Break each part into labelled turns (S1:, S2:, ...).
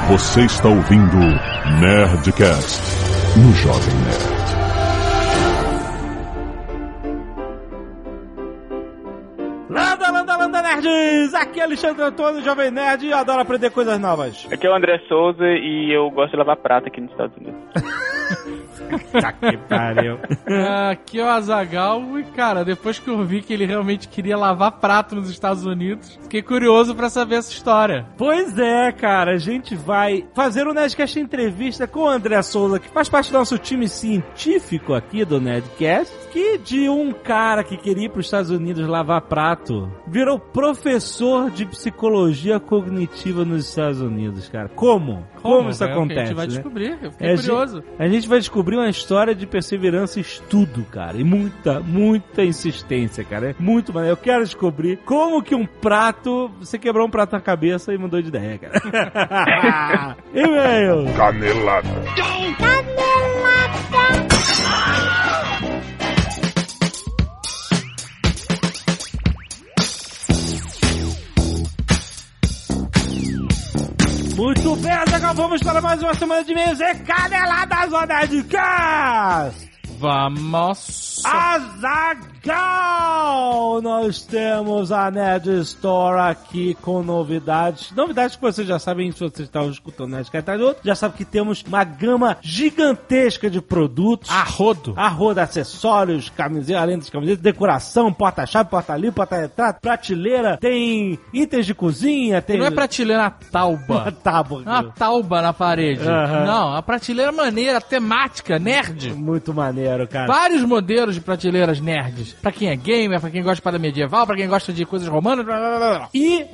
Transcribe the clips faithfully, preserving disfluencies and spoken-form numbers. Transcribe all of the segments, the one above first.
S1: Você está ouvindo Nerdcast no Jovem Nerd.
S2: Landa, landa, landa, nerds! Aqui é Alexandre Antônio, Jovem Nerd, e eu adoro aprender coisas novas.
S3: Aqui é o André Souza e eu gosto de lavar prata aqui nos Estados Unidos.
S2: Tá que pariu.
S4: Aqui é o Azaghal e, cara, depois que eu vi que ele realmente queria lavar prato nos Estados Unidos, fiquei curioso pra saber essa história.
S2: Pois é, cara, a gente vai fazer o Nerdcast entrevista com o André Souza, que faz parte do nosso time científico aqui do Nerdcast, que de um cara que queria ir pros Estados Unidos lavar prato, virou professor de psicologia cognitiva nos Estados Unidos, cara. Como? Como, Como isso
S4: é
S2: acontece,
S4: A gente vai
S2: né?
S4: descobrir, eu fiquei
S2: É,
S4: curioso.
S2: A gente vai descobrir uma história de perseverança e estudo, cara. E muita, muita insistência, cara. É muito maneiro. Eu quero descobrir como que um prato... Você quebrou um prato na cabeça e mudou de ideia, cara. E-mail.
S1: Canelada.
S2: Muito bem, Azaghal, vamos para mais uma semana de e-mails e caneladas do Nerdcast.
S4: Vamos!
S2: Azaghal! Nós temos a Nerd Store aqui com novidades. Novidades que vocês já sabem, se vocês estavam escutando o Nerdcast, já sabem que temos uma gama gigantesca de produtos.
S4: A rodo!
S2: A rodo, acessórios, camisetas, além das camisetas, decoração, porta-chave, porta-livro, porta-retrato, prateleira, tem itens de cozinha, tem...
S4: Não é prateleira tauba.
S2: Uma tábua.
S4: Uma tauba na parede.
S2: Uhum.
S4: Não, a prateleira maneira, temática, nerd.
S2: Muito maneiro, cara.
S4: Vários modelos de prateleiras nerds. Pra quem é gamer, pra quem gosta de espada medieval, pra quem gosta de coisas romanas. Blá, blá, blá.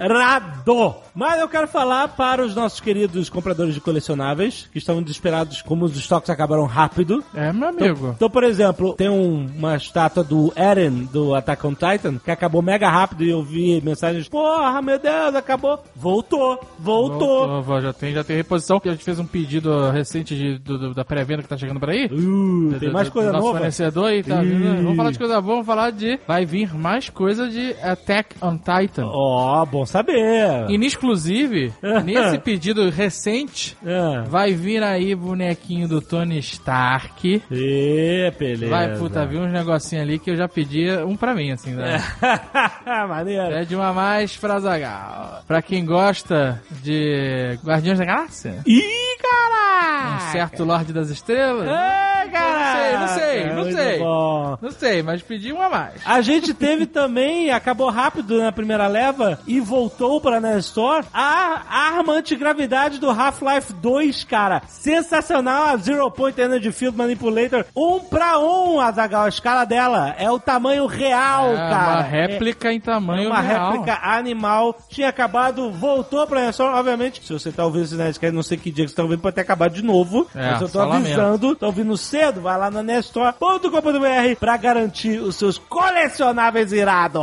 S2: Irado! Mas eu quero falar para os nossos queridos compradores de colecionáveis, que estão desesperados como os estoques acabaram rápido.
S4: É, meu amigo.
S2: Então, então por exemplo, tem um, uma estátua do Eren, do Attack on Titan, que acabou mega rápido e eu vi mensagens, porra, meu Deus, acabou. Voltou, voltou.
S4: Voltou, já tem, já tem reposição. A gente fez um pedido recente de, do, do, da pré-venda que tá chegando por aí.
S2: Uh, tem
S4: do,
S2: mais
S4: do,
S2: coisa
S4: do nosso
S2: nova.
S4: fornecedor aí, tá vindo. Vamos falar de coisa boa, vamos falar de... Vai vir mais coisa de Attack on Titan.
S2: Ó, oh, bom saber.
S4: E, exclusive, nesse pedido recente,
S2: é.
S4: vai vir aí bonequinho do Tony Stark.
S2: E, beleza.
S4: Vai, puta, vi uns negocinhos ali que eu já pedi um pra mim, assim, né?
S2: Maneiro.
S4: É de uma mais pra Azaghal. Pra quem gosta de Guardiões da Galáxia.
S2: Ih, cara!
S4: Um certo Lorde das Estrelas.
S2: É, cara!
S4: Não sei, não sei, não
S2: Muito
S4: sei.
S2: Bom.
S4: Não sei, mas pedi um a mais.
S2: A gente teve também, acabou rápido na primeira leva e voltou pra Nerd Store, a arma antigravidade do Half-Life dois, cara. Sensacional, a Zero Point Energy Field Manipulator. Um pra um, Azaghal, a escala dela. É o tamanho real,
S4: é
S2: cara.
S4: Uma réplica
S2: é,
S4: em tamanho
S2: é uma
S4: real.
S2: réplica animal. Tinha acabado, voltou pra Nerd Store. Obviamente, se você tá ouvindo esse Nerdcast, não sei que dia que você tá ouvindo, pode ter acabado de novo.
S4: É,
S2: mas eu tô avisando, lamento. Tô ouvindo cedo, vai lá na nerd store ponto com ponto b r pra garantir os seus colecionáveis irados.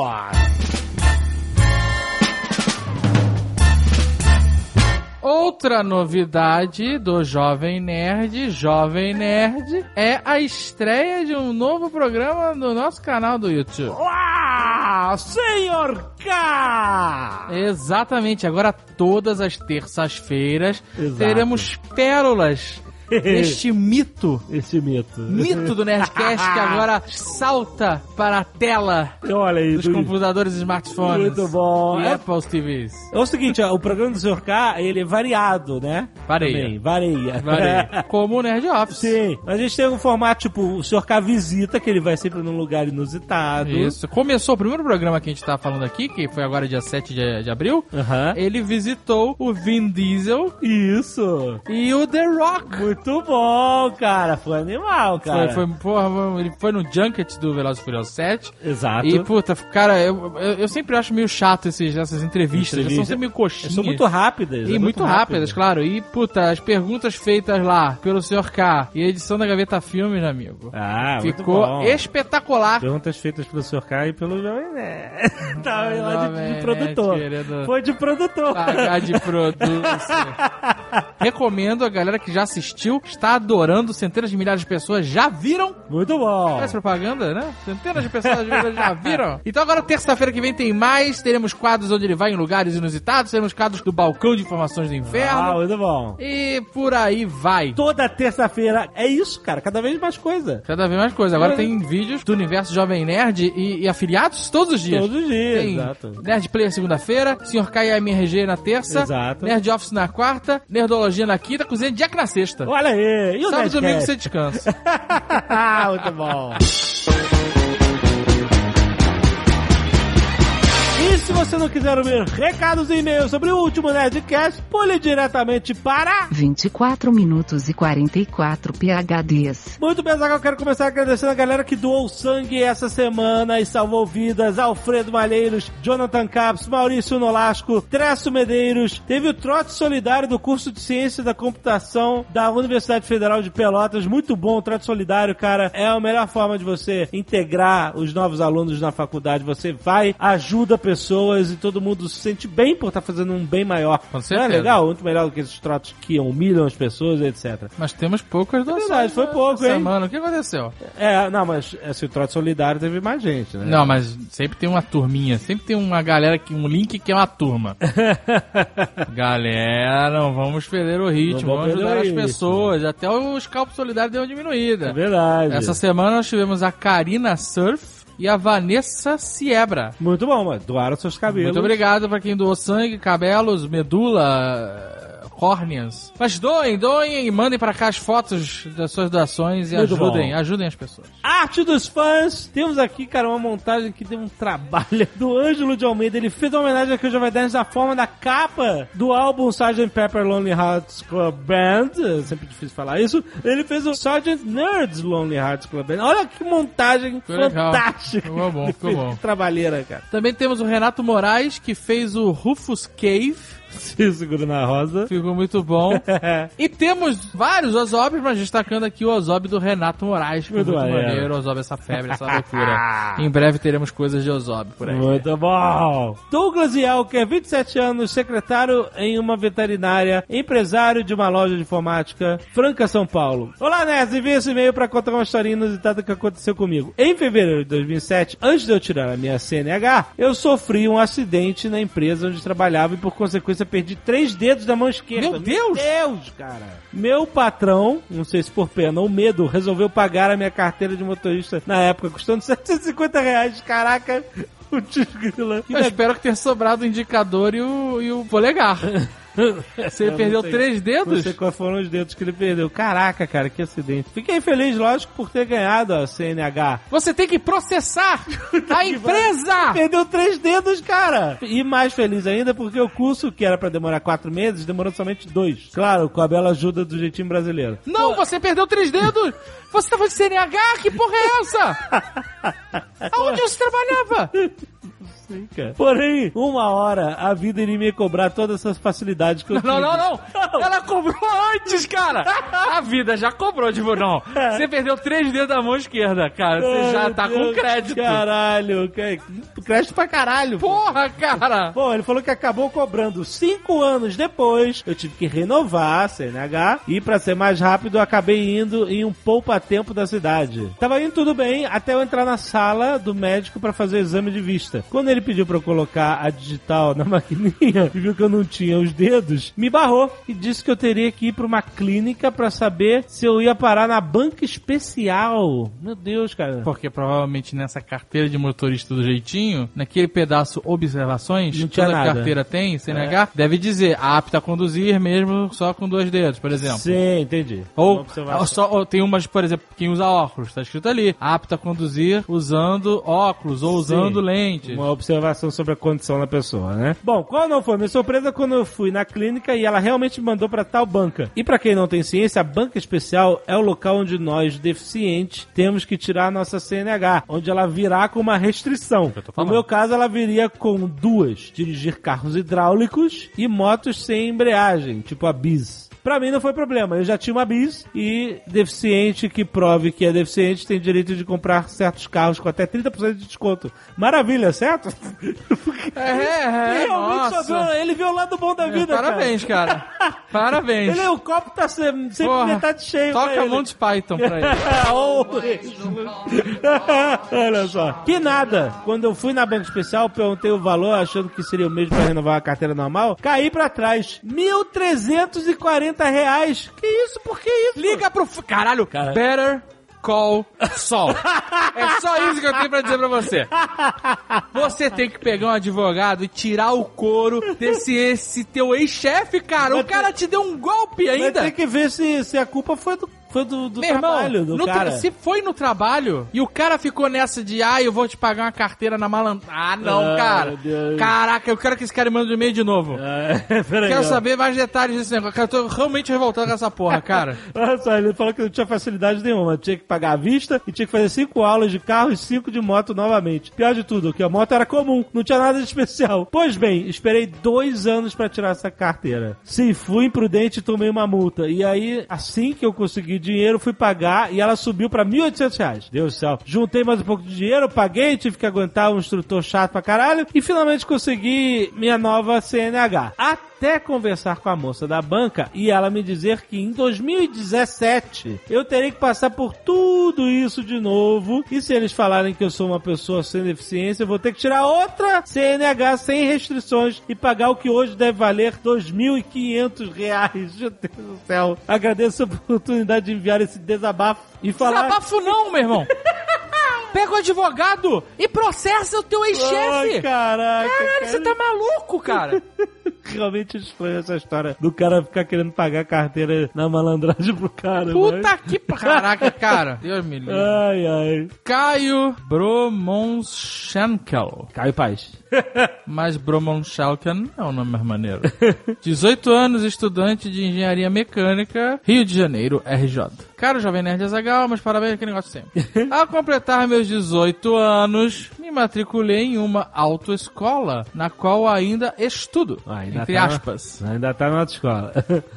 S4: Outra novidade do Jovem Nerd, Jovem Nerd, é a estreia de um novo programa no nosso canal do YouTube.
S2: Uau! Senhor K!
S4: Exatamente, agora todas as terças-feiras
S2: Exato.
S4: teremos pérolas este mito,
S2: este mito,
S4: mito do Nerdcast que agora salta para a tela
S2: Olha aí,
S4: dos
S2: do...
S4: computadores e smartphones.
S2: Muito bom.
S4: E
S2: É...
S4: Apple T Vs.
S2: É o seguinte, ó, o programa do senhor K, ele é variado, né?
S4: Vareia.
S2: Também, vareia.
S4: Vareia. Como o Nerd Office.
S2: Sim. A gente tem um formato, tipo, o senhor K visita, que ele vai sempre num lugar inusitado.
S4: Isso. Começou o primeiro programa que a gente tá falando aqui, que foi agora dia sete de, de abril.
S2: Uhum.
S4: Ele visitou o Vin Diesel.
S2: Isso.
S4: E o The Rock.
S2: Muito bom, cara. Foi animal, cara.
S4: Foi, foi, porra, ele foi no Junket do Velozes e Furiosos sete.
S2: Exato.
S4: E, puta, cara, eu, eu, eu sempre acho meio chato esses, essas entrevistas. Elas são sempre meio coxinhas.
S2: São muito rápidas.
S4: E
S2: é
S4: muito, muito rápidas, rápidas, claro. E, puta, as perguntas feitas lá pelo senhor K e a edição da Gaveta Filmes, amigo.
S2: Ah,
S4: ficou
S2: muito bom.
S4: Espetacular.
S2: Perguntas feitas pelo senhor K e pelo Jovem Nerd. Tá, lá de, de produtor.
S4: Nerd,
S2: Foi de produtor.
S4: Pagar de produto. Recomendo a galera que já assistiu, está adorando, centenas de milhares de pessoas já viram.
S2: Muito bom.
S4: Essa propaganda, né? Centenas de pessoas já viram. Então agora, terça-feira que vem tem mais, teremos quadros onde ele vai em lugares inusitados, teremos quadros do balcão de informações do inferno.
S2: Ah, muito bom.
S4: E por aí vai.
S2: Toda terça-feira é isso, cara. Cada vez mais coisa.
S4: Cada vez mais coisa. Agora tem vídeos do universo Jovem Nerd e, e afiliados todos os dias.
S2: Todos os dias,
S4: tem
S2: exato.
S4: Nerd Player segunda-feira, senhor K M R G na terça,
S2: Exato.
S4: Nerd Office na quarta, Nerdologia na quinta, Cozinha de Jack na sexta.
S2: Olha aí. E o
S4: Sábado e domingo
S2: Nerdcast?
S4: você descansa.
S2: Muito bom. E se você não quiser ouvir recados e e-mails sobre o último Nerdcast, pule diretamente para...
S5: vinte e quatro minutos e quarenta e quatro P H Ds.
S2: Muito bem, Zagal, eu quero começar agradecendo a galera que doou sangue essa semana e salvou vidas. Alfredo Malheiros, Jonathan Caps, Maurício Nolasco, Tresso Medeiros. Teve o trote solidário do curso de Ciência da Computação da Universidade Federal de Pelotas. Muito bom o trote solidário, cara. É a melhor forma de você integrar os novos alunos na faculdade. Você vai, ajuda pessoas e todo mundo se sente bem por estar fazendo um bem maior.
S4: Com certeza.
S2: Não é legal? Muito melhor do que esses trotes que humilham as pessoas, etcétera.
S4: Mas temos poucas doações.
S2: Verdade, foi pouco, hein?
S4: Semana. O que aconteceu?
S2: É, não, mas assim, o trote solidário teve mais gente, né?
S4: Não, mas sempre tem uma turminha, sempre tem uma galera, que um link que é uma turma. Galera, não vamos perder o ritmo,
S2: Não
S4: vamos
S2: vamos
S4: ajudar as
S2: perder o
S4: pessoas. Até o scalpo solidário deu uma diminuída.
S2: É verdade.
S4: Essa semana nós tivemos a Karina Surf e a Vanessa Siebra.
S2: Muito bom, mano. Doaram seus cabelos.
S4: Muito obrigado pra quem doou sangue, cabelos, medula, córneas. Mas doem, doem e mandem pra cá as fotos das suas doações e
S2: Muito
S4: ajudem,
S2: bom.
S4: ajudem as pessoas.
S2: Arte dos fãs. Temos aqui, cara, uma montagem que deu um trabalho do Ângelo de Almeida. Ele fez uma homenagem aqui ao Jovem Nerd na forma da capa do álbum sergeant Pepper Lonely Hearts Club Band. É sempre difícil falar isso. Ele fez o sergeant Nerds Lonely Hearts Club Band. Olha que montagem
S4: Ficou legal.
S2: fantástica.
S4: Ficou bom, ficou bom.
S2: Que trabalheira, cara.
S4: Também temos o Renato Moraes, que fez o Rufus Cave.
S2: Se segura na rosa.
S4: Ficou muito bom. E temos vários Ozobs, mas destacando aqui o Ozob do Renato Moraes, que
S2: Muito
S4: foi muito
S2: maneiro.
S4: maneiro. Ozob, essa febre, essa loucura. Em breve teremos coisas de Ozob por aí.
S2: Muito bom. Douglas Yalker, vinte e sete anos, secretário em uma veterinária, empresário de uma loja de informática, Franca, São Paulo. Olá, nerds, enviei esse e-mail pra contar uma historinha inusitada que aconteceu comigo. Em fevereiro de dois mil e sete, antes de eu tirar a minha C N H, eu sofri um acidente na empresa onde trabalhava e por consequência perdi três dedos da mão esquerda.
S4: Meu Deus!
S2: Meu Deus, cara. Meu patrão, não sei se por pena ou medo, resolveu pagar a minha carteira de motorista na época, custando setecentos e cinquenta reais. Caraca, o desgrila.
S4: Eu espero que tenha sobrado o indicador e o, e o polegar. Você
S2: Eu
S4: perdeu
S2: não sei-
S4: três dedos?
S2: Não sei quais foram os dedos que ele perdeu. Caraca, cara, que acidente. Fiquei feliz, lógico, por ter ganhado a C N H.
S4: Você tem que processar a empresa!
S2: Perdeu três dedos, cara. E mais feliz ainda porque o curso, que era pra demorar quatro meses, demorou somente dois. Claro, com a bela ajuda do jeitinho brasileiro.
S4: Não, você perdeu três dedos! Você tava de C N H? Que porra é essa? Aonde você trabalhava?
S2: Sim, cara. Porém, uma hora a vida iria me cobrar todas essas facilidades que eu
S4: Não, não,
S2: tive.
S4: não, não! Ela cobrou antes, cara! A vida já cobrou, tipo, não. Você perdeu três dedos da mão esquerda, cara. Você
S2: Ai,
S4: já
S2: meu
S4: tá
S2: Deus,
S4: com crédito.
S2: Caralho, que- crédito pra caralho.
S4: Porra, cara!
S2: Bom, ele falou que acabou cobrando cinco anos depois. Eu tive que renovar a C N H e, pra ser mais rápido, eu acabei indo em um poupa-tempo da cidade. Tava indo tudo bem até eu entrar na sala do médico pra fazer o exame de vista. Quando ele pediu pra eu colocar a digital na maquininha e viu que eu não tinha os dedos, me barrou e disse que eu teria que ir pra uma clínica pra saber se eu ia parar na banca especial. Meu Deus, cara.
S4: Porque provavelmente nessa carteira de motorista do jeitinho, naquele pedaço observações,
S2: Não tinha
S4: toda
S2: nada.
S4: carteira tem, C N H, deve dizer apta a conduzir mesmo só com dois dedos, por exemplo.
S2: Sim, entendi. Uma
S4: Ou,
S2: observação.
S4: ou só, ou tem umas, por exemplo, quem usa óculos, tá escrito ali, apta a conduzir usando óculos ou usando
S2: Sim.
S4: lentes.
S2: Uma observação sobre a condição da pessoa, né? Bom, qual não foi minha surpresa quando eu fui na clínica e ela realmente me mandou pra tal banca. E pra quem não tem ciência, a banca especial é o local onde nós, deficientes, temos que tirar a nossa C N H, onde ela virá com uma restrição.
S4: Eu tô
S2: No
S4: falando.
S2: meu caso, ela viria com duas: dirigir carros hidráulicos e motos sem embreagem, tipo a Bis. Pra mim não foi problema, eu já tinha uma Bis e deficiente que prove que é deficiente tem direito de comprar certos carros com até trinta por cento de desconto. Maravilha, certo?
S4: É, é,
S2: Realmente só
S4: nossa.
S2: viu- ele viu o lado bom da vida,
S4: Parabéns, cara. Parabéns.
S2: Ele, o copo tá sempre, sempre
S4: Porra,
S2: metade cheio.
S4: Toca Monty Python pra ele.
S2: Olha só. Que nada. Quando eu fui na banca especial, perguntei o valor, achando que seria o mesmo pra renovar a carteira normal. Caí pra trás. mil trezentos e quarenta reais. Que isso? Por que isso?
S4: Liga pro... f- Caralho,
S2: Cara.
S4: Better Call Saul. É só isso que eu tenho pra dizer pra você. Você tem que pegar um advogado e tirar o couro desse esse teu ex-chefe, cara.
S2: Mas
S4: o cara te deu um golpe ainda.
S2: Mas tem que ver se, se a culpa foi do, foi do, do
S4: Meu
S2: trabalho
S4: irmão,
S2: do
S4: no tra-
S2: cara.
S4: se foi no trabalho e o cara ficou nessa de, ah, eu vou te pagar uma carteira na malandragem. Ah, não,
S2: Ah,
S4: cara.
S2: meu Deus.
S4: Caraca, eu quero que esse cara me mande um e-mail de novo.
S2: É, peraí,
S4: Quero
S2: ó.
S4: saber mais detalhes desse negócio. Cara, eu tô realmente revoltado com essa porra, cara.
S2: Olha só, ele falou que não tinha facilidade nenhuma. Tinha que pagar à vista e tinha que fazer cinco aulas de carro e cinco de moto novamente. Pior de tudo, que a moto era comum, não tinha nada de especial. Pois bem, esperei dois anos pra tirar essa carteira. Sim, fui imprudente e tomei uma multa. E aí, assim que eu consegui dinheiro, fui pagar e ela subiu pra mil e oitocentos reais. Deus do céu. Juntei mais um pouco de dinheiro, paguei, tive que aguentar um instrutor chato pra caralho e finalmente consegui minha nova C N H. Até conversar com a moça da banca e ela me dizer que em dois mil e dezessete eu terei que passar por tudo isso de novo e se eles falarem que eu sou uma pessoa sem deficiência, eu vou ter que tirar outra C N H sem restrições e pagar o que hoje deve valer dois mil e quinhentos reais. Meu Deus do céu. Agradeço a oportunidade de enviar esse desabafo e falar...
S4: Desabafo não, meu irmão. Pega o advogado e processa o teu ex-chefe.
S2: Ai, caraca.
S4: Caralho,
S2: cara.
S4: você tá maluco, cara?
S2: Realmente estranho essa história do cara ficar querendo pagar a carteira na malandragem pro cara.
S4: Puta
S2: mas...
S4: que... Caraca, cara. Deus me livre.
S2: Ai, ai.
S4: Caio Bromonschenkel.
S2: Caio Paz.
S4: Mas Bromonschenkel é o nome mais maneiro. dezoito anos, estudante de engenharia mecânica, Rio de Janeiro, R J. Caro Jovem Nerd Azaghal, mas parabéns aquele negócio sempre. Ao completar meus dezoito anos, me matriculei em uma autoescola, na qual ainda estudo,
S2: Ah, ainda
S4: entre
S2: tá
S4: aspas.
S2: Na... Ainda tá na autoescola.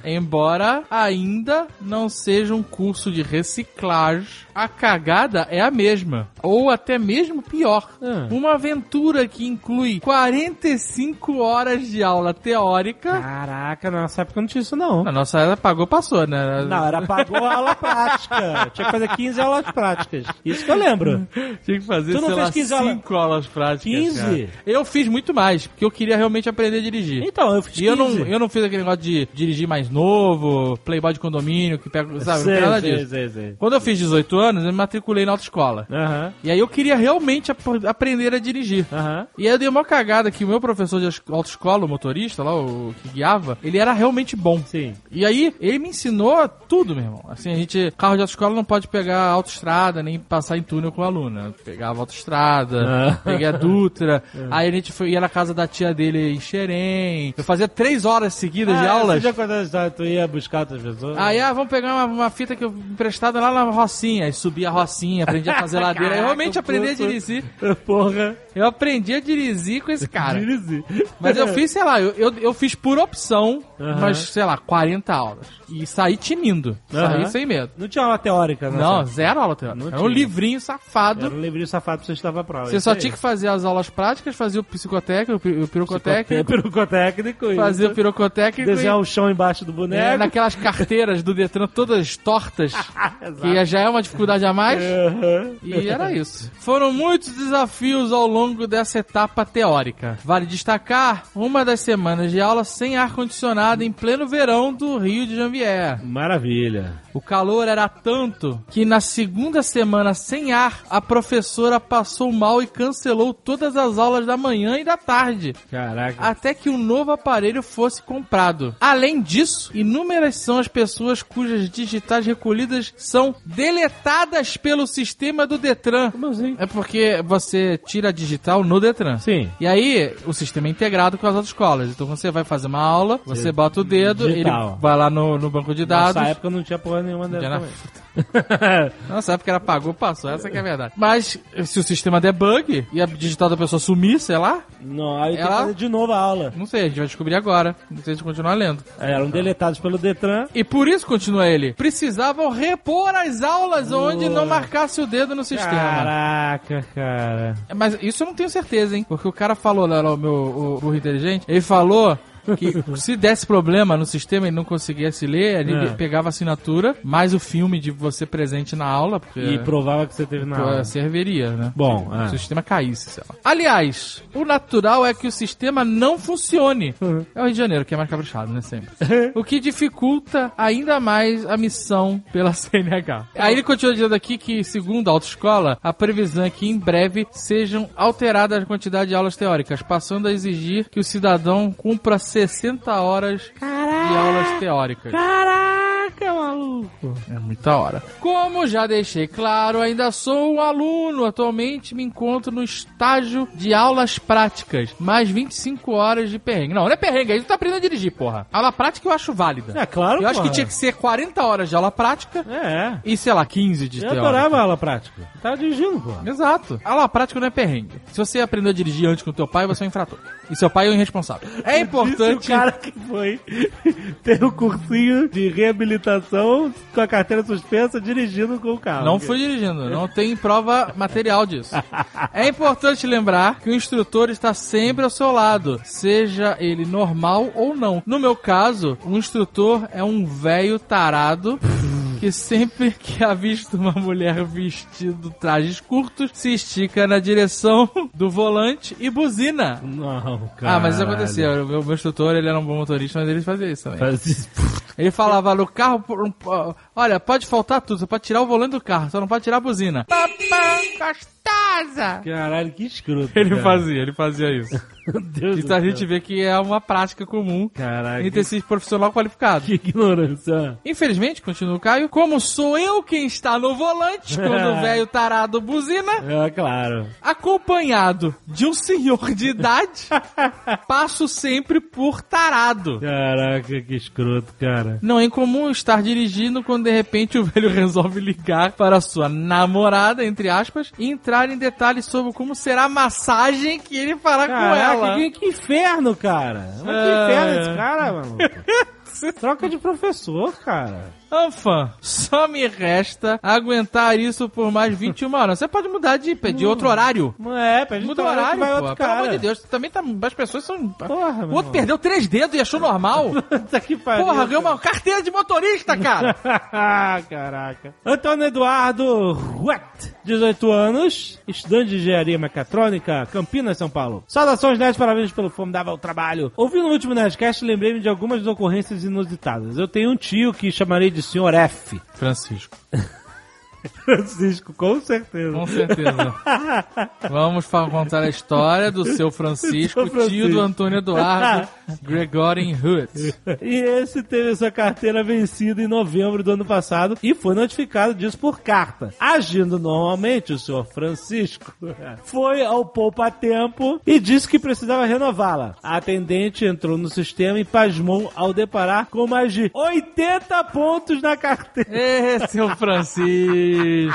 S4: Embora ainda não seja um curso de reciclagem, a cagada é a mesma. Ou até mesmo pior.
S2: Ah.
S4: Uma aventura que inclui quarenta e cinco horas de aula teórica.
S2: Caraca, na nossa época não tinha isso não.
S4: A nossa era pagou, passou, né?
S2: Não, era pagou a aula prática. Tinha que fazer quinze aulas práticas. Isso que eu lembro.
S4: Tinha que fazer,
S2: Tu não
S4: sei
S2: fez
S4: lá,
S2: quinze aulas?
S4: cinco aulas práticas.
S2: quinze?
S4: Cara. Eu fiz muito mais, porque eu queria realmente aprender a dirigir.
S2: Então, eu fiz
S4: E eu não,
S2: quinze.
S4: eu não fiz aquele negócio de dirigir mais novo, playboy de condomínio, que pega, sabe?
S2: Sei,
S4: não tem nada
S2: sei,
S4: disso.
S2: sei, sei.
S4: Quando eu fiz dezoito anos, eu me matriculei na autoescola.
S2: Aham,
S4: E aí eu queria realmente ap- aprender a dirigir.
S2: aham.
S4: E aí eu dei uma cagada que o meu professor de es- autoescola, o motorista lá, o que guiava, ele era realmente bom.
S2: Sim.
S4: E aí, ele me ensinou tudo, meu irmão. Assim, a gente, carro de autoescola não pode pegar autoestrada, nem passar em túnel com o aluno. Eu pegava autoestrada,
S2: Ah.
S4: peguei a Dutra, aí a gente foi, ia na casa da tia dele em Xerém. Eu fazia três horas seguidas de
S2: Ah,
S4: aulas.
S2: Você já contou a história, tu ia buscar outras pessoas?
S4: Aí, ah, vamos pegar uma, uma fita que eu emprestada lá na Rocinha. Aí subi a Rocinha, aprendi a fazer ladeira. Eu realmente
S2: Caraca,
S4: aprendi a
S2: puta.
S4: dirigir.
S2: Porra.
S4: Eu aprendi a dirigir com esse cara.
S2: Dirigir.
S4: Mas eu fiz, sei lá, eu, eu, eu fiz por opção,
S2: Aham.
S4: mas, sei lá, quarenta aulas. E saí tinindo.
S2: Aham.
S4: Saí sem medo.
S2: Não tinha aula teórica, né?
S4: Não, zero aula teórica.
S2: Não
S4: Era um
S2: tinha.
S4: livrinho safado.
S2: Era um livrinho safado pra você estudar pra prova.
S4: Você
S2: isso
S4: só
S2: aí.
S4: tinha que fazer as aulas práticas, fazia o psicotécnico, o pi- o pirocotécnico,
S2: Pirocotécnico.
S4: fazia o
S2: isso.
S4: pirocotécnico
S2: Desenhar
S4: e,
S2: o chão embaixo do
S4: é,
S2: boneco.
S4: naquelas carteiras do Detran todas tortas,
S2: Exato.
S4: que já é uma dificuldade a mais.
S2: Aham.
S4: E era isso. Foram muitos desafios ao longo dessa etapa teórica. Vale destacar uma das semanas de aula sem ar-condicionado em pleno verão do Rio de Janvier.
S2: Maravilha.
S4: O calor era tanto que na segunda semana sem ar, a professora passou mal e cancelou todas as aulas da manhã e da tarde,
S2: Caraca.
S4: até que um novo aparelho fosse comprado. Além disso, inúmeras são as pessoas cujas digitais recolhidas são deletadas pelo sistema do Detran.
S2: Como assim?
S4: É porque você tira a digital no Detran.
S2: Sim.
S4: E aí, o sistema é integrado com as outras escolas. Então você vai fazer uma aula, você
S2: Sim.
S4: bota o dedo,
S2: Digital.
S4: ele vai lá no, no banco de dados.
S2: Nessa época não tinha porra nenhuma dessa
S4: Já na-
S2: também.
S4: Nossa época era pagou, passou. Essa que é a verdade. Mas, se o sistema der bug e a digital da pessoa sumir, sei lá,
S2: Não, aí tem
S4: Ela-
S2: que fazer de novo a aula.
S4: não sei, a gente vai descobrir agora. Não sei se a gente continuar lendo.
S2: Aí eram deletados pelo Detran.
S4: E por isso, continua ele, precisavam repor as aulas onde não marcasse o dedo no sistema.
S2: Caraca, cara.
S4: Mas isso eu não tenho certeza, hein? Porque o cara falou lá, lá, o meu o burro inteligente, ele falou que se desse problema no sistema e não conseguisse ler, ele
S2: É.
S4: pegava a assinatura, mais o filme de você presente na aula, porque
S2: E provava que você teve na
S4: pô,
S2: aula.
S4: serviria, né?
S2: Bom,
S4: Se
S2: é.
S4: o sistema caísse, sei lá. Aliás, o natural é que o sistema não funcione.
S2: Uhum.
S4: É o Rio de Janeiro, que é mais caprichado, né? Sempre. O que dificulta ainda mais a missão pela C N H. Aí ele continua dizendo aqui que, segundo a autoescola, a previsão é que em breve sejam alteradas a quantidade de aulas teóricas, passando a exigir que o cidadão cumpra sessenta horas de aulas teóricas.
S2: Caraca, maluco.
S4: É muita hora. Como já deixei claro, ainda sou um aluno. Atualmente me encontro no estágio de aulas práticas. Mais vinte e cinco horas de perrengue. Não, não é perrengue. Aí tu tá aprendendo a dirigir, porra. Aula prática eu acho válida.
S2: É claro,
S4: Eu acho
S2: porra.
S4: que tinha que ser quarenta horas de aula prática
S2: É.
S4: e, sei lá, quinze de
S2: Eu
S4: teórica.
S2: adorava a aula prática. Tava dirigindo, pô.
S4: Exato. Aula prática não é perrengue. Se você aprendeu a dirigir antes com o teu pai, você é um infrator. E seu pai é um irresponsável. É
S2: Disse
S4: importante...
S2: o cara que foi ter um cursinho de reabilitação com a carteira suspensa dirigindo com o carro.
S4: Não fui dirigindo, não tem prova material disso. É importante lembrar que o instrutor está sempre ao seu lado, seja ele normal ou não. No meu caso, o instrutor é um velho tarado que sempre que avista uma mulher vestindo trajes curtos, se estica na direção do volante e buzina.
S2: Não, cara.
S4: Ah, mas isso aconteceu. O meu, meu instrutor, ele era um bom motorista, mas ele fazia isso também.
S2: Faz isso.
S4: Ele falava no carro, olha, pode faltar tudo, você pode tirar o volante do carro, só não pode tirar a buzina. Papão, gostosa!
S2: Caralho, que escroto.
S4: Ele
S2: cara.
S4: fazia, ele fazia isso.
S2: Meu Deus
S4: Então a
S2: do
S4: gente
S2: céu.
S4: vê que é uma prática comum
S2: Caralho.
S4: entre esse profissional qualificado.
S2: Que ignorância.
S4: Infelizmente, continua o Caio, como sou eu quem está no volante quando o velho tarado buzina,
S2: É claro.
S4: acompanhado de um senhor de idade, passo sempre por tarado.
S2: Caraca, que escroto, cara.
S4: Não é incomum estar dirigindo quando de repente o velho resolve ligar para sua namorada, entre aspas, e entrar em detalhes sobre como será a massagem que ele fará com ela.
S2: Caraca, que, que inferno, cara. Mas que
S4: É.
S2: inferno esse cara, mano. Troca de professor, cara.
S4: Anfã, só me resta aguentar isso por mais vinte e uma horas. Você pode mudar de, de outro horário.
S2: Não é, pede
S4: Muda o horário,
S2: vai
S4: pô.
S2: outro
S4: Pelo
S2: cara.
S4: amor de Deus, também tá, as pessoas são...
S2: Porra,
S4: o outro perdeu três dedos e achou normal.
S2: Puta que pariu.
S4: Porra, ganhou uma carteira de motorista, cara.
S2: Caraca. Antônio Eduardo What? dezoito anos, estudante de engenharia mecatrônica, Campinas, São Paulo. Saudações, nerds, parabéns pelo formidável trabalho. Ouvindo o último Nerdcast, lembrei-me de algumas ocorrências inusitadas. Eu tenho um tio que chamarei de senhor F.
S4: Francisco.
S2: Francisco, com certeza.
S4: Com certeza. Vamos fa- contar a história do seu Francisco,
S2: Do seu
S4: tio do
S2: Francisco.
S4: Antônio Eduardo Gregorin Hood.
S2: E esse teve sua carteira vencida em novembro do ano passado e foi notificado disso por carta. Agindo normalmente, o senhor Francisco foi ao poupa-tempo e disse que precisava renová-la. A atendente entrou no sistema e pasmou ao deparar com mais de oitenta pontos na carteira.
S4: Ê, seu Francisco.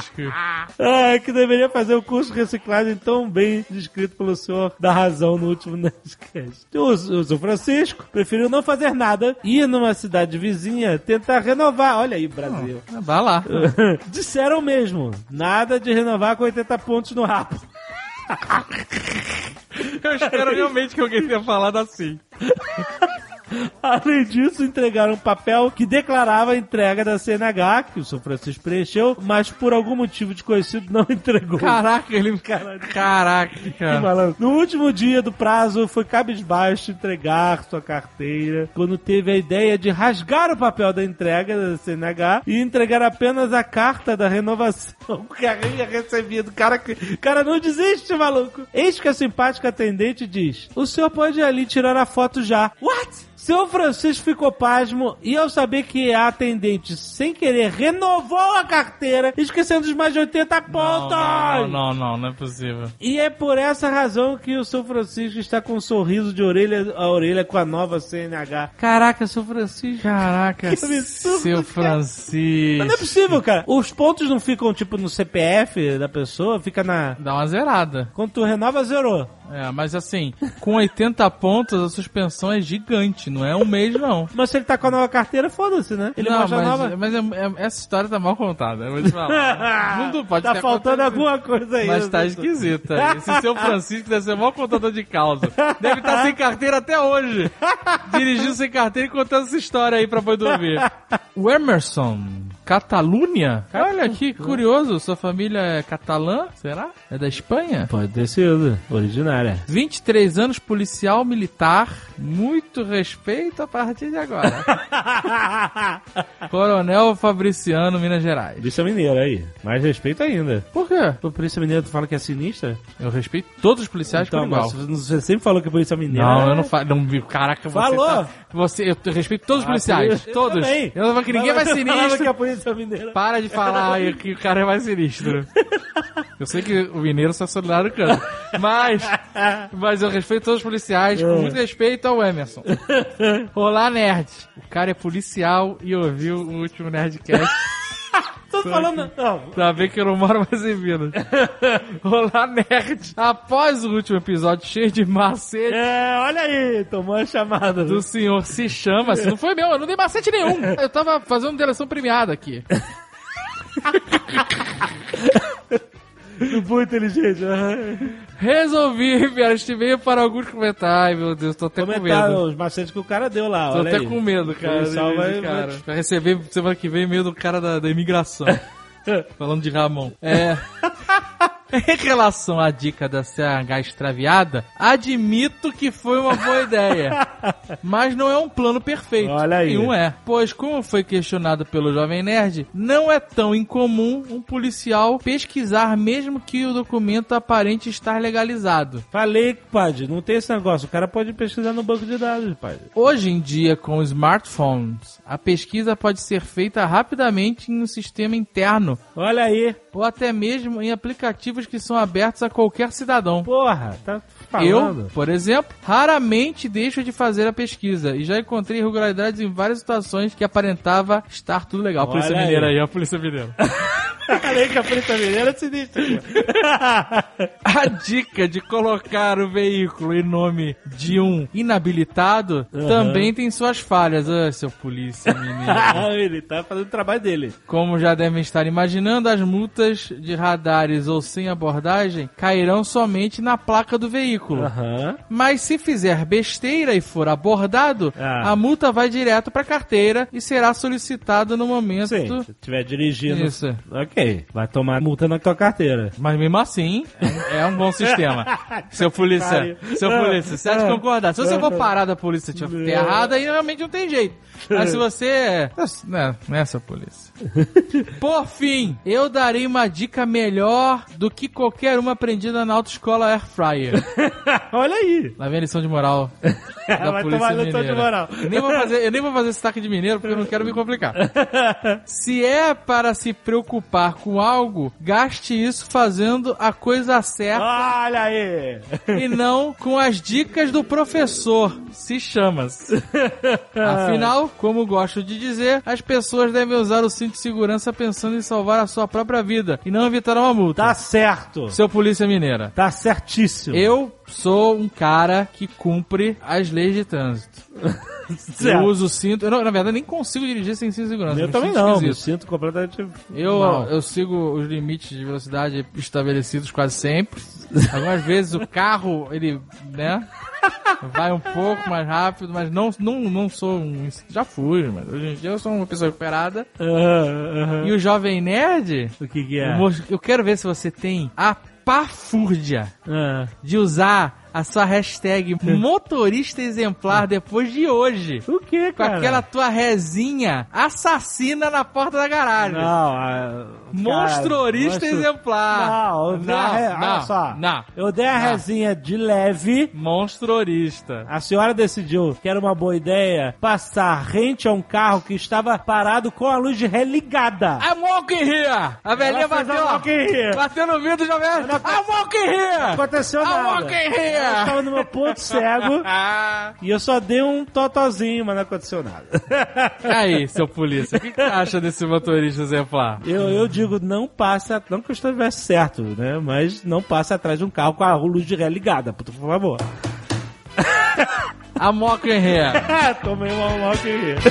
S2: Ah, que deveria fazer o curso de reciclagem tão bem descrito pelo senhor da razão no último Nerdcast. O, o senhor Francisco preferiu não fazer nada e ir numa cidade vizinha tentar renovar. Olha aí, Brasil.
S4: Vai lá.
S2: Disseram mesmo, nada de renovar com oitenta pontos no rabo.
S4: Eu espero realmente que alguém tenha falado assim.
S2: Além disso, entregaram um papel que declarava a entrega da C N H, que o senhor Francisco preencheu, mas por algum motivo desconhecido não entregou.
S4: Caraca, ele...
S2: Caralho.
S4: Caraca,
S2: Que
S4: cara.
S2: malandro. No último dia do prazo, foi cabisbaixo entregar sua carteira, quando teve a ideia de rasgar o papel da entrega da C N H e entregar apenas a carta da renovação que havia recebido. Cara, que- cara, não desiste, maluco. Eis que a simpática atendente diz: o senhor pode ir ali tirar a foto já. What? Seu Francisco ficou pasmo e ao saber que a atendente, sem querer, renovou a carteira, esquecendo os mais de oitenta pontos.
S4: Não, não, não, não é possível.
S2: E é por essa razão que o seu Francisco está com um sorriso de orelha a orelha com a nova C N H. Caraca, seu Francisco.
S4: Caraca,
S2: Que absurdo,
S4: seu
S2: cara.
S4: Francisco.
S2: Mas não é possível, cara. Os pontos não ficam, tipo, no C P F da pessoa, fica na...
S4: Dá uma zerada.
S2: Quando tu renova, zerou.
S4: É, mas assim, com oitenta pontos a suspensão é gigante, não é um mês não.
S2: Mas se ele tá com a nova carteira, foda-se, né? Ele
S4: não,
S2: mostra
S4: mas,
S2: a nova...
S4: mas é, é, essa história tá mal contada, eu vou te falar. Não pode
S2: tá
S4: ter
S2: faltando
S4: acontecido.
S2: alguma coisa aí.
S4: Mas tá esquisita. Esse seu Francisco deve ser o maior contador de causa. Deve estar sem carteira até hoje. Dirigindo sem carteira e contando essa história aí pra boi dormir. O Emerson, Catalunha? Olha que curioso, sua família é catalã? Será? É da Espanha?
S2: Pode ter sido, originária.
S4: vinte e três anos, policial militar, muito respeito a partir de agora. Coronel Fabriciano, Minas Gerais.
S2: Polícia Mineira aí, mais respeito ainda.
S4: Por quê?
S2: A Polícia Mineira tu fala que é sinistra?
S4: Eu respeito todos os policiais
S2: Então,
S4: por igual.
S2: mas você sempre falou que a Polícia Mineira...
S4: Não,
S2: é...
S4: eu não falo. Não, vi- caraca, você
S2: Falou!
S4: tá- você, eu respeito todos os
S2: Ah,
S4: policiais.
S2: eu
S4: todos.
S2: também.
S4: Eu não falo que ninguém é mais
S2: Mas eu falava
S4: sinistro.
S2: que a Polícia Mineira...
S4: Para de falar aí que o cara é mais sinistro. Eu sei que o mineiro só é solidário no canto. Mas, mas eu respeito todos os policiais, com muito respeito ao Emerson. Olá, nerd. O cara é policial e ouviu o último Nerdcast.
S2: Tô falando... Não.
S4: Pra ver que eu não moro mais em Minas. Olá, nerd. Após o último episódio cheio de macete
S2: É, olha aí, tomou a chamada.
S4: do senhor Se Chama, se não foi meu, eu não dei macete nenhum. Eu tava fazendo uma direção premiada aqui.
S2: Muito inteligente.
S4: Resolvi enviar este e-mail para alguns comentários. Ai, meu Deus, tô até com
S2: Comentar
S4: medo.
S2: os macetes que o cara deu lá,
S4: Tô
S2: olha
S4: até
S2: aí.
S4: com medo, cara.
S2: policial
S4: de-
S2: vai-
S4: de cara.
S2: vai-
S4: Vai receber semana que vem e-mail do cara da, da imigração. Falando de Ramon. É. Em relação à dica da C H extraviada, admito que foi uma boa ideia. Mas não é um plano perfeito.
S2: Olha aí.
S4: Nenhum é. Pois, como foi questionado pelo Jovem Nerd, não é tão incomum um policial pesquisar mesmo que o documento aparente estar legalizado.
S2: Falei, padre, não tem esse negócio. O cara pode pesquisar no banco de dados, padre.
S4: Hoje em dia, com smartphones, a pesquisa pode ser feita rapidamente em um sistema interno
S2: Olha aí.
S4: ou até mesmo em aplicativos que são abertos a qualquer cidadão.
S2: Porra, tá falando.
S4: Eu, por exemplo, raramente deixo de fazer a pesquisa e já encontrei irregularidades em várias situações que aparentava estar tudo legal. A Polícia
S2: Olha aí.
S4: Mineira aí, a Polícia Mineira.
S2: Falei que a Polícia Mineira é sinistra.
S4: A dica de colocar o veículo em nome de um inabilitado
S2: Uhum.
S4: também tem suas falhas. Ah, seu Polícia Mineira.
S2: Ele tá fazendo o trabalho dele.
S4: Como já devem estar imaginando, as multas de radares ou sem abordagem cairão somente na placa do veículo.
S2: Aham.
S4: Mas se fizer besteira e for abordado,
S2: Ah.
S4: a multa vai direto para a carteira e será solicitada no momento.
S2: Sim, se estiver dirigindo.
S4: Isso.
S2: Ok, vai tomar multa na tua carteira.
S4: Mas mesmo assim, é, é um bom sistema. Seu polícia,
S2: Pariu.
S4: seu polícia, você há de concordar. Se você for parar da polícia e tiver errado, aí realmente não tem jeito. Mas se você... Não, não é, seu polícia. Por fim, eu darei uma dica melhor do que qualquer uma aprendida na autoescola Air Fryer.
S2: Olha aí.
S4: Lá vem a lição de moral da
S2: Vai
S4: polícia
S2: tomar lição
S4: mineira.
S2: de moral.
S4: Eu nem vou fazer, eu nem vou fazer sotaque de mineiro porque eu não quero me complicar. Se é para se preocupar com algo, gaste isso fazendo a coisa certa
S2: Olha aí.
S4: e não com as dicas do professor. Se chama-se. Afinal, como gosto de dizer, as pessoas devem usar o cinto de segurança pensando em salvar a sua própria vida e não evitar uma multa.
S2: Tá certo.
S4: Seu Polícia Mineira.
S2: Tá certíssimo.
S4: Eu sou um cara que cumpre as leis de trânsito.
S2: Certo.
S4: Eu uso cinto. Eu, não, na verdade, nem consigo dirigir sem cinto de segurança.
S2: Eu
S4: me
S2: também
S4: sinto
S2: não, me
S4: esquisito.
S2: sinto completamente
S4: Eu,
S2: mal.
S4: eu sigo os limites de velocidade estabelecidos quase sempre. Algumas vezes o carro, ele, né, vai um pouco mais rápido, mas não, não, não sou um... Já fui, mas hoje em dia eu sou uma pessoa recuperada.
S2: Aham, aham.
S4: E o Jovem Nerd,
S2: O que que
S4: eu,
S2: é?
S4: mos- eu quero ver se você tem a pafúrdia
S2: Ah.
S4: de usar a sua hashtag motorista exemplar depois de hoje.
S2: O que,
S4: Com
S2: cara?
S4: aquela tua resinha assassina na porta da garagem.
S2: Não, a...
S4: Monstrorista
S2: cara, monstro-
S4: exemplar.
S2: Não, eu dei a re...
S4: não,
S2: olha só.
S4: não.
S2: Eu dei a
S4: Não.
S2: resinha de leve.
S4: Monstrorista.
S2: A senhora decidiu que era uma boa ideia passar rente a um carro que estava parado com a luz de ré ligada.
S4: I'm walking here! A velhinha
S2: Ela fez
S4: bateu,
S2: a
S4: ó.
S2: walking here.
S4: Bateu no vidro, Jovem. I'm walking
S2: Não
S4: here!
S2: aconteceu
S4: I'm
S2: nada.
S4: walking here!
S2: Eu estava no meu ponto cego
S4: Ah.
S2: e eu só dei um totozinho, mas não aconteceu nada.
S4: Aí, seu polícia, o que, que você acha desse motorista exemplar?
S2: Eu, eu digo digo, não passa, não que eu estivesse certo, né? Mas não passa atrás de um carro com a luz de ré ligada, por favor.
S4: A moca em ré.
S2: Tomei uma moca em ré.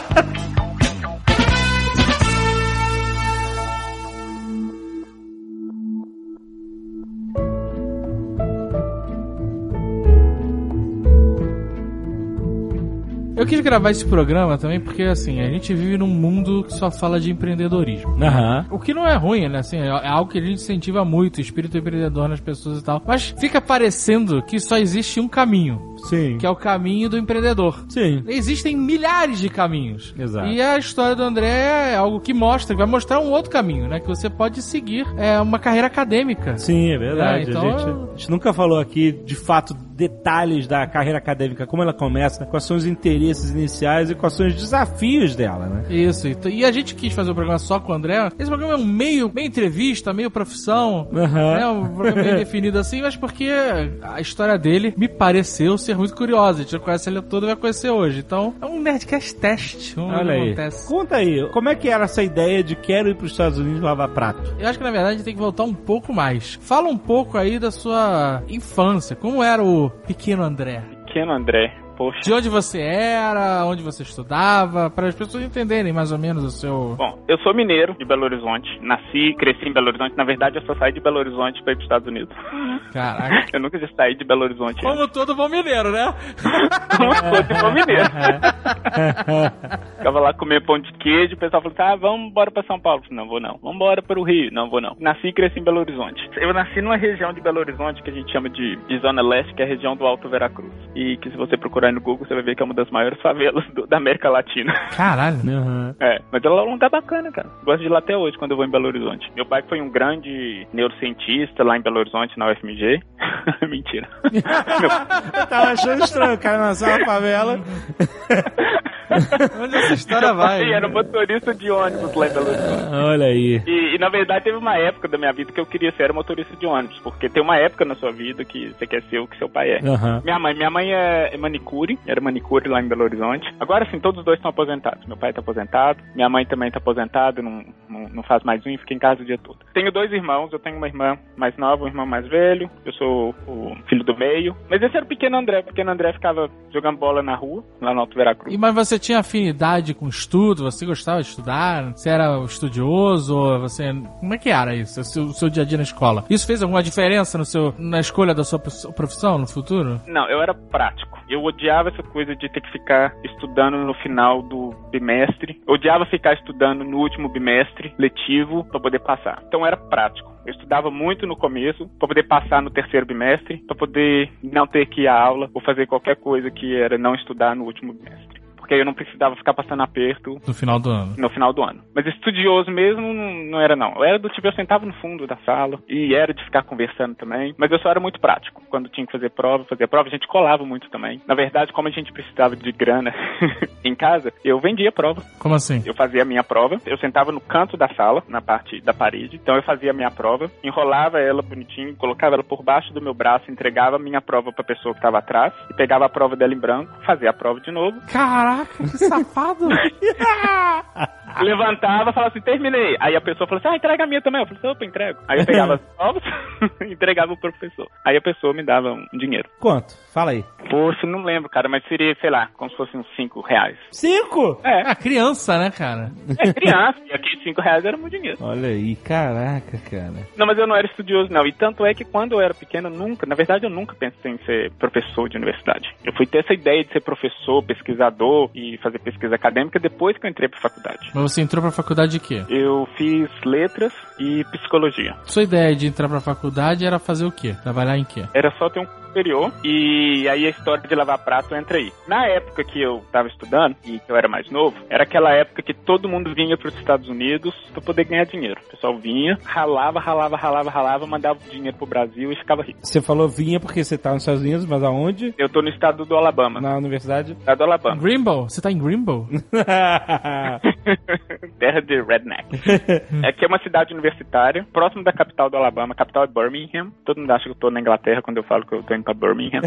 S4: Eu quis gravar esse programa também porque, assim, a gente vive num mundo que só fala de empreendedorismo.
S2: Aham.
S4: O que não é ruim, né? Assim, é algo que a gente incentiva muito, o espírito empreendedor nas pessoas e tal. Mas fica parecendo que só existe um caminho.
S2: Sim.
S4: Que é o caminho do empreendedor.
S2: Sim.
S4: Existem milhares de caminhos.
S2: Exato.
S4: E a história do André é algo que mostra, que vai mostrar um outro caminho, né? Que você pode seguir é, uma carreira acadêmica.
S2: Sim, é verdade.
S4: É, então,
S2: a, gente, a gente nunca falou aqui, de fato, detalhes da carreira acadêmica, como ela começa, quais são os interesses iniciais e quais são os desafios dela, né?
S4: Isso. E a gente quis fazer o programa só com o André. Esse programa é um meio, meio entrevista, meio profissão.
S2: Uhum.
S4: Né? Um programa meio definido assim, mas porque a história dele me pareceu ser muito curiosa. A gente não conhece ele todo e vai conhecer hoje. Então, é um Nerdcast teste. Vamos ver o
S2: Olha
S4: que
S2: aí.
S4: acontece.
S2: Conta aí, como é que era essa ideia de quero ir para os Estados Unidos lavar prato?
S4: Eu acho que, na verdade, a gente tem que voltar um pouco mais. Fala um pouco aí da sua infância. Como era o pequeno André?
S3: Pequeno André. Poxa.
S4: De onde você era, onde você estudava, para as pessoas entenderem mais ou menos o seu...
S3: Bom, eu sou mineiro de Belo Horizonte. Nasci, cresci em Belo Horizonte. Na verdade, eu só saí de Belo Horizonte para ir para os Estados Unidos.
S4: Caraca.
S3: Eu nunca já saí de Belo Horizonte.
S4: Como
S3: antes.
S4: todo bom mineiro, né?
S3: Como todo bom mineiro. Ficava lá comendo pão de queijo, o pessoal falou assim, ah, vamos embora para São Paulo. Eu falei, não vou não. Vamos embora para o Rio. Não vou não. Nasci e cresci em Belo Horizonte. Eu nasci numa região de Belo Horizonte que a gente chama de, de Zona Leste, que é a região do Alto Veracruz. E que se você procurar no Google, você vai ver que é uma das maiores favelas do, da América Latina.
S4: Caralho.
S2: Uhum.
S3: É, mas ela é um lugar bacana, cara. Gosto de ir lá até hoje, quando eu vou em Belo Horizonte. Meu pai foi um grande neurocientista lá em Belo Horizonte, na U F M G. Mentira. Meu...
S2: Eu tava achando estranho, o cara nasceu na favela.
S4: Onde essa história vai?
S3: Sim, era motorista de ônibus lá em Belo Horizonte.
S2: Olha aí.
S3: E, e, na verdade, teve uma época da minha vida que eu queria ser motorista de ônibus. Porque tem uma época na sua vida que você quer ser o que seu pai é.
S2: Uhum.
S3: Minha mãe, minha mãe é, é manicure, era manicure lá em Belo Horizonte. Agora sim, todos os dois estão aposentados. Meu pai tá aposentado, minha mãe também tá aposentada, não, não, não faz mais unha, fica em casa o dia todo. Tenho dois irmãos, eu tenho uma irmã mais nova, um irmão mais velho, eu sou o filho do meio. Mas esse era o pequeno André, o pequeno André ficava jogando bola na rua, lá no Alto Veracruz.
S4: E, mas você tinha afinidade com estudo? Você gostava de estudar? Você era estudioso? Você... Como é que era isso, o seu, o seu dia a dia na escola? Isso fez alguma diferença no seu, na escolha da sua profissão no futuro?
S3: Não, eu era prático. Eu odiava essa coisa de ter que ficar estudando no final do bimestre. Eu odiava ficar estudando no último bimestre letivo para poder passar. Então era prático. Eu estudava muito no começo para poder passar no terceiro bimestre, para poder não ter que ir à aula ou fazer qualquer coisa que era não estudar no último bimestre. Porque eu não precisava ficar passando aperto
S4: no final do ano.
S3: No final do ano. Mas estudioso mesmo não, não era não. Eu era do tipo, eu sentava no fundo da sala e era de ficar conversando também. Mas eu só era muito prático. Quando tinha que fazer prova, fazer prova, a gente colava muito também. Na verdade, como a gente precisava de grana em casa, eu vendia prova.
S4: Como assim?
S3: Eu fazia a minha prova, eu sentava no canto da sala, na parte da parede. Então eu fazia a minha prova, enrolava ela bonitinho, colocava ela por baixo do meu braço, entregava a minha prova pra pessoa que estava atrás e pegava a prova dela em branco, fazia a prova de novo.
S4: Caraca! Que safado!
S3: Levantava, falava assim, terminei. Aí a pessoa falou assim, ah, entrega a minha também. Eu falei assim, opa, entrego. Aí eu pegava as provas e entregava pro professor. Aí a pessoa me dava um dinheiro.
S2: Quanto? Fala aí.
S3: Poxa, não lembro, cara, mas seria, sei lá, como se fosse uns cinco reais.
S2: Cinco?
S3: É.
S4: Ah, criança, né, cara?
S3: É, criança. E aqueles cinco reais era muito dinheiro.
S2: Olha aí, caraca, cara.
S3: Não, mas eu não era estudioso, não. E tanto é que quando eu era pequeno, nunca, na verdade, eu nunca pensei em ser professor de universidade. Eu fui ter essa ideia de ser professor, pesquisador e fazer pesquisa acadêmica depois que eu entrei pra faculdade.
S4: Mas você entrou pra faculdade de quê?
S3: Eu fiz letras e psicologia.
S4: Sua ideia de entrar pra faculdade era fazer o quê? Trabalhar em quê?
S3: Era só ter um superior e aí a história de lavar prato entra aí. Na época que eu tava estudando e que eu era mais novo, era aquela época que todo mundo vinha pros Estados Unidos pra poder ganhar dinheiro. O pessoal vinha, ralava, ralava, ralava, ralava, mandava o dinheiro pro Brasil e ficava rico.
S2: Você falou vinha porque você tá nos Estados Unidos, mas aonde?
S3: Eu tô no estado do Alabama.
S2: Na universidade?
S3: Estado do Alabama.
S4: Greenbow? Você tá em Greenbow?
S3: terra de redneck. Aqui é uma cidade universitária, próximo da capital do Alabama. A capital é Birmingham. Todo mundo acha que eu tô na Inglaterra quando eu falo que eu tô indo pra Birmingham.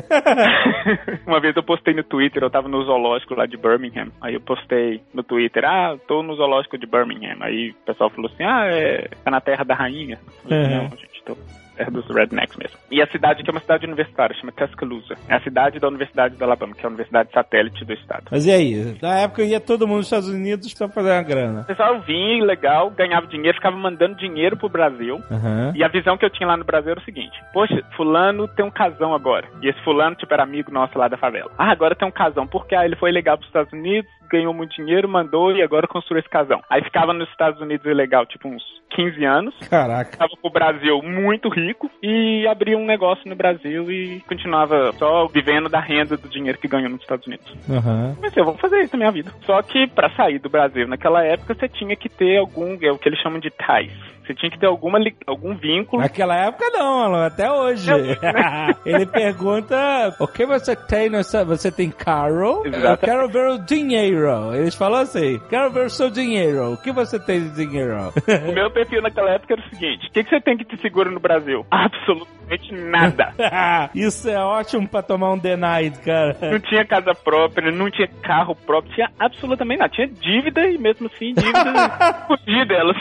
S3: Uma vez eu postei no Twitter, eu tava no zoológico lá de Birmingham. Aí eu postei no Twitter, ah, tô no zoológico de Birmingham. Aí o pessoal falou assim, ah, é, tá na terra da rainha. Eu falei,
S2: Uhum.
S3: não, gente, tô... terra dos rednecks mesmo. E a cidade aqui é uma cidade universitária, chama Tuscaloosa. É a cidade da Universidade do Alabama, que é a universidade satélite do estado.
S2: Mas e aí? Na época ia todo mundo nos Estados Unidos pra fazer uma grana.
S3: O pessoal vinha, legal, ganhava dinheiro, ficava mandando dinheiro pro Brasil.
S2: Uhum.
S3: E a visão que eu tinha lá no Brasil era o seguinte, poxa, fulano tem um casão agora. E esse fulano, tipo, era amigo nosso lá da favela. Ah, agora tem um casão, porque ah, ele foi legal pros Estados Unidos, ganhou muito dinheiro, mandou e agora construiu esse casão. Aí ficava nos Estados Unidos ilegal, tipo, uns quinze anos.
S2: Caraca.
S3: Ficava pro Brasil muito rico e abria um negócio no Brasil e continuava só vivendo da renda do dinheiro que ganhou nos Estados Unidos.
S2: Uhum.
S3: Mas eu vou fazer isso na minha vida. Só que pra sair do Brasil naquela época você tinha que ter algum, é o que eles chamam de ties. Você tinha que ter alguma, algum vínculo.
S2: Naquela época não, Alan, até hoje. Ele pergunta, o que você tem nessa... Você tem carro?
S3: Exato.
S2: Eu quero ver o dinheiro. Eles falam assim, quero ver o seu dinheiro. O que você tem de dinheiro?
S3: O meu perfil naquela época era o seguinte, o que, que você tem que te segura no Brasil? Absolutamente nada.
S2: Isso é ótimo pra tomar um denied, cara.
S3: Não tinha casa própria, não tinha carro próprio, tinha absolutamente nada. Tinha dívida e mesmo assim, dívida, fugir delas.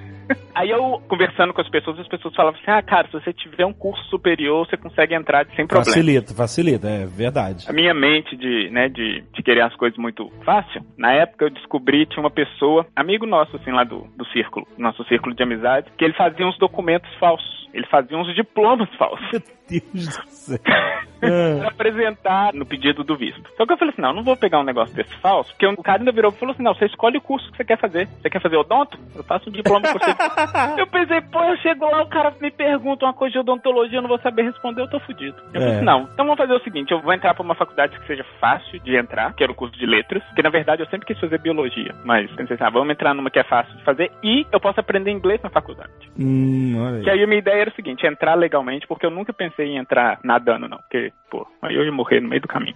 S3: Aí eu, conversando com as pessoas, as pessoas falavam assim, ah, cara, se você tiver um curso superior, você consegue entrar sem problema.
S2: Facilita, facilita, é verdade.
S3: A minha mente de, né, de, de querer as coisas muito fácil, na época eu descobri, tinha uma pessoa, amigo nosso, assim, lá do, do círculo, nosso círculo de amizade, que ele fazia uns documentos falsos. Ele fazia uns diplomas falsos.
S2: Meu Deus do céu.
S3: Pra apresentar no pedido do visto. Só que eu falei assim, não, não vou pegar um negócio desse falso, porque o cara ainda virou e falou assim, não, você escolhe o curso que você quer fazer. Você quer fazer odonto? Eu faço um diploma por você. Eu pensei, pô, eu chego lá, o cara me pergunta uma coisa de odontologia, eu não vou saber responder, eu tô fudido. Eu
S2: É.
S3: falei assim, não, então vamos fazer o seguinte, eu vou entrar pra uma faculdade que seja fácil de entrar, que era o curso de letras, que na verdade eu sempre quis fazer biologia, mas pensei assim, ah, vamos entrar numa que é fácil de fazer e eu posso aprender inglês na faculdade.
S2: Hum, olha aí.
S3: Que aí a minha ideia era o seguinte, entrar legalmente, porque eu nunca pensei em entrar nadando, não. Porque, pô, aí eu ia morrer no meio do caminho.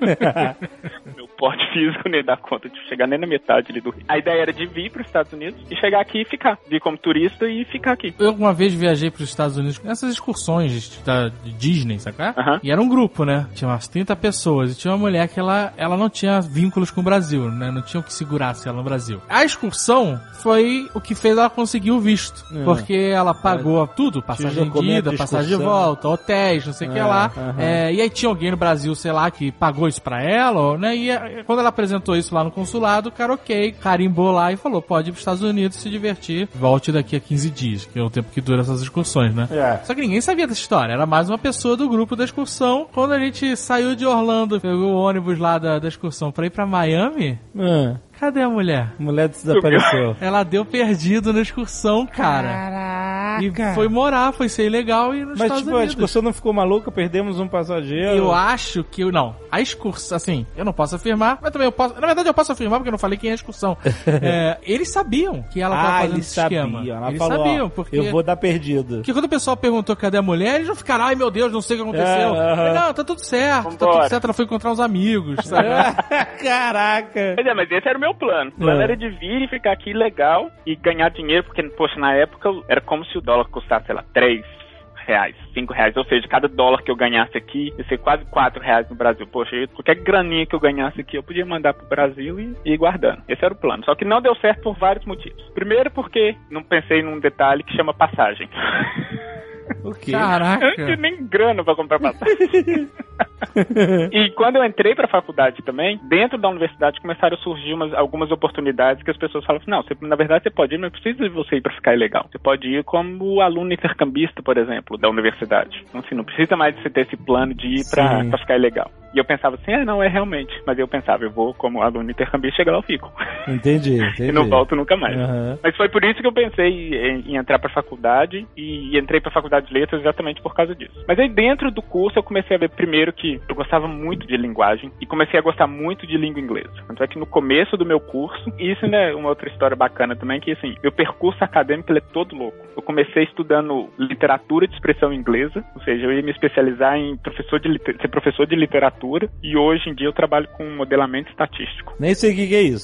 S3: Meu porte físico nem dá conta de chegar nem na metade ali do Rio. A ideia era de vir para os Estados Unidos e chegar aqui e ficar. Vir como turista e ficar aqui.
S4: Eu uma vez viajei para os Estados Unidos nessas excursões da de Disney, sabe?
S3: Uhum.
S4: E era um grupo, né? Tinha umas trinta pessoas e tinha uma mulher que ela, ela não tinha vínculos com o Brasil, né? Não tinha o que segurasse ela no Brasil. A excursão foi o que fez ela conseguir o visto.
S2: É.
S4: Porque ela pagou tudo, passagem de ida,
S2: de
S4: passagem de
S2: excursão.
S4: volta, hotéis, não sei o que
S2: É,
S4: lá.
S2: aham.
S4: É, e aí tinha alguém no Brasil, sei lá, que pagou isso pra ela, né? E eh, quando ela apresentou isso lá no consulado, o cara ok, carimbou lá e falou, pode ir pros Estados Unidos se divertir, volte daqui a quinze dias, que é o tempo que dura essas excursões, né?
S2: É.
S4: Só que ninguém sabia dessa história, era mais uma pessoa do grupo da excursão. Quando a gente saiu de Orlando, pegou o ônibus lá da, da excursão pra ir pra Miami,
S2: Ah,
S4: cadê a mulher?
S2: a mulher desapareceu.
S4: Ela deu perdido na excursão, cara.
S2: Caraca.
S4: E foi morar, foi ser ilegal e ir nos
S2: Mas,
S4: Estados
S2: tipo, a
S4: Unidos.
S2: excursão não ficou maluca? Perdemos um passageiro?
S4: Eu acho que... eu Não, a excursão, assim, eu não posso afirmar, mas também eu posso... Na verdade, eu posso afirmar porque eu não falei quem é a excursão. É, eles sabiam que ela tava
S2: Ah,
S4: fazendo
S2: eles
S4: esse esquema.
S2: sabiam. Ela
S4: Eles
S2: falou,
S4: sabiam,
S2: ó,
S4: porque...
S2: eu vou dar perdido.
S4: Porque quando o pessoal perguntou cadê a mulher, eles não ficaram, ai meu Deus, não sei o que aconteceu.
S2: É, aham.
S4: Não, tá tudo certo, tá
S3: Vambora.
S4: tudo certo, ela foi encontrar uns amigos, sabe?
S2: Caraca.
S3: Pois é, mas esse era o meu plano. O plano
S2: É.
S3: era de vir e ficar aqui legal e ganhar dinheiro, porque, poxa, na época era como se o dólar custasse, sei lá, três reais, cinco reais, ou seja, cada dólar que eu ganhasse aqui ia ser quase quatro reais no Brasil. Poxa, eu, qualquer graninha que eu ganhasse aqui eu podia mandar pro Brasil e, e ir guardando. Esse era o plano. Só que não deu certo por vários motivos. Primeiro porque não pensei num detalhe que chama passagem.
S2: O quê?
S3: Eu não tinha
S4: Caraca.
S3: nem grana pra comprar passagem. E quando eu entrei pra faculdade também, dentro da universidade começaram a surgir umas, algumas oportunidades que as pessoas falam assim, não, você, na verdade você pode ir, mas não precisa de você ir pra ficar ilegal. Você pode ir como aluno intercambista, por exemplo, da universidade. Então assim, não precisa mais de você ter esse plano de ir pra,
S2: Sim.
S3: pra ficar ilegal. E eu pensava assim, ah, não, é realmente. Mas eu pensava, eu vou como aluno intercambista, chegar lá eu fico.
S2: Entendi, entendi.
S3: E não volto nunca mais.
S2: Aham.
S3: Mas foi por isso que eu pensei em, em entrar pra faculdade e entrei pra faculdade de letras exatamente por causa disso. Mas aí dentro do curso eu comecei a ver primeiro que eu gostava muito de linguagem e comecei a gostar muito de língua inglesa. Tanto é que no começo do meu curso, e isso né, é uma outra história bacana também, que assim, meu percurso acadêmico ele é todo louco. Eu comecei estudando literatura de expressão inglesa, ou seja, eu ia me especializar em professor de liter- ser professor de literatura e hoje em dia eu trabalho com modelamento estatístico.
S2: Nem sei o que, que é isso.
S3: Completamente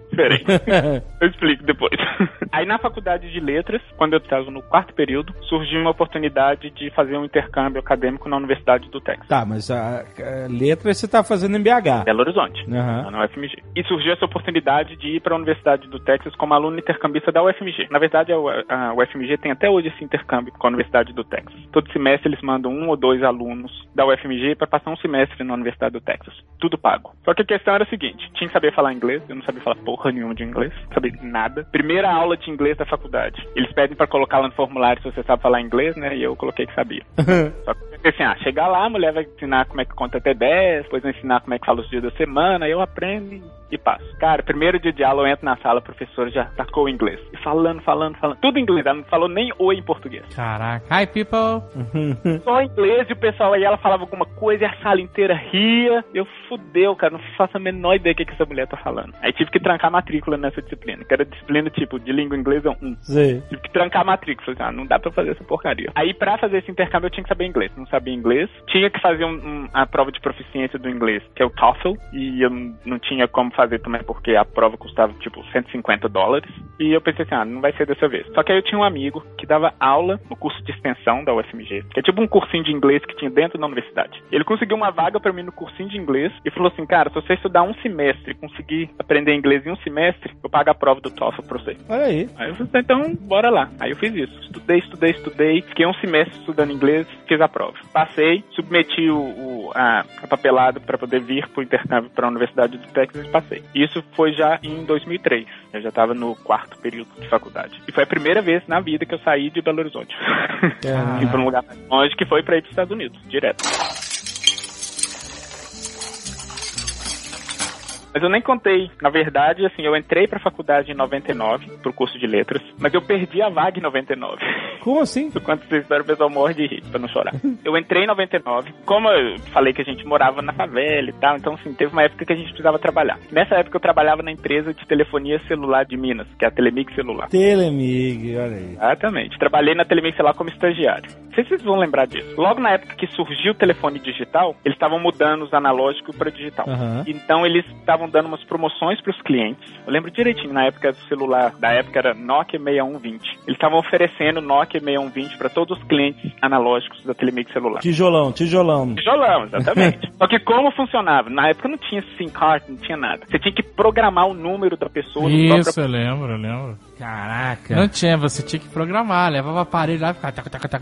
S3: diferente. Eu explico depois. Aí na faculdade de letras, quando eu estava no quarto período, surgiu uma oportunidade de fazer um intercâmbio acadêmico na Universidade do Texas.
S2: Tá, mas a, a letras você tá fazendo em B H.
S3: Belo Horizonte,
S2: Uhum.
S3: na U F M G. E surgiu essa oportunidade de ir para a Universidade do Texas como aluno intercambista da U F M G. Na verdade, a, a U F M G tem até hoje esse intercâmbio com a Universidade do Texas. Todo semestre eles mandam um ou dois alunos da U F M G para passar um semestre na Universidade do Texas. Tudo pago. Só que a questão era a seguinte, tinha que saber falar inglês, eu não sabia falar porra nenhuma de inglês, não sabia nada. Primeira aula de inglês da faculdade. Eles pedem para colocar lá no formulário se você sabe falar inglês, né? E eu coloquei que sabia. Só que eu pensei assim, ah, chegar lá, a mulher vai ensinar como é que conta até dez, depois vai ensinar como é que fala os dias da semana, eu aprendo e passo. Cara, primeiro dia de aula eu entro na sala, a professora já tacou o inglês. E falando, falando, falando. Tudo em inglês, ela não falou nem oi em português.
S4: Caraca. Hi, people.
S3: Só em inglês e o pessoal aí, ela falava alguma coisa e a sala inteira ria. Eu fudeu, cara, não faço a menor ideia do que, que essa mulher tá falando. Aí tive que trancar a matrícula nessa disciplina, que era disciplina tipo de língua inglesa um.
S2: Sim.
S3: Tive que trancar a matrícula. Falei, ah, não dá pra fazer essa porcaria. Aí pra fazer esse intercâmbio eu tinha que saber inglês. Não sabia inglês. Tinha que fazer um, um, a prova de proficiência do inglês, que é o TOEFL. E eu não tinha como fazer também porque a prova custava tipo cento e cinquenta dólares. E eu pensei assim, ah, não vai ser dessa vez. Só que aí eu tinha um amigo que dava aula no curso de extensão da U F M G, que é tipo um cursinho de inglês que tinha dentro da universidade. Ele conseguiu uma vaga pra mim no cursinho de inglês e falou assim, cara, se você estudar um semestre e conseguir aprender inglês em um semestre, eu pago a prova do TOEFL pra você.
S2: Olha aí.
S3: Aí eu falei, então, bora lá. Aí eu fiz isso. Estudei, estudei, estudei. Fiquei um semestre estudando inglês, fiz a prova. Passei, submeti o, o, a, a papelada pra poder vir pro intercâmbio pra Universidade do Texas e passei. Isso foi já em dois mil e três. Eu já tava no quarto período de faculdade. E foi a primeira vez na vida que eu saí de Belo Horizonte.
S2: Ah.
S3: Fui pra um lugar mais longe, que foi pra ir pros Estados Unidos, direto. Mas eu nem contei. Na verdade, assim, eu entrei pra faculdade em noventa e nove, pro curso de letras, mas eu perdi a vaga em noventa e nove.
S2: Como assim?
S3: Quando vocês esperam, o pessoal morre de rir, pra não chorar. Eu entrei em noventa e nove, como eu falei que a gente morava na favela e tal, então, assim, teve uma época que a gente precisava trabalhar. Nessa época eu trabalhava na empresa de telefonia celular de Minas, que é a Telemig Celular.
S2: Telemig, olha aí.
S3: Exatamente. Trabalhei na Telemig Celular como estagiário. Não sei se vocês vão lembrar disso. Logo na época que surgiu o telefone digital, eles estavam mudando os analógicos para digital.
S2: Uhum.
S3: Então eles estavam dando umas promoções para os clientes. Eu lembro direitinho, na época do celular, da época era Nokia sessenta e um vinte. Eles estavam oferecendo Nokia sessenta e um vinte para todos os clientes analógicos da Telemig Celular.
S2: Tijolão, tijolão.
S3: Tijolão, exatamente. Só que como funcionava? Na época não tinha SIM card, não tinha nada. Você tinha que programar o número da pessoa.
S4: Isso,
S3: próprio...
S4: eu lembro, eu lembro.
S2: Caraca.
S4: Não tinha, você tinha que programar, levava o aparelho lá e ficava...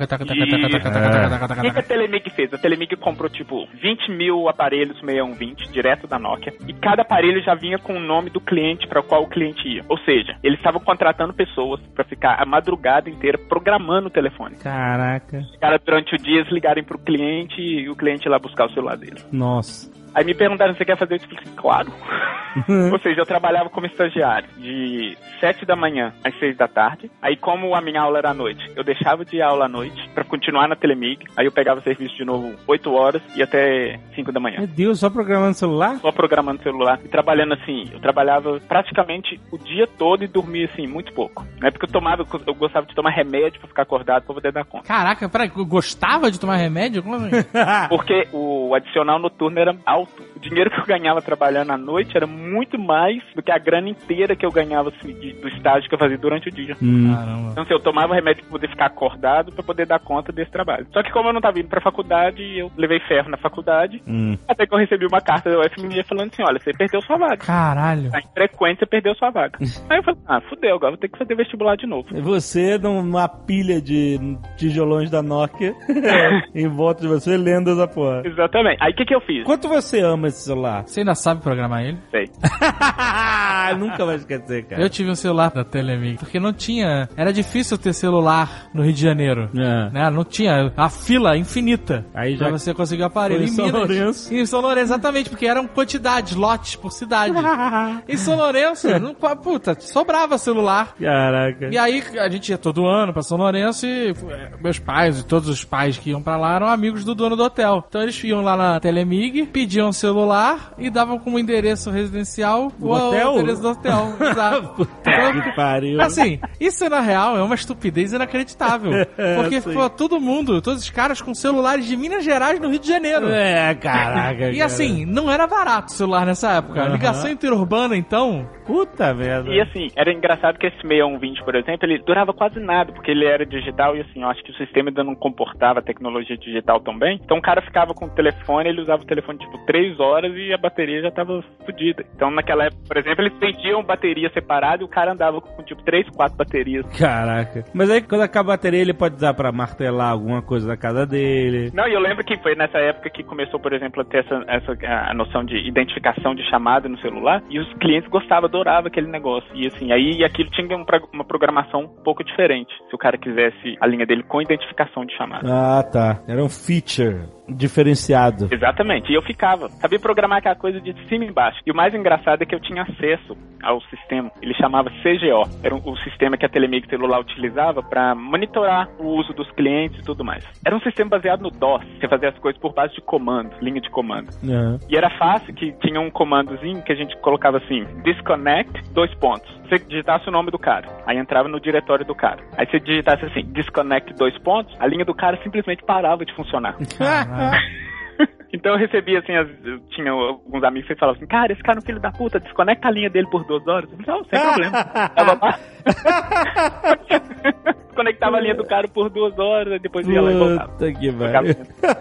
S3: O que a Telemig fez? A Telemig comprou, tipo, vinte mil aparelhos sessenta e um vinte, direto da Nokia, e cada aparelho já vinha com o nome do cliente para o qual o cliente ia. Ou seja, eles estavam contratando pessoas para ficar a madrugada inteira programando o telefone.
S2: Caraca.
S3: Os caras, durante o dia, eles ligarem pro cliente e o cliente ir lá buscar o celular dele.
S2: Nossa.
S3: Aí me perguntaram se você quer fazer isso. Eu falei, claro. Ou seja, eu trabalhava como estagiário de sete da manhã às seis da tarde. Aí, como a minha aula era à noite, eu deixava de ir aula à noite pra continuar na Telemig. Aí eu pegava o serviço de novo oito horas e até cinco da manhã.
S2: Meu Deus, só programando celular?
S3: Só programando celular e trabalhando assim. Eu trabalhava praticamente o dia todo e dormia assim, muito pouco. Na época eu tomava, eu gostava de tomar remédio pra ficar acordado pra poder dar conta.
S4: Caraca, peraí, eu gostava de tomar remédio? Como assim?
S3: Porque o adicional noturno era alto. O dinheiro que eu ganhava trabalhando à noite era muito mais do que a grana inteira que eu ganhava assim, de, do estágio que eu fazia durante o dia.
S2: Hum.
S4: Caramba.
S3: Então, assim, eu tomava remédio pra poder ficar acordado, pra poder dar conta desse trabalho. Só que como eu não tava indo pra faculdade, eu levei ferro na faculdade,
S2: Hum.
S3: até que eu recebi uma carta da U F M G falando assim, olha, você perdeu sua vaga.
S4: Caralho.
S3: Tá em frequência, perdeu sua vaga. Aí eu falei, ah, fudeu, agora vou ter que fazer vestibular de novo.
S2: E você, numa pilha de tijolões da Nokia, em volta de você, lendo essa porra.
S3: Exatamente. Aí o que que eu fiz?
S2: Quanto você ama esse celular?
S4: Você ainda sabe programar ele?
S3: Sei.
S2: Nunca vai esquecer, cara.
S4: Eu tive um celular da Telemig, porque não tinha... Era difícil ter celular no Rio de Janeiro.
S2: É.
S4: Né? Não tinha a fila infinita.
S2: Aí já
S4: pra você conseguir o aparelho.
S2: foi em São
S4: Minas.
S2: Lourenço.
S4: Em São Lourenço, exatamente, porque eram quantidades, lotes por cidade. Em São Lourenço, não, puta, sobrava celular.
S2: Caraca.
S4: E aí a gente ia todo ano pra São Lourenço e é, meus pais e todos os pais que iam pra lá eram amigos do dono do hotel. Então eles iam lá na Telemig, pediam um celular e davam como endereço residencial
S2: O
S4: o,
S2: hotel?
S4: o endereço do hotel. Exato.
S2: Puta que pariu.
S4: Assim, isso na real é uma estupidez inacreditável. Porque
S2: Sim.
S4: ficou todo mundo, todos os caras com celulares de Minas Gerais no Rio de Janeiro.
S2: É, caraca.
S4: E assim, não era barato o celular nessa época. A
S2: Aham.
S4: ligação interurbana, então,
S2: Puta merda.
S3: E assim, era engraçado que esse seis um vinte, por exemplo, ele durava quase nada, porque ele era digital e assim, eu acho que o sistema ainda não comportava a tecnologia digital tão bem. Então o cara ficava com o telefone, ele usava o telefone tipo três horas e a bateria já tava fodida. Então naquela época, por exemplo, eles vendiam bateria separada e o cara andava com tipo três, quatro baterias.
S2: Caraca. Mas aí quando acaba a bateria, ele pode usar pra martelar alguma coisa na casa dele.
S3: Não, e eu lembro que foi nessa época que começou, por exemplo, a ter essa, essa a noção de identificação de chamada no celular, e os clientes gostavam, adoravam aquele negócio. E assim, aí aquilo tinha um, uma programação um pouco diferente, se o cara quisesse a linha dele com identificação de chamada.
S2: Ah, tá. Era um feature diferenciado.
S3: Exatamente. E eu ficava. Sabia programar aquela coisa de cima e embaixo. E o mais engraçado é que eu tinha acesso ao sistema. Ele chamava C G O. Era o sistema que a Telemig celular utilizava para monitorar o uso dos clientes e tudo mais. Era um sistema baseado no DOS. Você fazia as coisas por base de comando, linha de comando.
S2: Uhum.
S3: E era fácil que tinha um comandozinho que a gente colocava assim, disconnect, dois pontos. Você digitasse o nome do cara. Aí entrava no diretório do cara. Aí você digitasse assim, disconnect, dois pontos, a linha do cara simplesmente parava de funcionar. Então eu recebia assim, as, eu tinha alguns amigos que falavam assim, cara, esse cara é um filho da puta, desconecta a linha dele por duas horas. Eu falei, não, sem problema. Desconectava a linha do cara por duas horas, depois ia lá e voltava.
S2: Puta que pariu.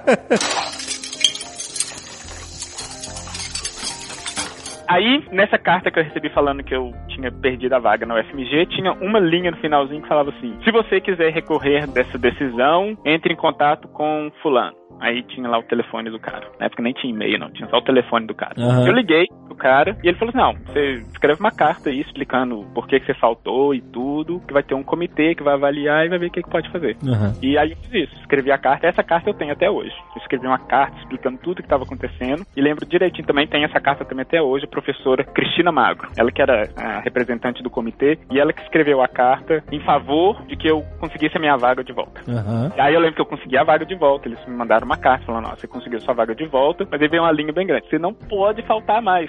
S3: Aí, nessa carta que eu recebi falando que eu tinha perdido a vaga na U F M G, tinha uma linha no finalzinho que falava assim, se você quiser recorrer dessa decisão, entre em contato com fulano. Aí tinha lá o telefone do cara. Na época nem tinha e-mail, não. Tinha só o telefone do cara. Uhum. Eu liguei pro cara e ele falou assim, não, você escreve uma carta aí explicando por que, que você faltou e tudo, que vai ter um comitê que vai avaliar e vai ver o que, que pode fazer. Uhum. E aí eu fiz isso. Escrevi a carta. Essa carta eu tenho até hoje. Eu escrevi uma carta explicando tudo o que estava acontecendo. E lembro direitinho também, tem essa carta também até hoje, a professora Cristina Magro. Ela que era a representante do comitê e ela que escreveu a carta em favor de que eu conseguisse a minha vaga de volta. Uhum. E aí eu lembro que eu consegui a vaga de volta. Eles me mandaram uma carta falando, ó, você conseguiu sua vaga de volta, mas aí veio uma linha bem grande. Você não pode faltar mais.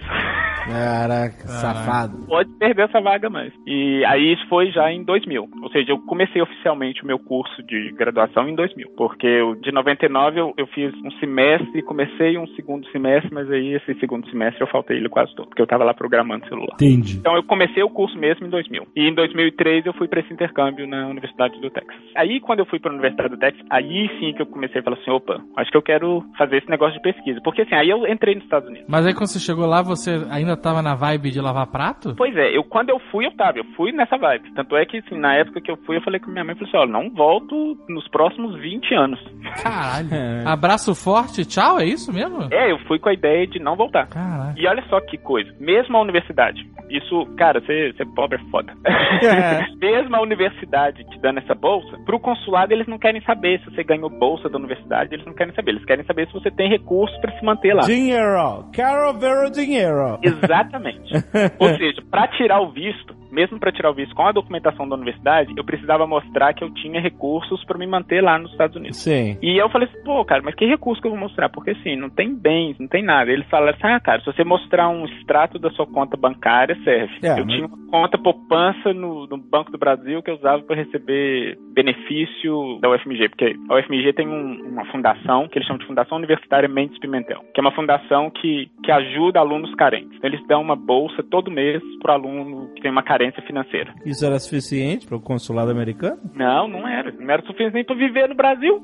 S2: Caraca, safado.
S3: Pode perder essa vaga mais. E aí isso foi já em dois mil. Ou seja, eu comecei oficialmente o meu curso de graduação em dois mil. Porque eu, de noventa e nove eu, eu fiz um semestre, comecei um segundo semestre, mas aí esse segundo semestre eu faltei ele quase todo, porque eu tava lá programando celular.
S2: Entendi.
S3: Então eu comecei o curso mesmo em dois mil. E em dois mil e três eu fui para esse intercâmbio na Universidade do Texas. Aí quando eu fui para a Universidade do Texas, aí sim que eu comecei a falar assim, opa, acho que eu quero fazer esse negócio de pesquisa. Porque assim, aí eu entrei nos Estados Unidos.
S4: Mas aí quando você chegou lá, você ainda tava na vibe de lavar prato?
S3: Pois é, eu, quando eu fui, eu tava. Eu fui nessa vibe. Tanto é que, assim, na época que eu fui, eu falei com minha mãe, falei assim, olha, não volto nos próximos vinte anos.
S4: Caralho. É. Abraço forte, tchau, é isso mesmo?
S3: É, eu fui com a ideia de não voltar.
S4: Caralho.
S3: E olha só que coisa. Mesmo a universidade, isso, cara, ser, ser pobre é foda. É. Mesmo a universidade te dando essa bolsa, pro consulado eles não querem saber se você ganhou bolsa da universidade, eles não querem saber. Eles querem saber se você tem recursos pra se manter lá.
S2: Dinheiro. Quero ver o dinheiro.
S3: Exatamente. Ou seja, pra tirar o visto, mesmo para tirar o visto com a documentação da universidade, eu precisava mostrar que eu tinha recursos para me manter lá nos Estados Unidos.
S2: Sim.
S3: E eu falei assim, pô, cara, mas que recurso que eu vou mostrar? Porque assim, não tem bens, não tem nada. Eles falaram assim, ah, cara, se você mostrar um extrato da sua conta bancária, serve. É, eu mas... tinha uma conta poupança no, no Banco do Brasil que eu usava para receber benefício da U F M G, porque a U F M G tem um, uma fundação, que eles chamam de Fundação Universitária Mendes Pimentel, que é uma fundação que, que ajuda alunos carentes. Então, eles dão uma bolsa todo mês pro aluno que tem uma carência financeira.
S2: Isso era suficiente para o consulado americano?
S3: Não, não era. Não era suficiente para viver no Brasil.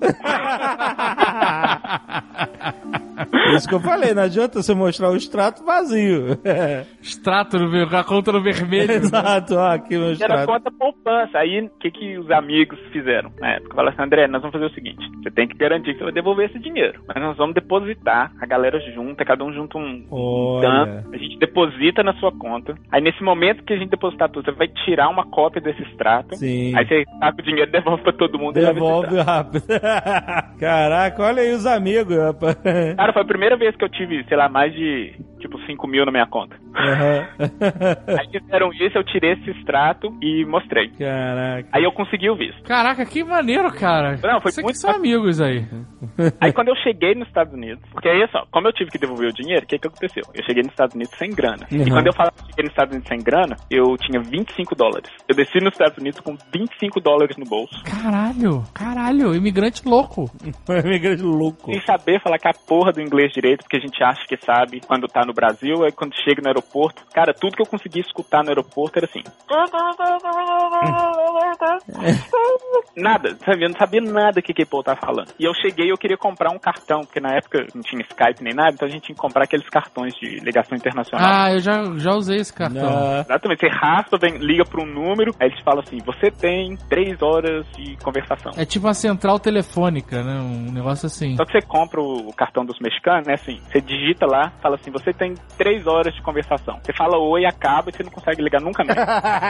S2: Isso que eu falei, não adianta você mostrar o extrato vazio.
S4: Extrato, no, a conta no vermelho.
S2: Exato, ó, aqui no extrato.
S3: Era conta poupança. Aí, o que, que os amigos fizeram na época? Falaram assim, André, nós vamos fazer o seguinte, você tem que garantir que você vai devolver esse dinheiro, mas nós vamos depositar, a galera junta, cada um junta um, um tanto, a gente deposita na sua conta, aí nesse momento que a gente depositar tudo, você vai tirar uma cópia desse extrato.
S2: Sim.
S3: Aí você saca o dinheiro, devolve pra todo mundo.
S2: Devolve rápido. Caraca, olha aí os amigos, rapaz.
S3: Cara, foi a primeira vez que eu tive, sei lá, mais de, tipo, cinco mil na minha conta. Uhum. Aí fizeram isso, eu tirei esse extrato e mostrei.
S2: Caraca.
S3: Aí eu consegui o visto.
S4: Caraca, que maneiro, cara.
S3: Não, foi
S4: Você
S3: muito...
S4: que são amigos aí.
S3: Aí quando eu cheguei nos Estados Unidos, porque aí só, como eu tive que devolver o dinheiro, o que que aconteceu? Eu cheguei nos Estados Unidos sem grana. Uhum. E quando eu falava que cheguei nos Estados Unidos sem grana, eu tinha vinte e cinco dólares. Eu desci nos Estados Unidos com vinte e cinco dólares no bolso.
S4: Caralho, caralho, imigrante louco.
S2: Imigrante louco.
S3: Sem saber falar que a porra do inglês direito, porque a gente acha que sabe quando tá no Brasil Brasil, aí quando chega no aeroporto, cara, tudo que eu conseguia escutar no aeroporto era assim. Nada, sabe? Eu não sabia nada que que o povo tava falando. E eu cheguei e eu queria comprar um cartão, porque na época não tinha Skype nem nada, então a gente tinha que comprar aqueles cartões de ligação internacional.
S4: Ah, eu já, já usei esse cartão.
S2: Não.
S3: Exatamente, você raspa, vem, liga para um número, aí eles falam assim, você tem três horas de conversação.
S4: É tipo uma central telefônica, né? Um negócio assim.
S3: Só que você compra o cartão dos mexicanos, né, assim, você digita lá, fala assim, você tem três horas de conversação. Você fala oi, acaba e você não consegue ligar nunca mais.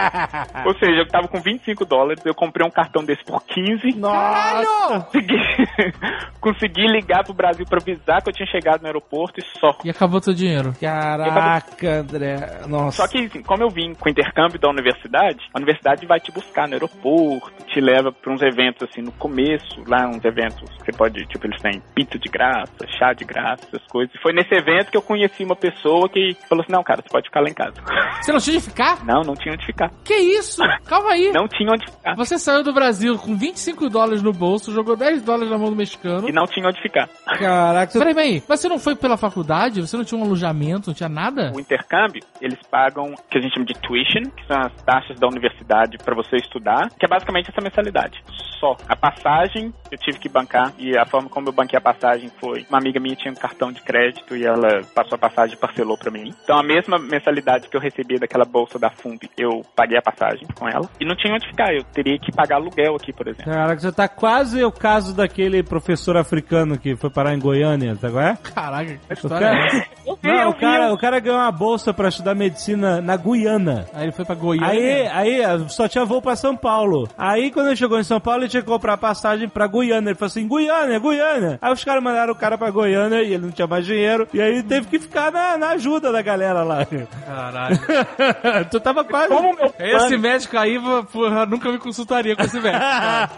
S3: Ou seja, eu tava com vinte e cinco dólares, eu comprei um cartão desse por quinze.
S2: Nossa!
S3: Consegui, consegui ligar pro Brasil pra avisar que eu tinha chegado no aeroporto e só.
S4: E acabou teu dinheiro.
S2: Caraca, André. Nossa.
S3: Só que, assim, como eu vim com o intercâmbio da universidade, a universidade vai te buscar no aeroporto, te leva pra uns eventos, assim, no começo, lá uns eventos que você pode, tipo, eles têm pizza de graça, chá de graça, essas coisas. E foi nesse evento que eu conheci uma pessoa que falou assim, não, cara, você pode ficar lá em casa.
S4: Você não tinha onde ficar?
S3: Não, não tinha onde ficar.
S4: Que isso? Calma aí.
S3: Não tinha onde ficar.
S4: Você saiu do Brasil com vinte e cinco dólares no bolso, jogou dez dólares na mão do mexicano.
S3: E não tinha onde ficar.
S2: Caraca, você...
S4: Peraí, peraí. Mas você não foi pela faculdade? Você não tinha um alojamento? Não tinha nada?
S3: O intercâmbio, eles pagam o que a gente chama de tuition, que são as taxas da universidade pra você estudar, que é basicamente essa mensalidade. Só. A passagem eu tive que bancar, e a forma como eu banquei a passagem foi, uma amiga minha tinha um cartão de crédito e ela passou a passagem e parcelou pra mim. Então a mesma mensalidade que eu recebia daquela bolsa da F U M B, eu paguei a passagem com ela. E não tinha onde ficar, eu teria que pagar aluguel aqui, por exemplo.
S2: Caraca, você tá quase o caso daquele professor africano que foi parar em Goiânia, tá qual é?
S4: Caraca, que
S2: O
S4: história
S2: cara,
S4: é essa?
S2: não, o cara, o cara ganhou uma bolsa pra estudar medicina na Guiana.
S4: Aí ele foi pra Goiânia.
S2: Aí, aí só tinha voo pra São Paulo. Aí quando ele chegou em São Paulo, ele tinha que comprar passagem pra Guiana. Ele falou assim, Guiana, Guiana. Aí os caras mandaram o cara pra Goiânia e ele não tinha mais dinheiro. E aí ele teve que ficar na, na ajuda da galera lá.
S4: Caralho.
S2: Tu tava quase...
S3: Como meu
S4: Esse médico aí, porra, nunca me consultaria com esse médico.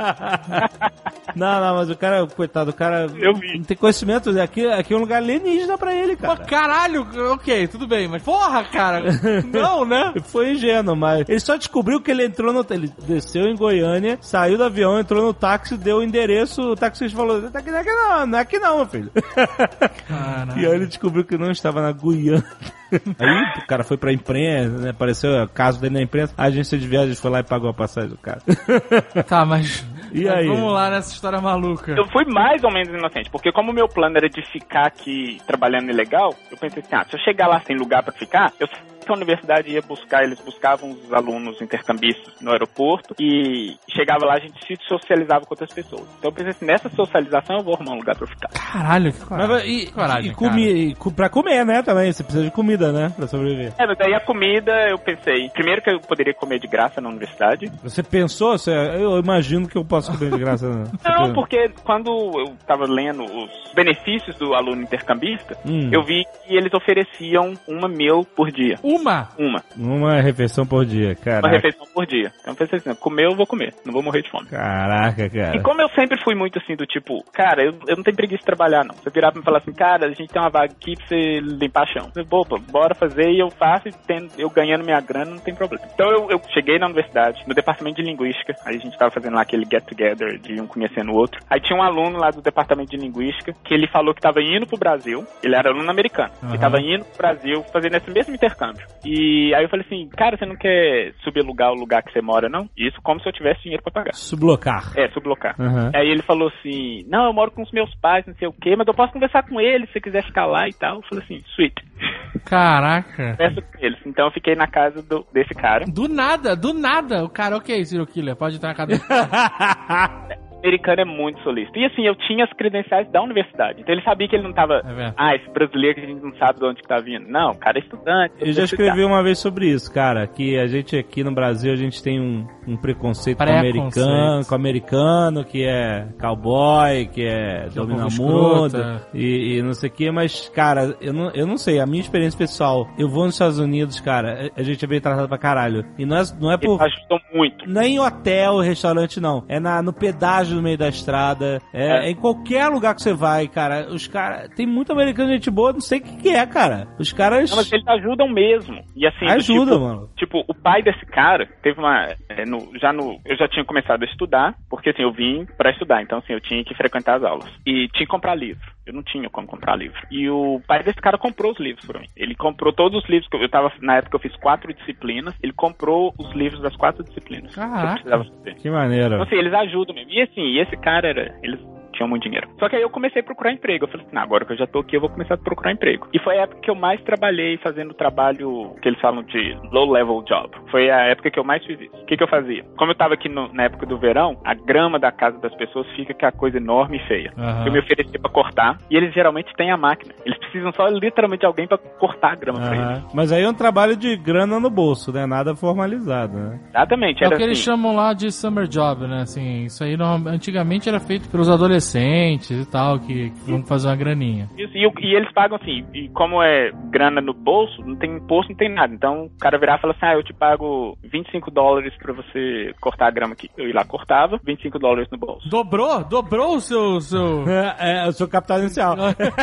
S2: Não, não, mas o cara, coitado, o cara
S3: Eu vi.
S2: não tem conhecimento. Aqui, aqui é um lugar alienígena pra ele, cara.
S4: Pô, caralho, ok, tudo bem, mas porra, cara, não, né?
S2: Foi ingênuo, mas ele só descobriu que ele entrou no... Ele desceu em Goiânia, saiu do avião, entrou no táxi, deu o endereço, o taxista falou, tá aqui, não é aqui não, não é aqui não, meu filho.
S4: Caralho.
S2: E aí ele descobriu que não estava na Guiana. Aí o cara foi pra imprensa, né? Apareceu o caso dele na imprensa, a agência de viagens foi lá e pagou a passagem do cara.
S4: Tá, mas...
S2: E
S4: mas
S2: aí?
S4: vamos lá nessa história maluca.
S3: Eu fui mais ou menos inocente, porque como o meu plano era de ficar aqui trabalhando ilegal, eu pensei assim, ah, se eu chegar lá sem lugar pra ficar, eu que a universidade ia buscar, eles buscavam os alunos intercambistas no aeroporto e chegava lá, a gente se socializava com outras pessoas. Então eu pensei assim, nessa socialização eu vou arrumar um lugar pra ficar.
S4: Caralho, que coragem.
S2: Mas, e,
S4: Que coragem,
S2: e, comi, e pra comer, né, também, você precisa de comida, né, pra sobreviver.
S3: É, mas daí a comida, eu pensei, primeiro que eu poderia comer de graça na universidade.
S2: Você pensou? Você, eu imagino que eu posso comer de graça. Né?
S3: Não, porque quando eu tava lendo os benefícios do aluno intercambista,
S2: Hum.
S3: eu vi que eles ofereciam uma meal por dia.
S4: Uma?
S3: Uma.
S2: Uma refeição por dia, cara.
S3: Uma refeição por dia. Então eu pensei assim, comer eu vou comer, não vou morrer de fome.
S2: Caraca, cara.
S3: E como eu sempre fui muito assim, do tipo, cara, eu, eu não tenho preguiça de trabalhar, não. Você virar pra me falar assim, cara, a gente tem uma vaga aqui pra você limpar chão. Eu falei, Bopa, bora fazer e eu faço e tendo, eu ganhando minha grana, não tem problema. Então eu, eu cheguei na universidade, no departamento de linguística, aí a gente tava fazendo lá aquele get together de um conhecendo o outro. Aí tinha um aluno lá do departamento de linguística que ele falou que tava indo pro Brasil, ele era aluno americano,
S4: Uhum.
S3: ele tava indo pro Brasil fazendo esse mesmo intercâmbio. E aí eu falei assim, cara, você não quer subalugar o lugar que você mora, não? Isso como se eu tivesse dinheiro pra pagar.
S2: Sublocar.
S3: É, sublocar.
S2: Uhum.
S3: Aí ele falou assim, não, eu moro com os meus pais, não sei o quê, mas eu posso conversar com eles se você quiser ficar lá e tal. Eu falei assim, sweet.
S4: Caraca.
S3: Conversa com eles. Então eu fiquei na casa do, desse cara.
S4: Do nada, do nada. O cara, ok, serial killer, pode entrar na casa.
S3: O americano é muito solícito. E assim, eu tinha as credenciais da universidade. Então ele sabia que ele não tava,
S4: É verdade.
S3: ah, esse brasileiro que a gente não sabe de onde que tá vindo. Não, o cara é estudante.
S2: Eu já escrevi uma vez sobre isso, cara, que a gente aqui no Brasil, a gente tem um, um preconceito com o
S4: Preconceito.
S2: americano, com o americano, que é cowboy, que é
S4: Que é um
S2: domina o
S4: povo
S2: mundo,
S4: escroto,
S2: e, e não sei o que, mas, cara, eu não, eu não sei, a minha experiência pessoal, eu vou nos Estados Unidos, cara, a gente é bem tratado pra caralho, e não é, não é por...
S3: Eles ajudam muito.
S2: Não é em hotel, restaurante, não. É na, no pedágio no meio da estrada. É,
S3: É.
S2: em qualquer lugar que você vai, cara. Os caras... Tem muito americano de gente boa, não sei o que, que é, cara. Os caras...
S3: Não, mas eles ajudam mesmo. E assim, do
S2: Ajudam,
S3: tipo,
S2: mano.
S3: Tipo, o pai desse cara teve uma... é, no, já no, eu já tinha começado a estudar, porque assim, eu vim pra estudar. Então assim, eu tinha que frequentar as aulas. E tinha que comprar livro. Eu não tinha como comprar livro. E o pai desse cara comprou os livros pra mim. Ele comprou todos os livros, que eu, eu tava, na época eu fiz quatro disciplinas, ele comprou os livros das quatro disciplinas.
S4: Caraca.
S3: Que eu precisava fazer.
S2: Que maneiro.
S3: Então assim, eles ajudam mesmo. E assim, e esse cara era... Eles tinham muito dinheiro. Só que aí eu comecei a procurar emprego. Eu falei assim, não, agora que eu já tô aqui, eu vou começar a procurar emprego. E foi a época que eu mais trabalhei fazendo trabalho que eles falam de low-level job. Foi a época que eu mais fiz isso. O que que eu fazia? Como eu tava aqui no, na época do verão, a grama da casa das pessoas fica aquela coisa enorme e feia. Uhum. Eu me ofereci pra cortar, e eles geralmente têm a máquina. Eles precisam só literalmente de alguém pra cortar a grama uhum. pra eles.
S2: Mas aí é um trabalho de grana no bolso, né? Nada formalizado, né?
S3: Exatamente.
S4: É
S3: era
S4: o que
S3: assim.
S4: Eles chamam lá de summer job, né? Assim, isso aí não, antigamente era feito pelos adolescentes e tal, que, que vão fazer uma graninha.
S3: Isso, e, e eles pagam assim, e como é grana no bolso, não tem imposto, não tem nada. Então o cara virar e fala assim, ah, eu te pago vinte e cinco dólares pra você cortar a grama aqui. Eu ia lá, cortava, vinte e cinco dólares no bolso.
S4: Dobrou? Dobrou o seu... seu...
S2: É, é, o seu capital inicial.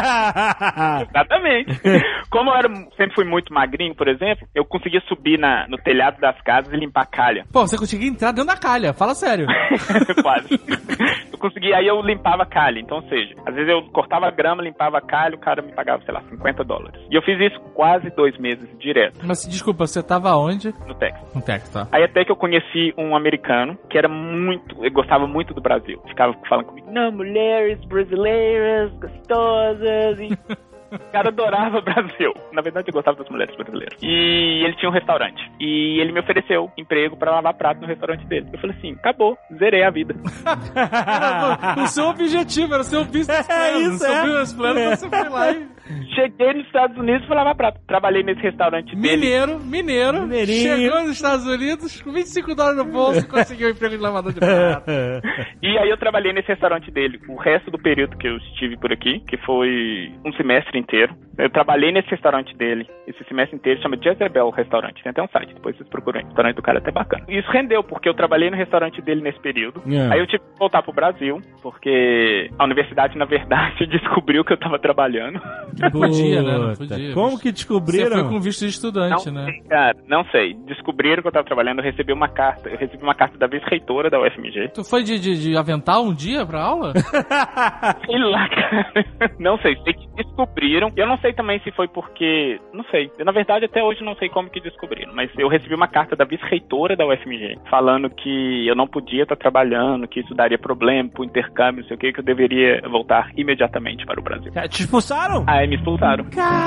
S3: Exatamente. Como eu era, sempre fui muito magrinho, por exemplo, eu conseguia subir na, no telhado das casas e limpar calha.
S4: Pô, você conseguia entrar dentro da calha, fala sério.
S3: Quase. Eu conseguia, aí eu limpava a calha. Então, ou seja, às vezes eu cortava a grama, limpava a calha, o cara me pagava, sei lá, cinquenta dólares. E eu fiz isso quase dois meses direto.
S4: Mas, desculpa, você tava onde?
S3: No Texas.
S4: No Texas, tá.
S3: Aí até que eu conheci um americano que era muito, eu gostava muito do Brasil. Ficava falando comigo, não, mulheres brasileiras, gostosas, e... O cara adorava o Brasil. Na verdade, eu gostava das mulheres brasileiras. E ele tinha um restaurante. E ele me ofereceu emprego pra lavar prato no restaurante dele. Eu falei assim, acabou, zerei a vida.
S4: O seu objetivo era ser o business plan.
S2: É isso,
S4: o seu
S2: é.
S4: business plan, é. Você foi lá e...
S3: Cheguei nos Estados Unidos e fui lavar prato. Trabalhei nesse restaurante dele.
S4: Mineiro, mineiro.
S2: Mineirinho.
S4: Chegou nos Estados Unidos, com vinte e cinco dólares no bolso, conseguiu um emprego de lavador de prato.
S3: E aí eu trabalhei nesse restaurante dele o resto do período que eu estive por aqui, que foi um semestre inteiro. Eu trabalhei nesse restaurante dele esse semestre inteiro, chama Jezebel Restaurante. Tem até um site, depois vocês procuram aí. O restaurante do cara é até bacana. E isso rendeu, porque eu trabalhei no restaurante dele nesse período. Yeah. Aí eu tive que voltar pro Brasil, porque a universidade, na verdade, descobriu que eu tava trabalhando.
S4: Não podia, né? Não podia.
S2: Como que descobriram?
S4: Você foi com visto de estudante,
S3: não
S4: né?
S3: Sei, cara, não sei. Descobriram que eu tava trabalhando, eu recebi uma carta. Eu recebi uma carta da vice-reitora da U F M G.
S4: Tu foi de, de, de avental um dia pra aula?
S3: Sei lá, cara. Não sei. Sei que descobriram. Eu não sei também se foi porque... Não sei. Eu, na verdade, até hoje não sei como que descobriram. Mas eu recebi uma carta da vice-reitora da U F M G falando que eu não podia estar trabalhando, que isso daria problema pro intercâmbio, não sei o que, que eu deveria voltar imediatamente para o Brasil.
S2: Te expulsaram?
S3: Aí me expulsaram.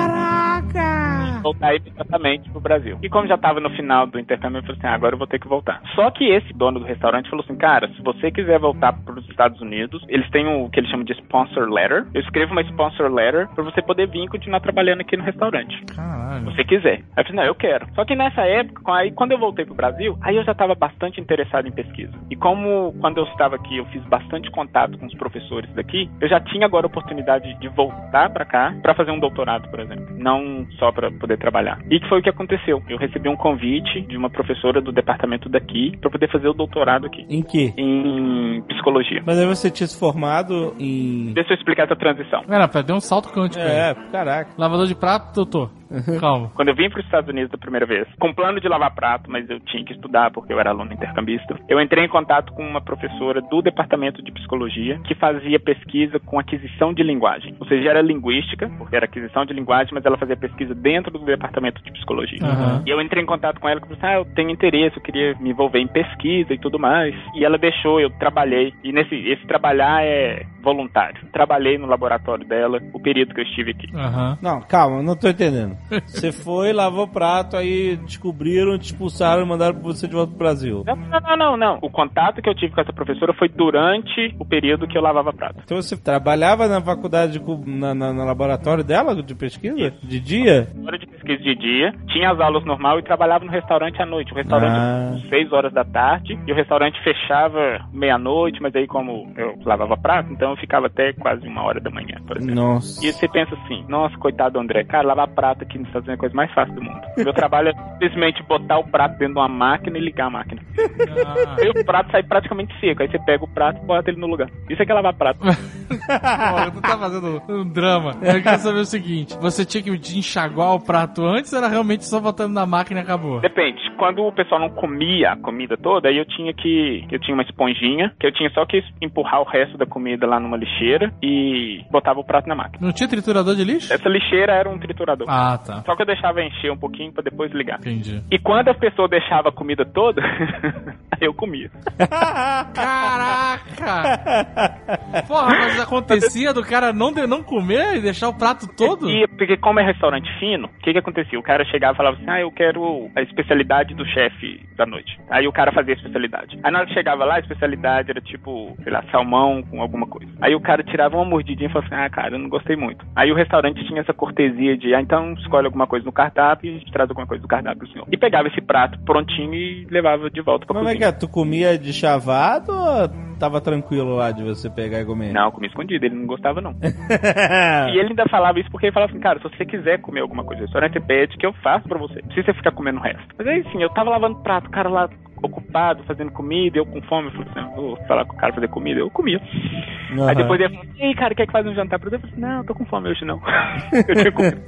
S2: Caraca!
S3: Voltar imediatamente pro Brasil. E como já tava no final do intercâmbio, eu falei assim, ah, agora eu vou ter que voltar. Só que esse dono do restaurante falou assim, cara, se você quiser voltar pros Estados Unidos, eles têm o que eles chamam de sponsor letter. Eu escrevo uma sponsor letter pra você poder vir e continuar trabalhando aqui no restaurante.
S4: Caralho.
S3: Se você quiser. Aí eu falei, não, eu quero. Só que nessa época, aí quando eu voltei pro Brasil, aí eu já tava bastante interessado em pesquisa. E como quando eu estava aqui, eu fiz bastante contato com os professores daqui, eu já tinha agora a oportunidade de voltar pra cá pra fazer um doutorado, por exemplo. Não só pra poder trabalhar. E que foi o que aconteceu. Eu recebi um convite de uma professora do departamento daqui pra poder fazer o doutorado aqui.
S2: Em quê?
S3: Em psicologia.
S2: Mas aí você tinha se formado em...
S3: Deixa eu explicar essa transição.
S4: Cara, deu um salto quântico aí.
S2: É, caraca.
S4: Lavador de prato, doutor. Calma.
S3: Quando eu vim para os Estados Unidos da primeira vez, com plano de lavar prato, mas eu tinha que estudar porque eu era aluno intercambista, eu entrei em contato com uma professora do departamento de psicologia que fazia pesquisa com aquisição de linguagem. Ou seja, era linguística, porque era aquisição de linguagem, mas ela fazia pesquisa dentro do departamento de psicologia. Uhum. E eu entrei em contato com ela e falei assim, ah, eu tenho interesse, eu queria me envolver em pesquisa e tudo mais. E ela deixou, eu trabalhei, e nesse esse trabalhar é voluntário. Trabalhei no laboratório dela o período que eu estive aqui.
S4: Uhum.
S2: Não, calma, não tô entendendo. Você foi, lavou prato, aí descobriram, te expulsaram e mandaram você de volta pro Brasil.
S3: Não, não, não, não. O contato que eu tive com essa professora foi durante o período que eu lavava prato.
S2: Então você trabalhava na faculdade, de, na, na, no laboratório dela de pesquisa? Isso. De dia?
S3: Hora de pesquisa de dia, tinha as aulas normal e trabalhava no restaurante à noite. O restaurante ah. às seis horas da tarde e o restaurante fechava meia-noite, mas aí como eu lavava prato, então eu ficava até quase uma hora da manhã, por exemplo.
S2: Nossa.
S3: E você pensa assim, nossa, coitado do André, cara, lavar prato aqui nos Estados Unidos é a coisa mais fácil do mundo. Meu trabalho é simplesmente botar o prato dentro de uma máquina e ligar a máquina. Ah. Aí o prato sai praticamente seco, aí você pega o prato e bota ele no lugar. Isso é que é lavar prato.
S4: Porra, tu tá fazendo um drama. Eu quero saber o seguinte, você tinha que enxaguar o prato prato antes ou era realmente só botando na máquina e acabou?
S3: Depende. Quando o pessoal não comia a comida toda, aí eu tinha que... Eu tinha uma esponjinha, que eu tinha só que empurrar o resto da comida lá numa lixeira e botava o prato na máquina.
S4: Não tinha triturador de lixo?
S3: Essa lixeira era um triturador.
S4: Ah, tá.
S3: Só que eu deixava encher um pouquinho pra depois ligar.
S4: Entendi.
S3: E quando a pessoa deixava a comida toda, aí eu comia.
S4: Caraca! Porra, mas acontecia do cara não, de, não comer e deixar o prato todo?
S3: E, porque como é restaurante fino, o que que acontecia? O cara chegava e falava assim, ah, eu quero a especialidade do chefe da noite. Aí o cara fazia a especialidade. Aí na hora que chegava lá, a especialidade era tipo, sei lá, salmão com alguma coisa. Aí o cara tirava uma mordidinha e falava assim, ah, cara, eu não gostei muito. Aí o restaurante tinha essa cortesia de, ah, então escolhe alguma coisa no cardápio e a gente traz alguma coisa do cardápio pro senhor. E pegava esse prato prontinho e levava de volta pra
S2: Como
S3: cozinha.
S2: é que é? Tu comia de chavado ou tava tranquilo lá de você pegar e comer?
S3: Não, eu comia escondido, ele não gostava não. E ele ainda falava isso porque ele falava assim, cara, se você quiser comer alguma coisa no restaurante, você pede que eu faço pra você. Não precisa você ficar comendo o resto. Mas aí sim, eu tava lavando prato, o cara lá ocupado, fazendo comida, eu com fome, eu falei assim, vou falar com o cara fazer comida, eu comia. Uhum. Aí depois ele falou, e aí, cara, quer que faz um jantar pra você? Eu falei assim, não, eu tô com fome hoje não. Eu tinha comido.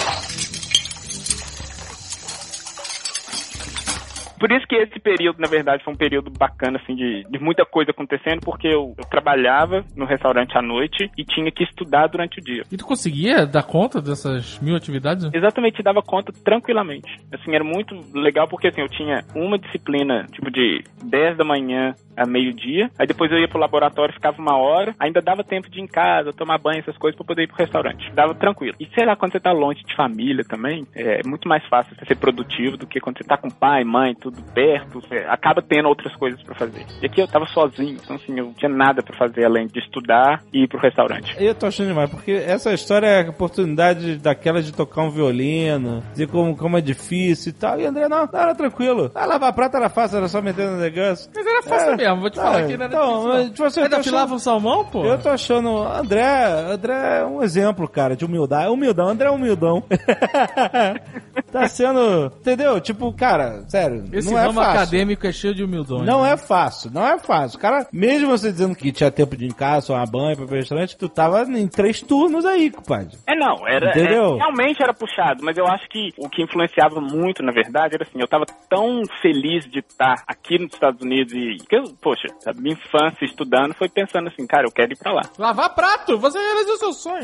S3: Por isso que esse período, na verdade, foi um período bacana, assim, de, de muita coisa acontecendo, porque eu, eu trabalhava no restaurante à noite e tinha que estudar durante o dia.
S4: E tu conseguia dar conta dessas mil atividades?
S3: Exatamente, dava conta tranquilamente. Assim, era muito legal porque, assim, eu tinha uma disciplina, tipo, de dez da manhã a meio-dia, aí depois eu ia pro laboratório, ficava uma hora, ainda dava tempo de ir em casa, tomar banho, essas coisas, pra poder ir pro restaurante. Dava tranquilo. E sei lá, quando você tá longe de família também, é muito mais fácil você ser produtivo do que quando você tá com pai, mãe, tudo perto, você acaba tendo outras coisas pra fazer. E aqui eu tava sozinho, então assim, eu não tinha nada pra fazer além de estudar e ir pro restaurante.
S2: Eu tô achando demais, porque essa história é a oportunidade daquela de tocar um violino, dizer como, como é difícil e tal, e André, não, não era tranquilo. Ah, lavar prato era fácil, era só meter no negócio.
S4: Mas era fácil
S2: é,
S4: mesmo, vou te falar
S2: é,
S4: que não era
S2: então,
S4: difícil,
S2: mas, tipo assim,
S4: ainda
S2: eu tô
S4: filava
S2: achando,
S4: um salmão, pô?
S2: Eu tô achando, André, André é um exemplo, cara, de humildade. Humildão, André é humildão. Tá sendo, entendeu? Tipo, cara, sério,
S4: esse
S2: não é
S4: ramo
S2: fácil.
S4: acadêmico é cheio de humildões.
S2: Não
S4: né?
S2: é fácil, não é fácil. Cara, mesmo você dizendo que tinha tempo de ir em casa, tomar banho, pra ir pro restaurante, tu tava em três turnos aí, compadre.
S3: É, não, era,
S2: entendeu?
S3: É, realmente era puxado, mas eu acho que o que influenciava muito, na verdade, era assim, eu tava tão feliz de estar aqui nos Estados Unidos e, que eu, poxa, a minha infância estudando foi pensando assim, cara, eu quero ir pra lá.
S4: Lavar prato, você realizou seu sonho.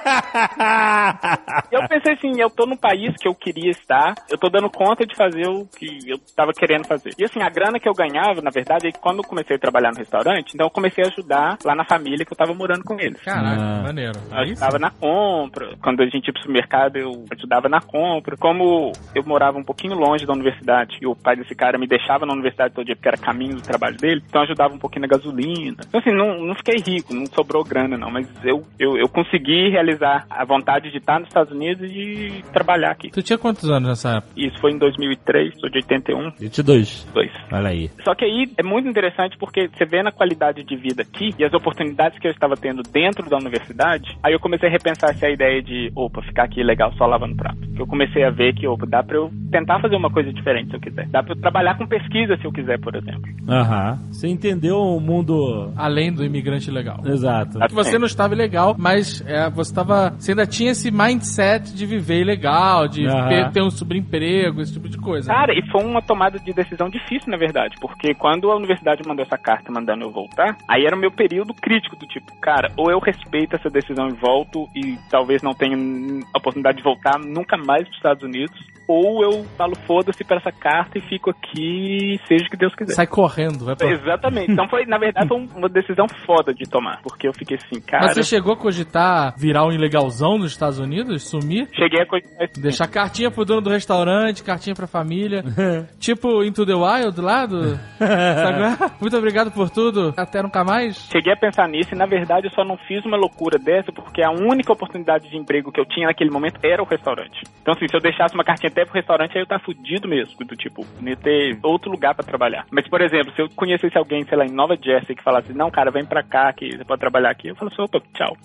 S3: Eu pensei assim, eu tô no país que eu queria estar, eu tô dando conta de fazer o que eu tava querendo fazer. E assim, a grana que eu ganhava, na verdade, é que quando eu comecei a trabalhar no restaurante, então eu comecei a ajudar lá na família que eu tava morando com eles.
S4: Caraca,
S2: Ah.
S4: maneiro.
S3: Eu ajudava na compra. Quando a gente ia pro supermercado, eu ajudava na compra. Como eu morava um pouquinho longe da universidade e o pai desse cara me deixava na universidade todo dia porque era caminho do trabalho dele, então eu ajudava um pouquinho na gasolina. Então assim, não, não fiquei rico, não sobrou grana não, mas eu, eu, eu consegui realizar a vontade de estar nos Estados Unidos e de trabalhar aqui.
S4: Tu tinha quantos anos nessa época?
S3: Isso foi em dois mil e três, sou de oitenta e um.
S2: vinte e dois.
S3: Dois.
S2: Olha aí.
S3: Só que aí é muito interessante porque você vê na qualidade de vida aqui e as oportunidades que eu estava tendo dentro da universidade, aí eu comecei a repensar essa ideia de, opa, ficar aqui legal só lavando prato. Eu comecei a ver que, opa, dá pra eu tentar fazer uma coisa diferente se eu quiser. Dá pra eu trabalhar com pesquisa se eu quiser, por exemplo.
S2: Aham. Você entendeu o mundo...
S4: Além do imigrante legal.
S2: Exato.
S4: Que você não estava ilegal, mas é, você tava, você ainda tinha esse mindset de viver ilegal, de
S2: Aham.
S4: ter, ter um subemprego, esse tipo de coisa.
S3: Cara, e foi uma tomada de decisão difícil, na verdade, porque quando a universidade mandou essa carta mandando eu voltar, aí era o meu período crítico do tipo, cara, ou eu respeito essa decisão e volto e talvez não tenha a oportunidade de voltar nunca mais para os Estados Unidos, ou eu falo foda-se para essa carta e fico aqui, seja o que Deus quiser.
S4: Sai correndo, vai pra...
S3: Exatamente. Então foi, na verdade, foi uma decisão foda de tomar, porque eu fiquei assim, cara...
S4: Mas você chegou a cogitar virar um ilegalzão nos Estados Unidos? Sumir?
S3: Cheguei a cogitar assim.
S4: Deixar cartinha pro dono do restaurante, cartinha pra família. Tipo Into the Wild lá do... Sabe? Muito obrigado por tudo. Até nunca mais.
S3: Cheguei a pensar nisso e, na verdade, eu só não fiz uma loucura dessa porque a única oportunidade de emprego que eu tinha naquele momento era o restaurante. Então, assim, se eu deixasse uma cartinha até pro restaurante, aí eu tava fudido mesmo. Do tipo, não ia ter outro lugar pra trabalhar. Mas, por exemplo, se eu conhecesse alguém, sei lá, em Nova Jersey que falasse, não, cara, vem pra cá, que você pode trabalhar aqui, eu falo assim, opa, tchau.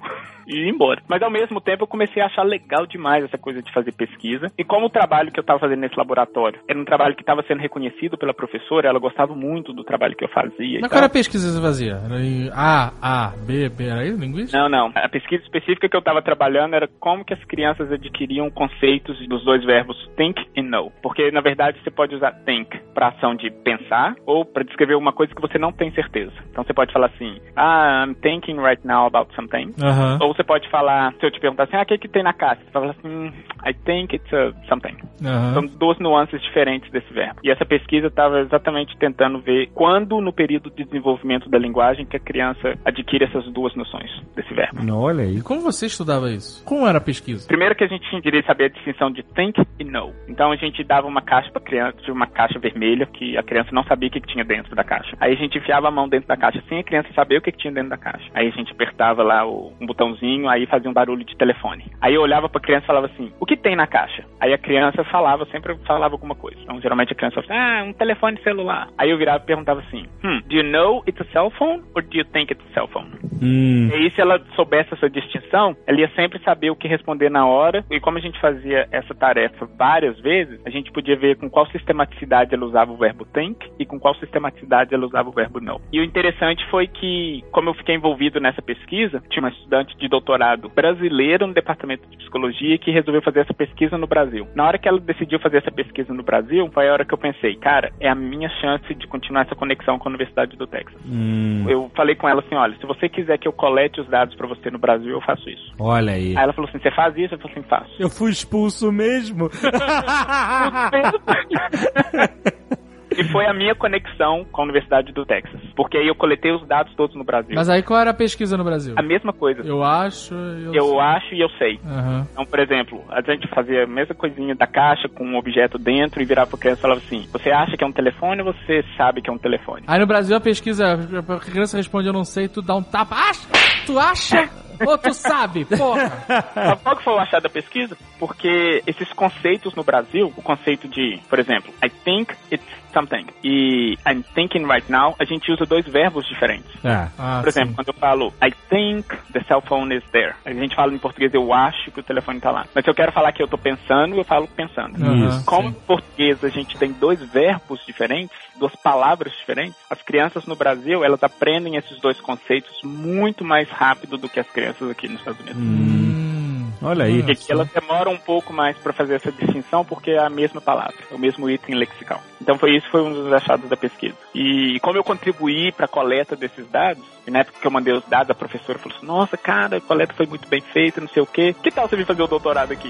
S3: e ir embora. Mas ao mesmo tempo eu comecei a achar legal demais essa coisa de fazer pesquisa. E como o trabalho que eu estava fazendo nesse laboratório era um trabalho que estava sendo reconhecido pela professora, ela gostava muito do trabalho que eu fazia.
S4: Mas qual era a pesquisa que você fazia? Era em A, A, B, B, era isso? Linguística?
S3: Não, não. A pesquisa específica que eu estava trabalhando era como que as crianças adquiriam conceitos dos dois verbos think e know. Porque, na verdade, você pode usar think para ação de pensar ou para descrever uma coisa que você não tem certeza. Então você pode falar assim, ah, I'm thinking right now about something.
S4: Uhum.
S3: Ou você pode falar, se eu te perguntar assim, ah, o que que tem na caixa? Você vai falar assim, I think it's a something.
S4: Uhum.
S3: São duas nuances diferentes desse verbo. E essa pesquisa estava exatamente tentando ver quando no período de desenvolvimento da linguagem que a criança adquire essas duas noções desse verbo.
S2: Não, olha aí.
S4: E como você estudava isso? Como era a pesquisa?
S3: Primeiro que a gente queria saber a distinção de think e know. Então a gente dava uma caixa para criança, uma caixa vermelha, que a criança não sabia o que, que tinha dentro da caixa. Aí a gente enfiava a mão dentro da caixa sem a criança saber o que, que tinha dentro da caixa. Aí a gente apertava lá o, um botãozinho, aí fazia um barulho de telefone. Aí eu olhava pra criança e falava assim, o que tem na caixa? Aí a criança falava, sempre falava alguma coisa. Então geralmente a criança falava assim, ah, um telefone celular. Aí eu virava e perguntava assim, hmm, do you know it's a cell phone or do you think it's a cell phone?
S2: Hum.
S3: E aí se ela soubesse essa distinção, ela ia sempre saber o que responder na hora. E como a gente fazia essa tarefa várias vezes, a gente podia ver com qual sistematicidade ela usava o verbo think e com qual sistematicidade ela usava o verbo know. E o interessante foi que, como eu fiquei envolvido nessa pesquisa, tinha uma estudante de doutorado brasileira no departamento de psicologia que resolveu fazer essa pesquisa no Brasil. Na hora que ela decidiu fazer essa pesquisa no Brasil, foi a hora que eu pensei, cara, é a minha chance de continuar essa conexão com a Universidade do Texas.
S2: Hum.
S3: Eu falei com ela assim, olha, se você quiser que eu colete os dados pra você no Brasil, eu faço isso.
S2: Olha aí.
S3: Aí ela falou assim, você faz isso? Eu falei assim, faço.
S2: Eu fui expulso mesmo.
S3: E foi a minha conexão com a Universidade do Texas. Porque aí eu coletei os dados todos no Brasil.
S4: Mas aí qual era a pesquisa no Brasil?
S3: A mesma coisa.
S4: Eu acho... Eu,
S3: eu
S4: sei.
S3: acho e eu sei.
S4: Uhum.
S3: Então, por exemplo, a gente fazia a mesma coisinha da caixa com um objeto dentro e virava pra criança e falava assim, você acha que é um telefone ou você sabe que é um telefone?
S4: Aí no Brasil a pesquisa, a criança responde eu não sei, tu dá um tapa. Acha? Tu acha? Ou tu sabe? Porra!
S3: Sabe qual que foi o achado da pesquisa? Porque esses conceitos no Brasil, o conceito de, por exemplo, I think it's something e I'm thinking right now, a gente usa dois verbos diferentes.
S2: Ah.
S4: Ah,
S3: por exemplo,
S4: sim.
S3: quando eu falo I think the cell phone is there, a gente fala em português eu acho que o telefone tá lá. Mas se eu quero falar que eu tô pensando, eu falo pensando.
S4: Uhum,
S2: Isso.
S3: Como
S4: sim.
S3: em português a gente tem dois verbos diferentes, duas palavras diferentes, as crianças no Brasil, elas aprendem esses dois conceitos muito mais rápido do que as crianças aqui nos Estados Unidos.
S2: Hum. Olha aí.
S3: E que elas demoram um pouco mais para fazer essa distinção porque é a mesma palavra, é o mesmo item lexical. Então foi isso, foi um dos achados da pesquisa. E como eu contribuí para a coleta desses dados, e na época que eu mandei os dados, a professora falou assim, nossa, cara, a coleta foi muito bem feita, não sei o quê. Que tal você vir fazer o doutorado aqui?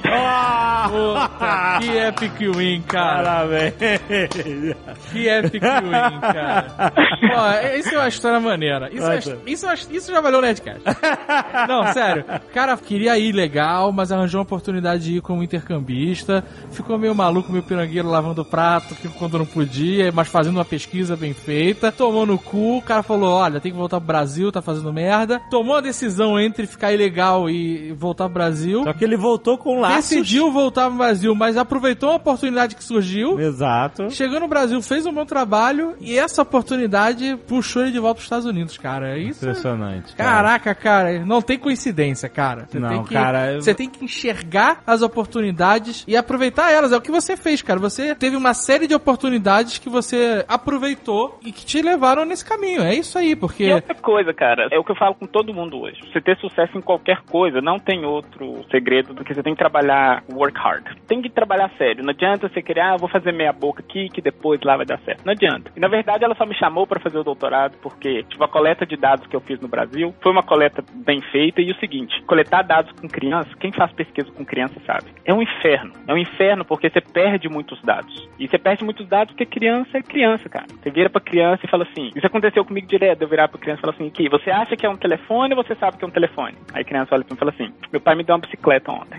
S4: Puta, que epic win, cara.
S2: Parabéns.
S4: Que epic win, cara. Pô, isso é uma história maneira. Isso, é, isso, é, isso já valeu o Nerdcast. Não, sério. O cara queria ir legal, mas arranjou uma oportunidade de ir como intercambista. Ficou meio maluco, meio pirangueiro, lavando prato quando não podia, mas fazendo uma pesquisa bem feita. Tomou no cu, o cara falou, olha, tem que voltar pro Brasil, tá fazendo merda. Tomou a decisão entre ficar ilegal e voltar pro Brasil.
S2: Só que ele voltou com laços.
S4: Decidiu voltar pro Brasil, mas aproveitou a oportunidade que surgiu.
S2: Exato.
S4: Chegou no Brasil, fez o meu trabalho e essa oportunidade puxou ele de volta pros Estados Unidos, cara. Isso
S2: Impressionante. Cara.
S4: Caraca, cara, não tem coincidência, cara. Você
S2: Não,
S4: tem que,
S2: cara,
S4: Você tem que enxergar as oportunidades e aproveitar elas. É o que você fez, cara. Você teve uma série de oportunidades que você aproveitou e que te levaram nesse caminho. É isso aí, porque...
S3: E outra coisa, cara, é o que eu falo com todo mundo hoje. Você ter sucesso em qualquer coisa, não tem outro segredo do que você tem que trabalhar work hard. Tem que trabalhar sério. Não adianta você querer, ah, vou fazer meia boca aqui que depois lá vai dar certo. Não adianta. E na verdade ela só me chamou pra fazer o doutorado porque tipo, a coleta de dados que eu fiz no Brasil foi uma coleta bem feita e o seguinte, coletar dados com criança, quem faz pesquisa com criança sabe, é um inferno. É um inferno porque você perde muitos dados. E você perde muitos dados porque criança é criança, cara. Você vira pra criança e fala assim, isso aconteceu comigo direto, eu virar pra criança e falar assim, aqui, você acha que é um telefone ou você sabe que é um telefone? Aí a criança olha pra mim e fala assim, meu pai me deu uma bicicleta ontem.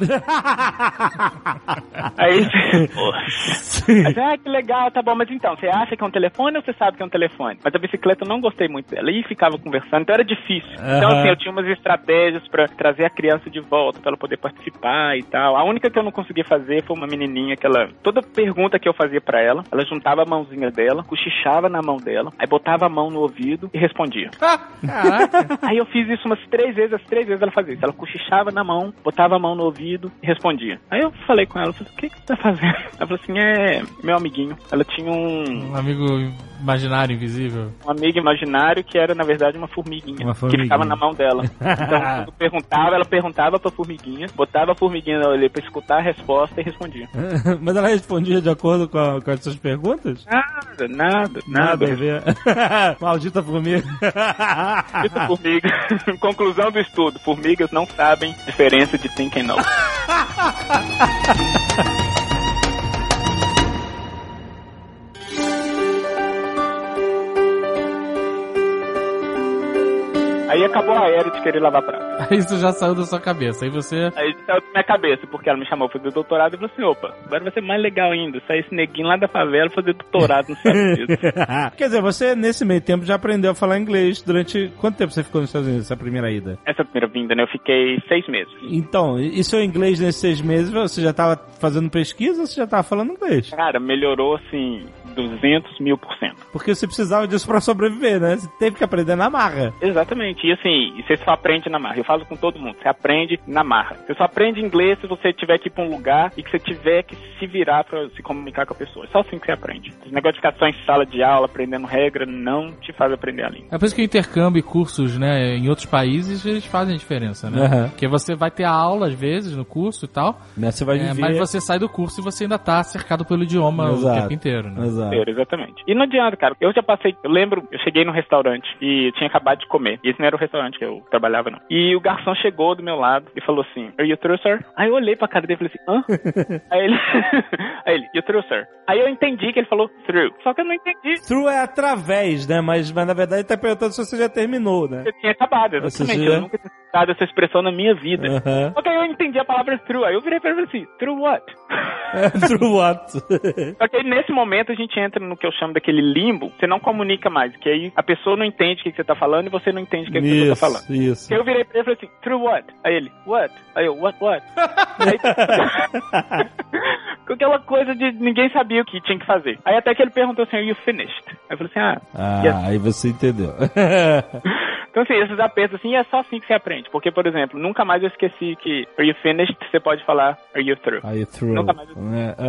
S3: Aí você... Mas, ah, que legal, tá bom, mas então, você acha que é um telefone ou você sabe que é um telefone? Mas a bicicleta eu não gostei muito dela. E ficava conversando, então era difícil. Uhum. Então, assim, eu tinha umas estratégias pra trazer a criança de volta, pra ela poder participar e tal. A única que eu não conseguia fazer foi uma menininha que ela... Toda pergunta que eu fazia pra ela, ela juntava a mãozinha dela, cochichava na mão dela, aí botava a mão no ouvido e respondia.
S4: Caraca.
S3: Aí eu fiz isso umas três vezes, as três vezes ela fazia isso. Ela cochichava na mão, botava a mão no ouvido e respondia. Aí eu falei com ela, falei, o que que você tá fazendo? Ela falou assim, é meu amiguinho. Ela tinha um...
S4: Um amigo imaginário, invisível.
S3: Um amigo imaginário que era, na verdade, uma formiguinha.
S2: Uma formiguinha.
S3: Que ficava na mão dela. Então, quando perguntava, ela perguntava pra formiguinha, botava a formiguinha na orelha pra escutar a resposta e respondia.
S2: Mas ela respondia de acordo com, a, com as suas perguntas?
S3: Nada, nada, nada.
S2: Nada a ver. Maldita formiga.
S3: Maldita formiga. Conclusão do estudo. Formigas não sabem diferença de sim e não. Aí acabou a era de querer lavar prato.
S4: Aí isso já saiu da sua cabeça. Aí você...
S3: Aí saiu da minha cabeça, porque ela me chamou pra fazer doutorado e falou assim, opa, agora vai ser mais legal ainda, sair esse neguinho lá da favela fazer doutorado nos Estados Unidos.
S2: Quer dizer, você nesse meio tempo já aprendeu a falar inglês durante... Quanto tempo você ficou nos Estados Unidos, essa primeira ida?
S3: Essa primeira vinda, né? Eu fiquei seis meses.
S2: Então, e seu inglês nesses seis meses, você já tava fazendo pesquisa ou você já tava falando inglês?
S3: Cara, melhorou assim, duzentos mil por cento.
S2: Porque você precisava disso pra sobreviver, né? Você teve que aprender na marra.
S3: Exatamente. E assim, você só aprende na marra. Eu falo com todo mundo. Você aprende na marra. Você só aprende inglês se você tiver que ir pra um lugar e que você tiver que se virar pra se comunicar com a pessoa. É só assim que você aprende. Esse negócio de ficar só em sala de aula, aprendendo regra, não te faz aprender a língua.
S4: É por isso que o intercâmbio e cursos, né, em outros países, eles fazem a diferença, né?
S2: Uhum.
S4: Porque você vai ter aula, às vezes, no curso e tal.
S2: Mas você vai
S4: é,
S2: viver...
S4: mas você sai do curso e você ainda tá cercado pelo idioma
S2: Exato.
S4: o tempo inteiro, né?
S2: Exato.
S3: Exatamente. E não adianta, cara. Eu já passei... Eu lembro, eu cheguei num restaurante e eu tinha acabado de comer. E esse não era o restaurante que eu trabalhava, não. E o garçom chegou do meu lado e falou assim, are you through, sir? Aí eu olhei pra cara dele e falei assim, hã? Aí ele... Aí ele, you through, sir? Aí eu entendi que ele falou through. Só que eu não entendi.
S2: Through é através, né? Mas, mas na verdade ele tá perguntando se você já terminou, né?
S3: Eu tinha acabado, exatamente.
S2: já...
S3: Eu nunca tinha escutado essa expressão na minha vida.
S2: Uhum.
S3: Só que aí eu entendi a palavra through. Aí eu virei pra ele e falei assim, through what?
S2: Through what?
S3: Só que aí nesse momento a gente entra no que eu chamo daquele limbo. Você não comunica mais. Que aí a pessoa não entende o que você tá falando e você não entende o que a pessoa tá falando.
S2: Isso.
S3: Aí eu virei pra ele e falei assim, through what? Aí ele, what? Aí eu, what, what? Aí... Com aquela coisa de ninguém sabia o que tinha que fazer. Aí até que ele perguntou assim, are you finished? Aí eu falei assim, ah...
S2: Ah,
S3: yes.
S2: Aí você entendeu.
S3: Então assim, esses apertos assim, é só assim que você aprende. Porque, por exemplo, nunca mais eu esqueci que are you finished, você pode falar are you through.
S2: Are you through?
S3: Nunca mais eu...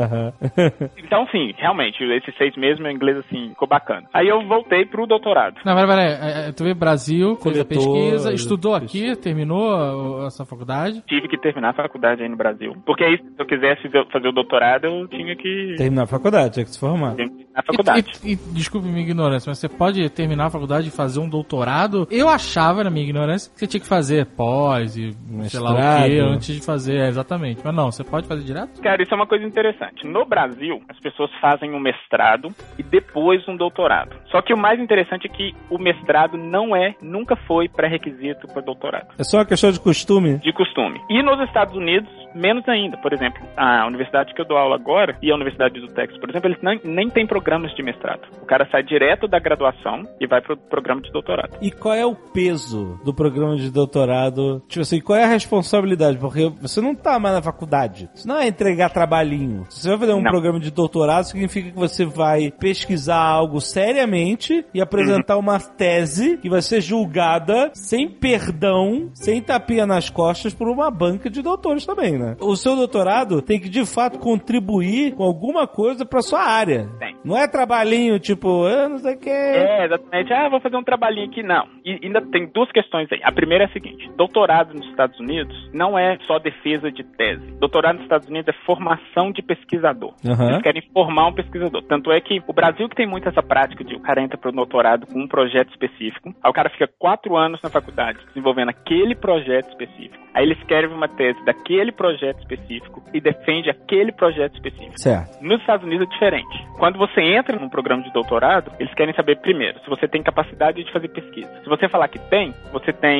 S2: Uh-huh.
S3: Então sim, realmente, esses seis meses meu inglês assim, ficou bacana. Aí eu voltei pro doutorado.
S4: Não, peraí, peraí. Tu veio pro Brasil, fez a
S2: Coletou,
S4: pesquisa, estudou aqui, terminou essa faculdade?
S3: Tive que terminar a faculdade aí no Brasil. Porque aí, se eu quisesse fazer o doutorado, eu tinha que...
S2: Terminar a faculdade, tinha que se formar.
S3: Terminar a faculdade.
S4: E, e, e desculpe minha ignorância, mas você pode terminar a faculdade e fazer um doutorado? Eu achava, na minha ignorância, que você tinha que fazer pós e
S2: Mestrado.
S4: sei lá o que antes de fazer, é, exatamente. Mas não, você pode fazer direto?
S3: Cara, isso é uma coisa interessante. No Brasil, as pessoas fazem um mestrado e depois um doutorado. Só que o mais interessante é que o mestrado não é, nunca foi pré-requisito para doutorado.
S2: É só uma questão de costume?
S3: De costume. E nos Estados Unidos, menos ainda. Por exemplo, a universidade que eu dou aula agora e a Universidade do Texas, por exemplo, eles nem, nem têm programas de mestrado. O cara sai direto da graduação e vai pro programa de doutorado.
S2: E qual é o peso do programa de doutorado? Tipo assim, qual é a responsabilidade? Porque você não tá mais na faculdade. Isso não é entregar trabalhinho. Se você vai fazer um
S3: não.
S2: programa de doutorado, significa que você vai pesquisar algo seriamente e apresentar uhum. uma tese que vai ser julgada sem perdão, sem tapinha nas costas por uma banca de doutores também, né? O seu doutorado tem que, de fato, contribuir com alguma coisa pra sua área.
S3: Tem.
S2: Não é trabalhinho, tipo, eu não sei o que...
S3: É, exatamente. Ah, vou fazer um trabalhinho aqui. Não. E ainda tem duas questões aí. A primeira é a seguinte. Doutorado nos Estados Unidos não é só defesa de tese. Doutorado nos Estados Unidos é formação de pesquisador.
S2: Uhum.
S3: Eles querem formar um pesquisador. Tanto é que o Brasil que tem muito essa prática de o cara entra pro doutorado com um projeto específico. Aí o cara fica quatro anos na faculdade desenvolvendo aquele projeto específico. Aí ele escreve uma tese daquele projeto específico e defende aquele projeto específico.
S2: Certo.
S3: Nos Estados Unidos é diferente. Quando você entra num programa de doutorado, eles querem saber primeiro se você tem capacidade de fazer pesquisa. Se você falar que tem, você tem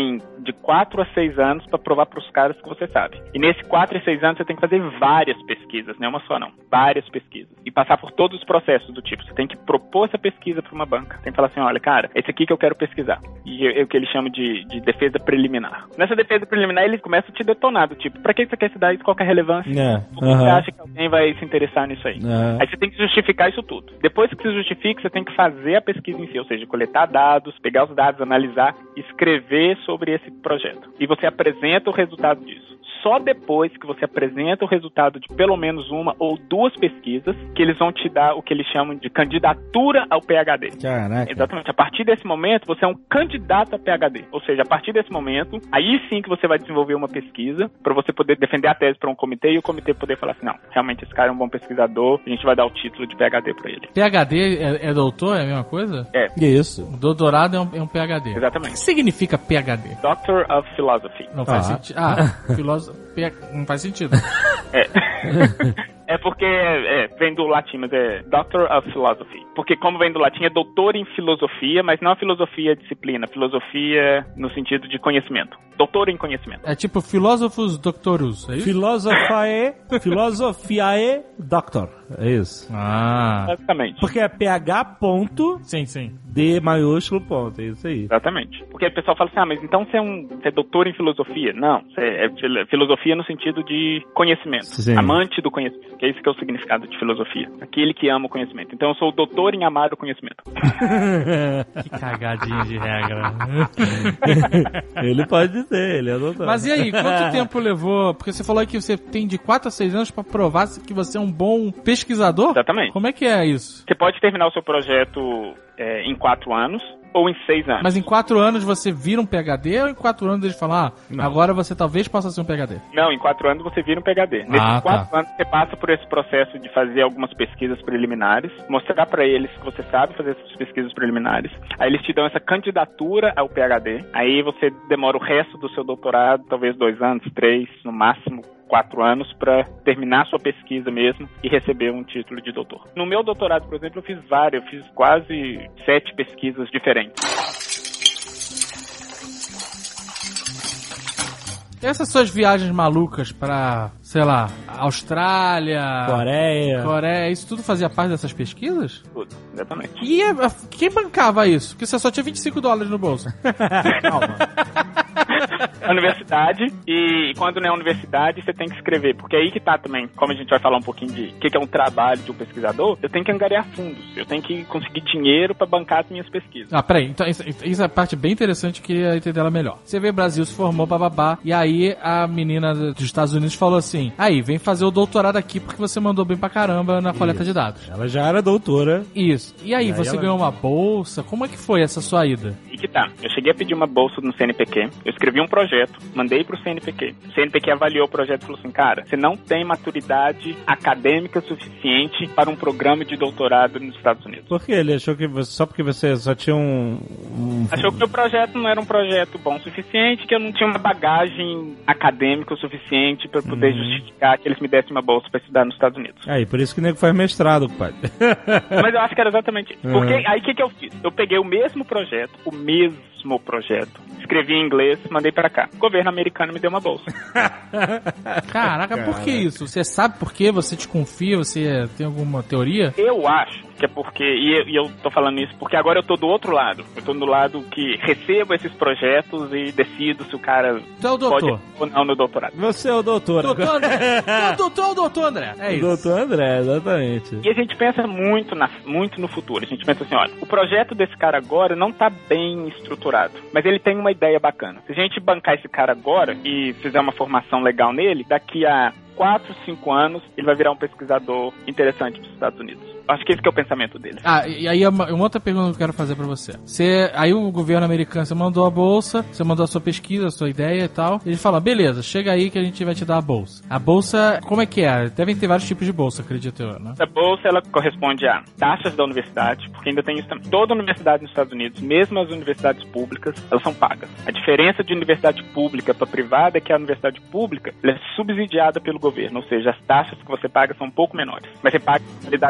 S3: de quatro a seis anos para provar para os caras que você sabe. E nesse quatro e seis anos você tem que fazer várias pesquisas, não é uma só não, várias pesquisas. E passar por todos os processos do tipo, você tem que propor essa pesquisa para uma banca. Tem que falar assim, olha, cara, esse aqui que eu quero pesquisar. E é o que eles chamam de, de defesa preliminar. Nessa defesa preliminar, eles começam a te detonar, do tipo, pra que você quer estudar isso? Qual que é a relevância?
S2: É.
S3: Por que
S2: Uhum.
S3: você acha que alguém vai se interessar nisso aí?
S2: É.
S3: Aí você tem que justificar isso tudo. Depois que você justifica, você tem que fazer a pesquisa em si, ou seja, coletar dados, pegar os dados, analisar, escrever sobre esse projeto. E você apresenta o resultado disso. Só depois que você apresenta o resultado de pelo menos uma ou duas pesquisas, que eles vão te dar o que eles chamam de candidatura ao P H D.
S2: Caraca.
S3: Exatamente. A partir desse momento, você é um candidato a P H D. Ou seja, a partir desse momento, aí sim que você vai desenvolver uma pesquisa para você poder defender a tese para um comitê e o comitê poder falar assim, não, realmente esse cara é um bom pesquisador, a gente vai dar o título de P H D para ele.
S4: P H D é, é doutor? É a mesma coisa?
S3: É.
S2: Isso.
S4: O doutorado é um, é um P H D.
S3: Exatamente.
S4: O que significa P H D?
S3: Doctor of Philosophy.
S4: Não faz
S2: Ah.
S4: sentido. Ah, filósofo. Não faz sentido.
S3: É. É porque é, vem do latim, mas é Doctor of Philosophy. Porque como vem do latim, é doutor em filosofia, mas não a filosofia disciplina, filosofia no sentido de conhecimento. Doutor em conhecimento.
S4: É tipo filósofos doctorus, é isso?
S2: Filosofae, filosofiae doctor. É isso.
S4: Ah.
S3: Basicamente.
S2: Porque é ph ponto
S4: Sim, sim.
S2: D maiúsculo ponto. É isso aí.
S3: Exatamente. Porque o pessoal fala assim, ah, mas então você é, um, você é doutor em filosofia? Não, você é fil- filosofia no sentido de conhecimento.
S2: Sim.
S3: Amante do conhecimento. Que é isso que é o significado de filosofia. Aquele que ama o conhecimento. Então eu sou o doutor em amar o conhecimento.
S4: Que cagadinha de regra.
S2: Ele pode dizer, ele é doutor.
S4: Mas e aí, quanto tempo levou? Porque você falou que você tem de quatro a seis anos pra provar que você é um bom pesquisador?
S3: Exatamente.
S4: Como é que é isso?
S3: Você pode terminar o seu projeto é, em quatro anos ou em seis anos.
S4: Mas em quatro anos você vira um P H D ou em quatro anos eles falam, ah,
S3: Não.
S4: agora você talvez possa ser um P H D?
S3: Não, em quatro anos você vira um P H D. Nesses
S4: Ah,
S3: quatro
S4: tá.
S3: anos você passa por esse processo de fazer algumas pesquisas preliminares, mostrar pra eles que você sabe fazer essas pesquisas preliminares. Aí eles te dão essa candidatura ao P H D. Aí você demora o resto do seu doutorado, talvez dois anos, três, no máximo quatro anos, para terminar sua pesquisa mesmo e receber um título de doutor. No meu doutorado, por exemplo, eu fiz várias, eu fiz quase sete pesquisas diferentes.
S4: Essas suas viagens malucas pra, sei lá, Austrália,
S2: Coreia.
S4: Coreia, isso tudo fazia parte dessas pesquisas?
S3: Tudo, exatamente.
S4: E a- a- quem bancava isso? Porque você só tinha vinte e cinco dólares no bolso.
S2: Calma.
S3: A universidade, e quando não é universidade, você tem que escrever, porque é aí que tá também, como a gente vai falar um pouquinho de o que, que é um trabalho de um pesquisador, eu tenho que angariar fundos, eu tenho que conseguir dinheiro pra bancar as minhas pesquisas.
S4: Ah, peraí, então isso, isso é a parte bem interessante que eu queria entender ela melhor. Você veio ao Brasil, se formou, bababá, e aí a menina dos Estados Unidos falou assim, aí, vem fazer o doutorado aqui porque você mandou bem pra caramba na coleta de dados.
S2: Ela já era doutora.
S4: Isso. E aí,
S2: E aí
S4: você
S2: ela-
S4: ganhou uma bolsa? Como é que foi essa sua ida?
S3: E que tá, eu cheguei a pedir uma bolsa no C N P Q, eu escrevi um projeto, mandei pro C N P Q. O C N P Q avaliou o projeto e falou assim, cara, você não tem maturidade acadêmica suficiente para um programa de doutorado nos Estados Unidos.
S2: Por quê? Ele achou que você, só porque você só tinha um... um...
S3: Achou que o projeto não era um projeto bom o suficiente, que eu não tinha uma bagagem acadêmica o suficiente para poder
S2: Uhum.
S3: justificar que eles me dessem uma bolsa para estudar nos Estados Unidos.
S2: Aí, por isso que o nego faz mestrado, pai.
S3: Mas eu acho que era exatamente isso. Porque
S2: Uhum.
S3: aí o que, que eu fiz? Eu peguei o mesmo projeto, o mesmo projeto, escrevi em inglês, mandei para cá. O governo americano me deu uma bolsa.
S4: Caraca, por que isso? Você sabe por quê? Você desconfia? Você tem alguma teoria?
S3: Eu acho que é porque, e, e eu tô falando isso porque agora eu tô do outro lado. Eu tô do lado que recebo esses projetos e decido se o cara
S4: Tu é o doutor.
S3: pode ou não no doutorado.
S2: Você é o doutor.
S4: Doutor André. O doutor é o doutor André. É
S2: O
S4: isso.
S2: doutor André, exatamente.
S3: E a gente pensa muito, na, muito no futuro. A gente pensa assim, olha, o projeto desse cara agora não tá bem estruturado, mas ele tem uma ideia bacana. Se a gente bancar esse cara agora e fizer uma formação legal nele, daqui a quatro, cinco anos, ele vai virar um pesquisador interessante para os Estados Unidos. Acho que esse que é o pensamento dele.
S4: Ah, e aí uma, uma outra pergunta que eu quero fazer pra você. Você. Aí o governo americano, você mandou a bolsa, você mandou a sua pesquisa, a sua ideia e tal. Ele fala, beleza, chega aí que a gente vai te dar a bolsa. A bolsa, como é que é? Devem ter vários tipos de bolsa, acredito eu, né?
S3: Essa bolsa, ela corresponde a taxas da universidade, porque ainda tem isso também. Toda universidade nos Estados Unidos, mesmo as universidades públicas, elas são pagas. A diferença de universidade pública para privada é que a universidade pública ela é subsidiada pelo governo, ou seja, as taxas que você paga são um pouco menores. Mas você paga a qualidade do mesmo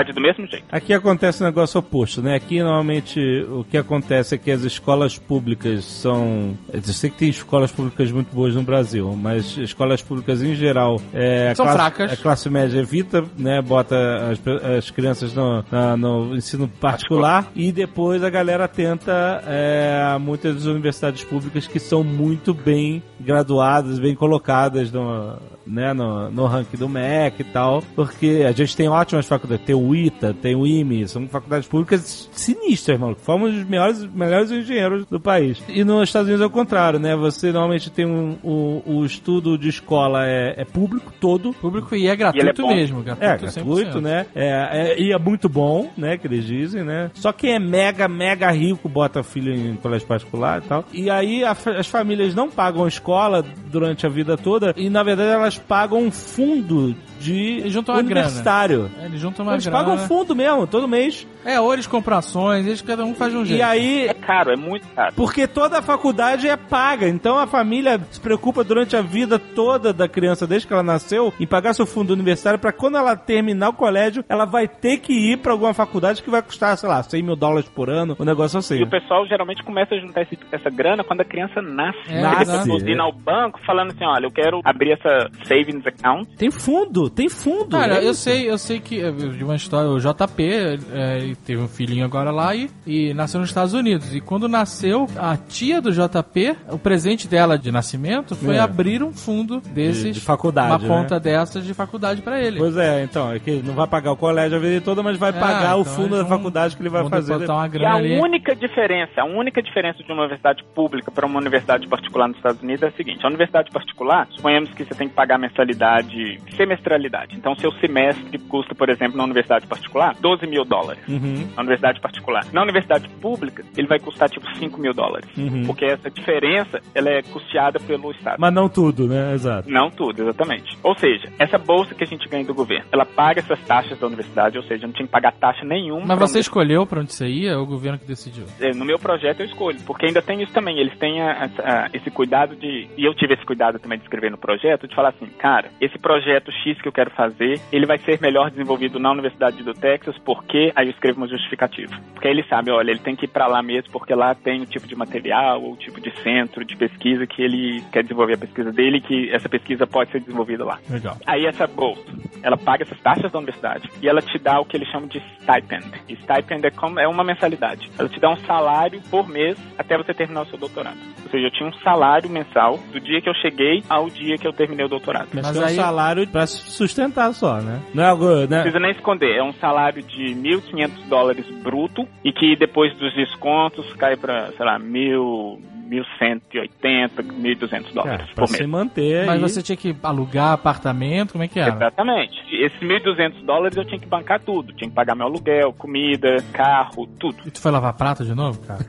S3: jeito.
S2: Aqui acontece um negócio oposto, né? Aqui, normalmente, o que acontece é que as escolas públicas são... Eu sei que tem escolas públicas muito boas no Brasil, mas escolas públicas, em geral, é,
S4: são
S2: a classe,
S4: fracas.
S2: A classe média evita, né? Bota as, as crianças no, na, no ensino particular e depois a galera tenta é, muitas das universidades públicas que são muito bem graduadas, bem colocadas no... Né, no, no ranking do M E C e tal, porque a gente tem ótimas faculdades, tem o I T A, tem o I M E, são faculdades públicas sinistras, mano, que formam os melhores, melhores engenheiros do país. E nos Estados Unidos é o contrário, né, você normalmente tem um, um, o estudo de escola é, é público, todo.
S4: Público e é gratuito
S3: e é
S4: mesmo. Gratuito
S2: é, gratuito, né, é, é, e é muito bom, né, que eles dizem, né, só quem é mega, mega rico bota filho em colégio particular e tal, e aí a, as famílias não pagam escola durante a vida toda, e na verdade elas pagam um fundo de
S4: eles juntam uma
S2: universitário.
S4: Grana. É, eles juntam uma
S2: eles
S4: grana.
S2: pagam fundo mesmo, todo mês.
S4: É, ou eles compram ações, eles cada um faz de um jeito.
S2: E aí...
S3: É caro, é muito caro.
S2: Porque toda a faculdade é paga, então a família se preocupa durante a vida toda da criança, desde que ela nasceu, em pagar seu fundo universitário pra quando ela terminar o colégio, ela vai ter que ir pra alguma faculdade que vai custar, sei lá, cem mil dólares por ano, um negócio assim.
S3: E o pessoal geralmente começa a juntar esse, essa grana quando a criança nasce.
S4: É,
S3: Ele
S2: nasce.
S3: vai ir ao banco falando assim, olha, eu quero abrir essa savings account.
S2: Tem fundo, tem fundo.
S4: Cara,
S2: é
S4: eu
S2: isso.
S4: sei, eu sei que de uma história, o J P é, teve um filhinho agora lá e, e nasceu nos Estados Unidos. E quando nasceu, a tia do J P, o presente dela de nascimento foi
S2: É.
S4: abrir um fundo desses,
S2: De- de faculdade,
S4: uma
S2: né?
S4: conta dessas de faculdade pra ele.
S2: Pois é, então, é que não vai pagar o colégio a vida toda, mas vai
S4: É,
S2: pagar o
S4: então
S2: fundo
S4: eles
S2: da
S4: vão-
S2: faculdade que ele vai
S4: vão
S2: fazer.
S4: depositar uma
S3: E a
S4: grana ali.
S3: única diferença, a única diferença de uma universidade pública para uma universidade particular nos Estados Unidos é a seguinte: a universidade particular, suponhamos que você tem que pagar mensalidade, semestralidade. Então, seu semestre custa, por exemplo, na universidade particular, doze mil dólares.
S2: Uhum.
S3: Na universidade particular. Na universidade pública, ele vai custar tipo cinco mil dólares.
S2: Uhum.
S3: Porque essa diferença, ela é custeada pelo Estado.
S2: Mas não tudo, né? Exato.
S3: Não tudo, exatamente. Ou seja, essa bolsa que a gente ganha do governo, ela paga essas taxas da universidade, ou seja, não tinha que pagar taxa nenhuma.
S4: Mas
S3: pra
S4: você escolheu pra onde você ia ou o governo que decidiu?
S3: É, no meu projeto eu escolho, porque ainda tem isso também, eles têm a, a, esse cuidado de, e eu tive esse cuidado também de escrever no projeto, de falar assim, cara, esse projeto X que eu quero fazer, ele vai ser melhor desenvolvido na Universidade do Texas, porque aí eu escrevo uma justificativa. Porque aí ele sabe, olha, ele tem que ir pra lá mesmo, porque lá tem o tipo de material, ou o tipo de centro de pesquisa que ele quer desenvolver a pesquisa dele, que essa pesquisa pode ser desenvolvida lá.
S4: Legal.
S3: Aí essa bolsa, ela paga essas taxas da universidade e ela te dá o que eles chamam de stipend. E stipend é, como, é uma mensalidade. Ela te dá um salário por mês até você terminar o seu doutorado. Ou seja, eu tinha um salário mensal do dia que eu cheguei ao dia que eu terminei o doutorado.
S2: Mas,
S4: Mas
S2: que é um
S4: aí-
S2: salário pra sustentar só, né? Não é algo, né?
S3: Não precisa nem esconder, é um salário de mil e quinhentos dólares bruto e que depois dos descontos cai pra, sei lá, mil, mil cento e oitenta, mil e duzentos dólares
S2: É, pra
S3: por
S2: se
S3: mês.
S2: manter
S4: Mas
S2: aí.
S4: você tinha que alugar apartamento, como é que era?
S3: Exatamente. Esses mil e duzentos dólares eu tinha que bancar tudo. Tinha que pagar meu aluguel, comida, carro, tudo.
S4: E tu foi lavar prato de novo, cara?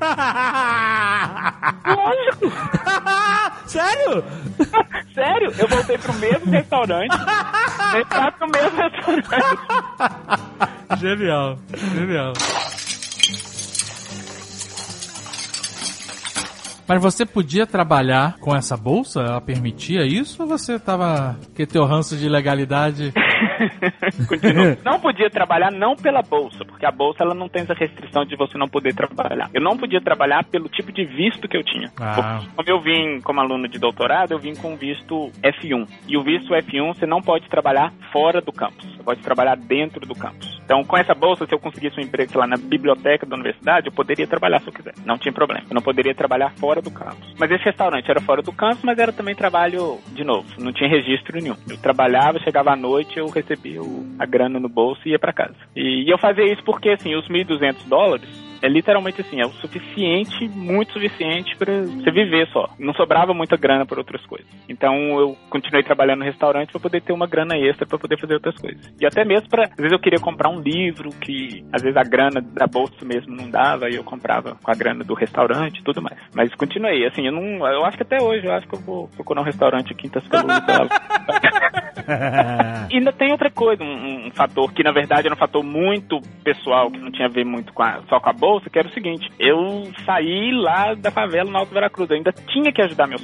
S3: Lógico!
S2: Sério?
S3: Sério, eu voltei pro mesmo restaurante. Entrar pro mesmo restaurante.
S4: Genial, genial. Mas você podia trabalhar com essa bolsa? Ela permitia isso? Ou você tava... que teu ranço de legalidade...
S3: Continua. Não podia trabalhar não pela bolsa, porque a bolsa ela não tem essa restrição de você não poder trabalhar. Eu não podia trabalhar pelo tipo de visto que eu tinha.
S4: Ah.
S3: Como eu vim como aluno de doutorado, eu vim com visto F um. E o visto F um você não pode trabalhar fora do campus. Você pode trabalhar dentro do campus. Então, com essa bolsa, se eu conseguisse um emprego, sei lá, na biblioteca da universidade, eu poderia trabalhar se eu quiser. Não tinha problema. Eu não poderia trabalhar fora do campus. Mas esse restaurante era fora do campus, mas era também trabalho, de novo, não tinha registro nenhum. Eu trabalhava, chegava à noite, eu recebia o, a grana no bolso e ia pra casa. E, e eu fazia isso porque, assim, os mil e duzentos dólares é literalmente assim, é o suficiente, muito suficiente pra você viver só. Não sobrava muita grana por outras coisas. Então eu continuei trabalhando no restaurante pra poder ter uma grana extra pra poder fazer outras coisas. E até mesmo pra, às vezes eu queria comprar um livro que às vezes a grana da bolsa mesmo não dava e eu comprava com a grana do restaurante e tudo mais. Mas continuei, assim, eu não, eu acho que até hoje eu acho que eu vou procurar um restaurante aqui em Tuscaloosa. E ainda tem outra coisa, um, um fator que na verdade era um fator muito pessoal, que não tinha a ver muito com a, só com a bolsa, que era o seguinte: eu saí lá da favela no Alto Veracruz, eu ainda tinha que ajudar meus pais.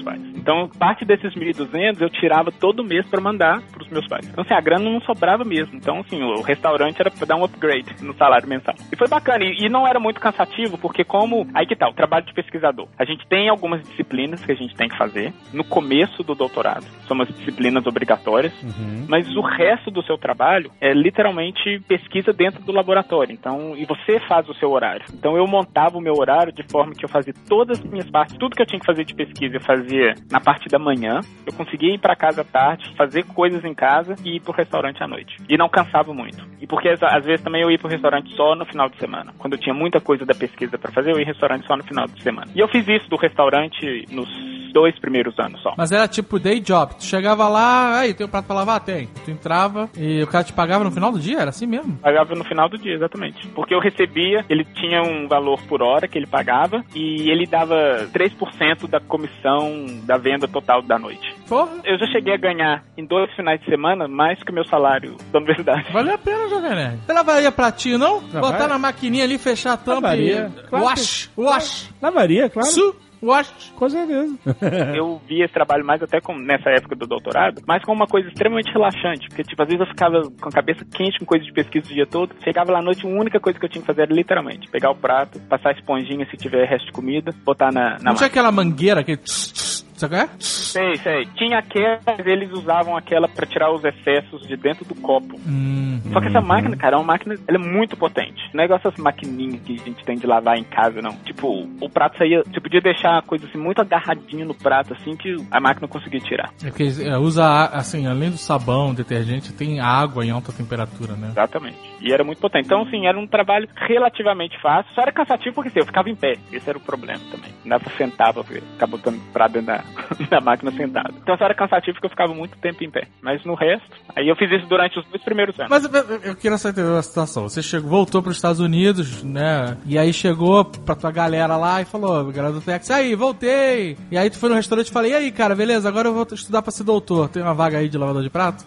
S3: Então, parte desses mil e duzentos eu tirava todo mês pra mandar pros meus pais. Então, assim, a grana não sobrava mesmo. Então, assim, o restaurante era pra dar um upgrade no salário mensal. E foi bacana. E, e não era muito cansativo, porque como... Aí que tá, o trabalho de pesquisador. A gente tem algumas disciplinas que a gente tem que fazer no começo do doutorado. São umas disciplinas obrigatórias. Uhum. Mas o resto do seu trabalho é literalmente pesquisa dentro do laboratório. Então, e você faz o seu horário. Então, eu montava o meu horário de forma que eu fazia todas as minhas partes, tudo que eu tinha que fazer de pesquisa eu fazia na parte da manhã. Eu conseguia ir pra casa à tarde, fazer coisas em casa e ir pro restaurante à noite. E não cansava muito. E porque às vezes também eu ia pro restaurante só no final de semana. Quando eu tinha muita coisa da pesquisa pra fazer, eu ia ao restaurante só no final de semana. E eu fiz isso do restaurante nos dois primeiros anos só.
S4: Mas era tipo day job. Tu chegava lá, aí, tem um prato pra lavar? Tem. Tu entrava e o cara te pagava no final do dia? Era assim mesmo?
S3: Pagava no final do dia, exatamente. Porque eu recebia, ele tinha um valor por hora que ele pagava e ele dava três por cento da comissão da venda total da noite.
S4: Porra.
S3: Eu já cheguei a ganhar em dois finais de semana mais que o meu salário da universidade.
S4: Valeu a pena, Jovem Nerd. Você lavaria pratinho, não?
S2: Não
S4: Botar
S2: vai?
S4: na maquininha ali, fechar a tampa
S2: Lavaria.
S4: e...
S2: Claro
S4: wash,
S2: que...
S4: wash.
S2: Lavaria, claro.
S4: Su, wash.
S2: Com certeza.
S3: Eu via esse trabalho mais até com, nessa época do doutorado, mas com uma coisa extremamente relaxante, porque tipo, às vezes eu ficava com a cabeça quente com coisa de pesquisa o dia todo, chegava lá à noite, a única coisa que eu tinha que fazer era literalmente pegar o prato, passar a esponjinha se tiver resto de comida, botar na, na
S4: Não tinha aquela mangueira, aquele... Sabe qual é?
S3: Sei, sei. Tinha aquela, mas eles usavam aquela pra tirar os excessos de dentro do copo.
S4: Hum,
S3: Só que essa máquina, cara, é uma máquina, ela é muito potente. Não é igual essas maquininhas que a gente tem de lavar em casa, não. Tipo, o prato saía, você podia deixar a coisa assim, muito agarradinha no prato, assim, que a máquina conseguia tirar.
S4: É que é, usa, assim, além do sabão, detergente, tem água em alta temperatura, né?
S3: Exatamente. E era muito potente. Então, assim, era um trabalho relativamente fácil. Só era cansativo porque, assim, eu ficava em pé. Esse era o problema também. Não dava pra sentar pra ficar botando prato dentro da, da máquina sentado. Então, só era cansativo porque eu ficava muito tempo em pé. Mas no resto, aí eu fiz isso durante os dois primeiros anos.
S4: Mas eu, eu queria só entender a situação. Você chegou, voltou pros Estados Unidos, né? E aí chegou pra tua galera lá e falou, galera do Texas, aí, voltei. E aí tu foi no restaurante e falei, e aí, cara, beleza, agora eu vou estudar pra ser doutor. Tem uma vaga aí de lavador de prato?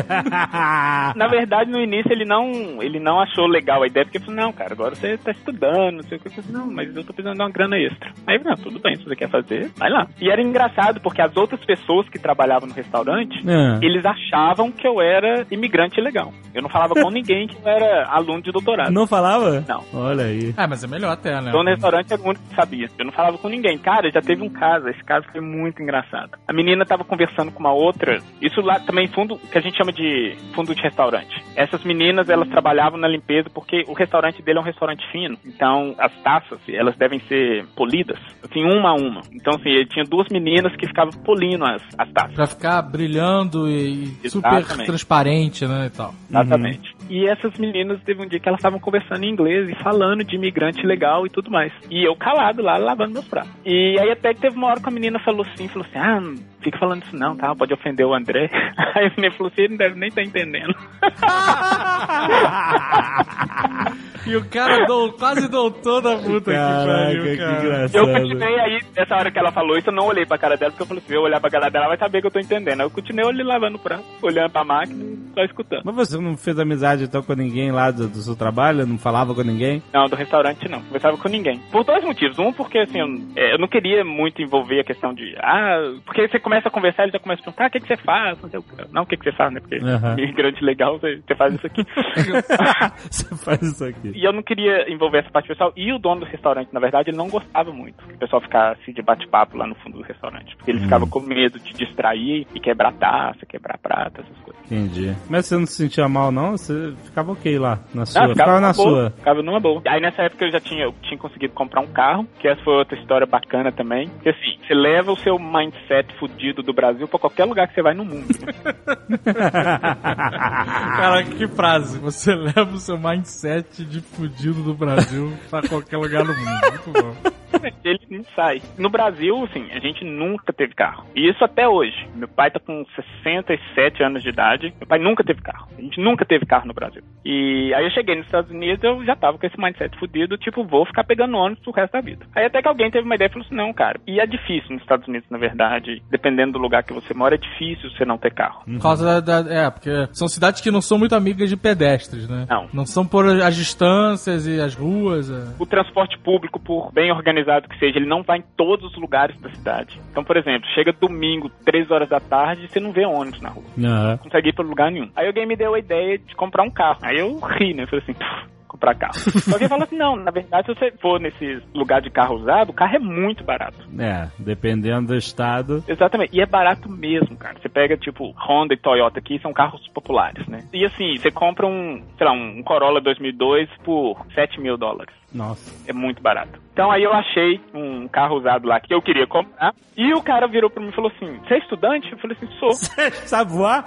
S3: Na verdade, no início ele não, ele não achou legal a ideia, porque ele falou, não, cara, agora você tá estudando, não sei o que. Eu falei, não, mas eu tô precisando de uma grana extra. Aí eu falei, não, tudo bem, se você quer fazer, vai lá. E era engraçado, porque as outras pessoas que trabalhavam no restaurante,
S2: É.
S3: eles achavam que eu era imigrante ilegal. Eu não falava com ninguém que eu era aluno de doutorado.
S2: Não falava?
S3: Não.
S2: Olha aí.
S4: É, mas é melhor até, né?
S3: Então no restaurante era o único que sabia. Eu não falava com ninguém. Cara, já teve um caso, esse caso foi muito engraçado. A menina tava conversando com uma outra, isso lá também fundo, que a gente chama de fundo de restaurante. Essas meninas, elas trabalhavam na limpeza porque o restaurante dele é um restaurante fino. Então as taças, elas devem ser polidas, assim, uma a uma. Então assim, ele tinha duas meninas que ficavam polindo as, as taças.
S4: Pra ficar brilhando e super
S3: Exatamente.
S4: transparente, né, e tal.
S3: Exatamente. Uhum. E essas meninas, teve um dia que elas estavam conversando em inglês e falando de imigrante legal e tudo mais. E eu calado lá, lavando meus pratos. E aí até que teve uma hora que a menina falou assim, falou assim, ah, não fica falando isso não, tá? Pode ofender o André. Aí a menina falou assim, ele não deve nem estar entendendo.
S4: E o cara dou, quase doutor da puta
S2: Caraca,
S4: que pariu,
S2: que
S4: cara.
S2: engraçado.
S3: Eu continuei aí, nessa hora que ela falou isso, eu não olhei pra cara dela, porque eu falei assim, se eu olhar pra cara dela, ela vai saber que eu tô entendendo. Aí eu continuei ali lavando o prato, olhando pra máquina e só escutando.
S2: Mas você não fez amizade então com ninguém lá do, do seu trabalho? Não falava com ninguém?
S3: Não, do restaurante não. Conversava com ninguém. Por dois motivos. Um, porque assim, eu, é, eu não queria muito envolver a questão de... Ah, porque você começa a conversar, ele já começa a perguntar, ah, o que, que você faz? Não, sei o que. Não, o que, que você faz, né? Porque
S2: Uhum.
S3: imigrante legal, você, você faz isso aqui.
S2: Você faz isso aqui.
S3: E eu não queria envolver essa parte pessoal. E o dono do restaurante, na verdade, ele não gostava muito que o pessoal ficasse de bate-papo lá no fundo do restaurante. Porque ele hum. ficava com medo de distrair e quebrar taça, quebrar prata, essas coisas.
S2: Entendi. Mas você não se sentia mal, não? Você ficava ok lá, na sua?
S3: Não, ficava,
S2: ficava na
S3: boa,
S2: sua?
S3: Ficava numa boa. Aí nessa época eu já tinha, eu tinha conseguido comprar um carro, que essa foi outra história bacana também. Porque assim, você leva o seu mindset fudido do Brasil pra qualquer lugar que você vai no mundo.
S4: Cara, que frase. Você leva o seu mindset de fudido do Brasil pra qualquer lugar do mundo. Muito bom.
S3: Ele não sai. No Brasil, assim, a gente nunca teve carro. E isso até hoje. Meu pai tá com sessenta e sete anos de idade. Meu pai nunca teve carro. A gente nunca teve carro no Brasil. E aí eu cheguei nos Estados Unidos, eu já tava com esse mindset fudido, tipo, vou ficar pegando ônibus pro resto da vida. Aí até que alguém teve uma ideia e falou assim, não, cara. E é difícil nos Estados Unidos, na verdade. Dependendo do lugar que você mora, é difícil você não ter carro.
S4: Por causa da, da... É, porque são cidades que não são muito amigas de pedestres, né?
S3: Não.
S4: Não são por as distâncias e as ruas. É.
S3: O transporte público, por bem organizado, organizado que seja, ele não vai em todos os lugares da cidade. Então, por exemplo, chega domingo, três horas da tarde, você não vê ônibus na rua.
S2: Uhum.
S3: Não consegue ir pra lugar nenhum. Aí alguém me deu a ideia de comprar um carro. Aí eu ri, né? Eu falei assim, comprar carro. Só que falou assim, não, na verdade, se você for nesse lugar de carro usado, o carro é muito barato.
S2: É, dependendo do estado.
S3: Exatamente, e é barato mesmo, cara. Você pega, tipo, Honda e Toyota aqui, são carros populares, né? E assim, você compra um, sei lá, um Corolla dois mil e dois por sete mil dólares.
S2: Nossa.
S3: É muito barato. Então aí eu achei um carro usado lá que eu queria comprar. E o cara virou pra mim e falou assim, você é estudante? Eu falei assim, sou.
S2: Você sabe voar?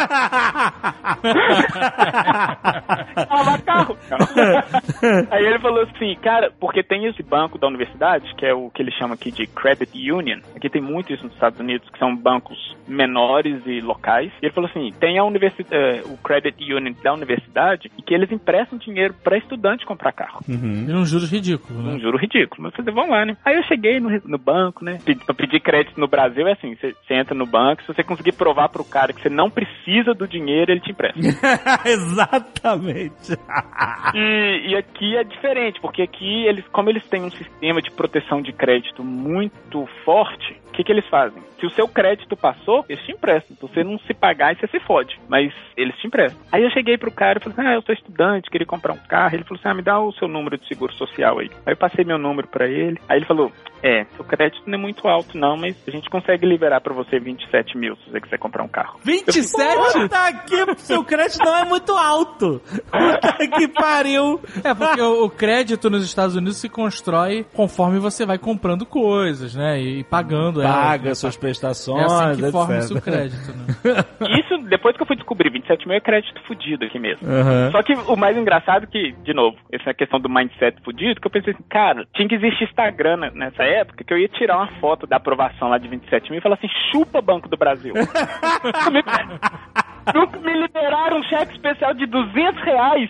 S3: Lavar carro. Aí ele falou assim, cara, porque tem esse banco da universidade, que é o que ele chama aqui de Credit Union. Aqui tem muito isso nos Estados Unidos, que são bancos menores e locais. E ele falou assim, tem a universi- uh, o Credit Union da universidade e que eles emprestam dinheiro pra estudante comprar carro.
S2: Uhum.
S4: E um juros ridículo, né?
S3: Um juro ridículo. Mas eu falei, vamos lá, né? Aí eu cheguei no, no banco, né? Pedi, pra pedir crédito no Brasil é assim, você entra no banco, se você conseguir provar pro cara que você não precisa do dinheiro, ele te empresta.
S2: Exatamente.
S3: E, e aqui é diferente, porque aqui, eles, como eles têm um sistema de proteção de crédito muito forte, o que, que eles fazem? Se o seu crédito passou, eles te emprestam. Se você não se pagar, você se fode. Mas eles te emprestam. Aí eu cheguei pro cara e falei assim, ah, eu sou estudante, queria comprar um carro. Ele falou assim, ah, me dá o seu número de seguro social aí. Aí eu passei meu número pra ele. Aí ele falou, é, seu crédito não é muito alto não, mas a gente consegue liberar pra você vinte e sete mil se você quiser comprar um carro.
S2: vinte e sete? Puta aqui, seu crédito não é muito alto. Puta que pariu.
S4: É, porque o, o crédito nos Estados Unidos se constrói conforme você vai comprando coisas, né? E pagando
S2: Paga
S4: elas,
S2: suas
S4: né?
S2: prestações,
S4: É assim que
S2: etcétera.
S4: forma-se o crédito, né?
S3: Isso, depois que eu fui descobrir, vinte e sete mil é crédito fudido aqui mesmo.
S2: Uhum.
S3: Só que o mais engraçado é que, de novo, essa é a questão do mindset fudido, que eu pensei assim, cara, tinha que existir Instagram nessa época, que eu ia tirar uma foto da aprovação lá de vinte e sete mil e falar assim, chupa Banco do Brasil. Nunca me liberaram um cheque especial de duzentos reais.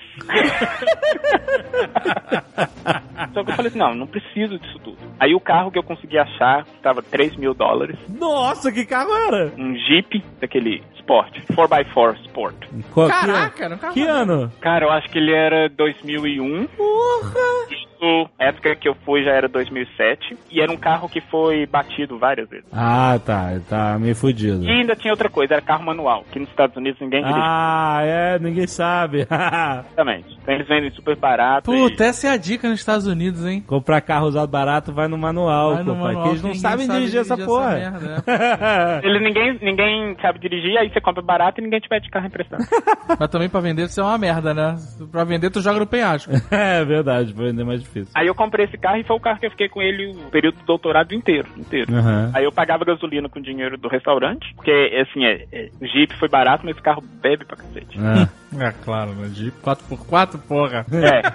S3: Só que eu falei assim, não, não preciso disso tudo. Aí o carro que eu consegui achar estava três mil dólares.
S2: Nossa, que carro era?
S3: Um Jeep daquele Sport, quatro por quatro Sport.
S2: Qual-
S4: Caraca, não
S2: que, que ano?
S3: Cara, eu acho que ele era dois mil e um.
S2: Porra!
S3: Isso, a época que eu fui já era dois mil e sete. E era um carro que foi batido várias vezes.
S2: Ah, tá. Tá meio fudido.
S3: E ainda tinha outra coisa, era carro manual. Que nos Estados Unidos ninguém dirige.
S2: Ah, é, ninguém sabe.
S3: Exatamente. Então eles vendem super barato.
S4: Puta,
S3: e...
S4: essa é a dica nos Estados Unidos, hein?
S2: Comprar carro usado barato, vai no manual,
S4: Vai no
S2: compadre,
S4: manual,
S2: que eles não
S4: ninguém
S2: sabem
S4: sabe
S2: dirigir essa porra.
S4: merda, é.
S3: Eles, ninguém, ninguém sabe dirigir, aí você compra barato e ninguém te pede carro emprestado.
S4: Mas também pra vender isso é uma merda, né? Pra vender tu joga no penhasco.
S2: É verdade, pra vender mais difícil.
S3: Aí eu comprei esse carro e foi o carro que eu fiquei com ele o período do doutorado inteiro. inteiro.
S2: Uhum.
S3: Aí eu pagava gasolina com dinheiro do restaurante, porque assim, é, é, o Jeep foi barato, mas esse carro bebe pra cacete.
S2: É.
S4: É claro, né? Jeep quatro por quatro, porra.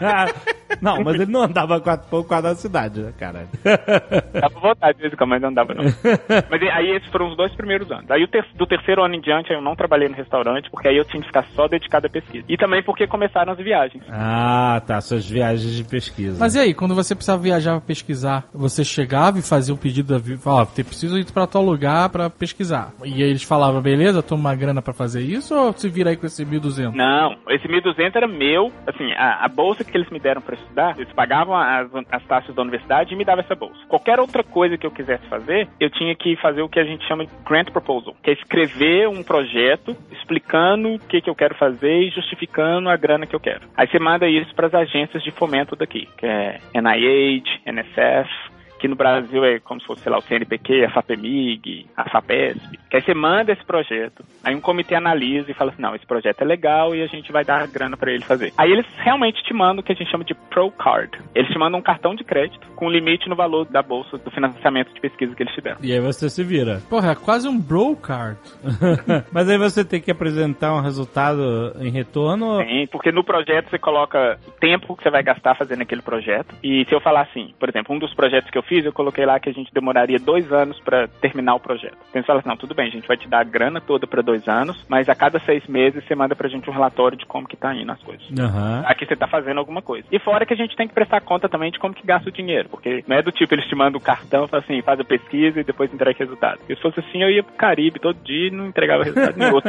S3: É.
S2: Não, mas ele não andava quatro por quatro na cidade, né, caralho?
S3: Dá pra voltar de vez em quando, mas não dava não. Mas aí esses foram os dois primeiros anos. Aí o ter- do terceiro ano em diante eu não trabalhei no restaurante, porque aí eu tinha que ficar só dedicado à pesquisa. E também porque começaram as viagens.
S2: Ah, tá, suas viagens de pesquisa.
S4: Mas e aí, quando você precisava viajar pra pesquisar, você chegava e fazia um pedido da vi- falava, "Te- preciso ir pra tal lugar pra pesquisar." E aí eles falavam, beleza, toma uma grana pra fazer isso ou se vira aí com esse mil e duzentos?
S3: Não, esse mil e duzentos era meu, assim, a, a bolsa que eles me deram pra estudar, eles pagavam as, as taxas da universidade e me davam essa bolsa. Qualquer outra coisa que eu quisesse fazer, eu tinha que fazer o que a gente chama de grant proposal, que é escrever um projeto explicando o que, que eu quero fazer e justificando a grana que eu quero. Aí você manda isso pras agências de fomento daqui, que é N I H, N S F, que no Brasil é como se fosse, sei lá, o C N P Q, a FAPEMIG, a FAPESP. Que aí você manda esse projeto, aí um comitê analisa e fala assim, não, esse projeto é legal e a gente vai dar grana pra ele fazer. Aí eles realmente te mandam o que a gente chama de Pro Card. Eles te mandam um cartão de crédito com limite no valor da bolsa do financiamento de pesquisa que eles te deram.
S2: E aí você se vira.
S4: Porra, é quase um bro card.
S2: Mas aí você tem que apresentar um resultado em retorno.
S3: Sim, porque no projeto você coloca o tempo que você vai gastar fazendo aquele projeto. E se eu falar assim, por exemplo, um dos projetos que eu fiz, eu coloquei lá que a gente demoraria dois anos pra terminar o projeto. Então você fala assim, não, tudo bem. bem, a gente vai te dar a grana toda para dois anos, mas a cada seis meses você manda pra gente um relatório de como que tá indo as coisas.
S2: Uhum.
S3: Aqui você tá fazendo alguma coisa. E fora que a gente tem que prestar conta também de como que gasta o dinheiro, porque não é do tipo, eles te mandam o cartão e falam assim, faz a pesquisa e depois entrega resultado. Se fosse assim, eu ia pro Caribe todo dia e não entregava resultado nenhum.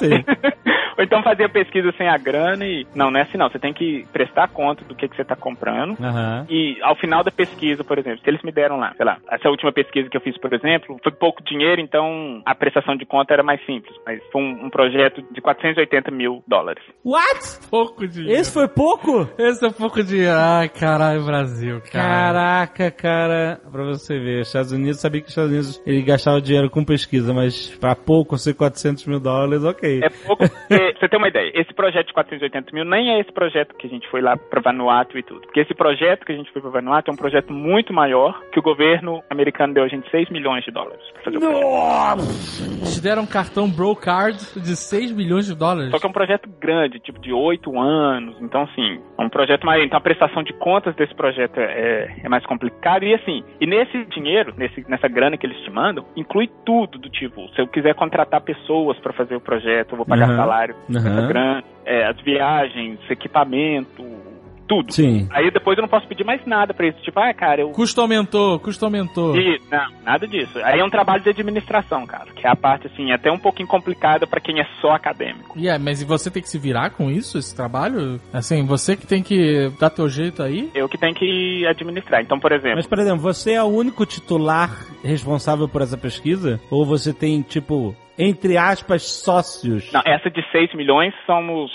S3: Ou então fazia pesquisa sem a grana e... Não, não é assim não. Você tem que prestar conta do que, que você tá comprando.
S2: Uhum.
S3: E ao final da pesquisa, por exemplo, se eles me deram lá, sei lá, essa última pesquisa que eu fiz, por exemplo, foi pouco dinheiro, então a prestação de conta era mais simples. Mas foi um, um projeto de quatrocentos e oitenta mil dólares.
S2: What?
S4: Pouco dinheiro.
S2: Esse foi pouco?
S4: Esse é pouco dinheiro. Ai, caralho, Brasil, cara.
S2: Caraca, cara. Pra você ver, os Estados Unidos, sabia que os Estados Unidos ele gastava dinheiro com pesquisa, mas pra pouco ser quatrocentos mil dólares, ok.
S3: É pouco, porque, você tem uma ideia, esse projeto de quatrocentos e oitenta mil nem é esse projeto que a gente foi lá pra Vanuatu e tudo. Porque esse projeto que a gente foi pra Vanuatu é um projeto muito maior que o governo americano deu a gente seis milhões de dólares pra fazer o projeto.
S4: Te deram um cartão Bro Card de seis milhões de dólares.
S3: Só que é um projeto grande, tipo de oito anos. Então, assim, é um projeto maior. Então, a prestação de contas desse projeto é, é mais complicado. E, assim, e nesse dinheiro, nesse, nessa grana que eles te mandam, inclui tudo do tipo, se eu quiser contratar pessoas pra fazer o projeto, eu vou pagar
S2: Uhum.
S3: salário
S2: Uhum.
S3: dessa grana, é, as viagens, equipamento, tudo.
S2: Sim.
S3: Aí depois eu não posso pedir mais nada pra isso. Tipo, ah, cara, eu...
S4: Custo aumentou, custo aumentou.
S3: E, não, nada disso. Aí é um trabalho de administração, cara. Que é a parte, assim, até um pouquinho complicada pra quem é só acadêmico.
S4: Yeah, mas e você tem que se virar com isso, esse trabalho? Assim, você que tem que dar teu jeito aí?
S3: Eu que tenho que administrar. Então, por exemplo...
S2: Mas, por exemplo, você é o único titular responsável por essa pesquisa? Ou você tem, tipo, entre aspas, sócios?
S3: Não, essa de seis milhões somos...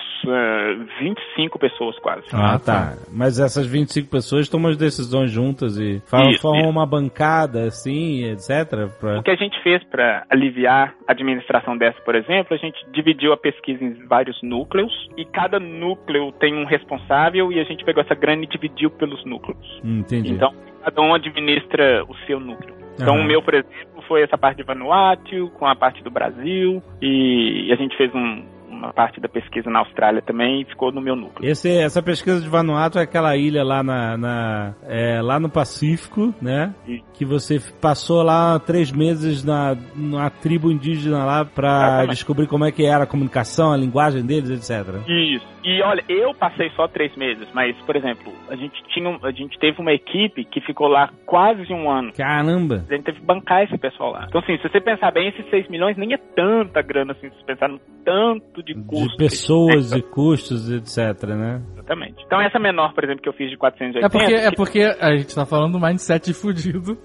S3: Uh, vinte e cinco pessoas quase.
S2: Ah, tá. Mas essas vinte e cinco pessoas tomam as decisões juntas e falam,
S3: Isso,
S2: formam
S3: isso.
S2: uma bancada, assim, etcétera. Pra...
S3: O que a gente fez para aliviar a administração dessa, por exemplo, a gente dividiu a pesquisa em vários núcleos e cada núcleo tem um responsável e a gente pegou essa grana e dividiu pelos núcleos.
S2: Hum, entendi.
S3: Então, cada um administra o seu núcleo. Então,
S2: Aham.
S3: o meu, por exemplo, foi essa parte de Vanuatu, com a parte do Brasil, e a gente fez um, uma parte da pesquisa na Austrália também e ficou no meu núcleo.
S2: Esse, essa pesquisa de Vanuatu é aquela ilha lá, na, na, é, lá no Pacífico, né?
S3: E-
S2: Que você passou lá três meses na, numa tribo indígena lá pra
S3: Exatamente.
S2: descobrir como é que era a comunicação, a linguagem deles, etcétera.
S3: Isso. E olha, eu passei só três meses, mas, por exemplo, a gente tinha, um- a gente teve uma equipe que ficou lá quase um ano.
S2: Caramba!
S3: A gente teve que bancar esse pessoal lá. Então, assim, se você pensar bem, esses seis milhões nem é tanta grana, assim, se você pensar no tanto de custo.
S2: De pessoas
S3: que-
S2: e custos, etcétera, né?
S3: Exatamente. Então, essa menor, por exemplo, que eu fiz de quatrocentos e
S4: É
S3: oitenta...
S4: porque, é
S3: que-
S4: porque a gente tá falando do mindset fudido.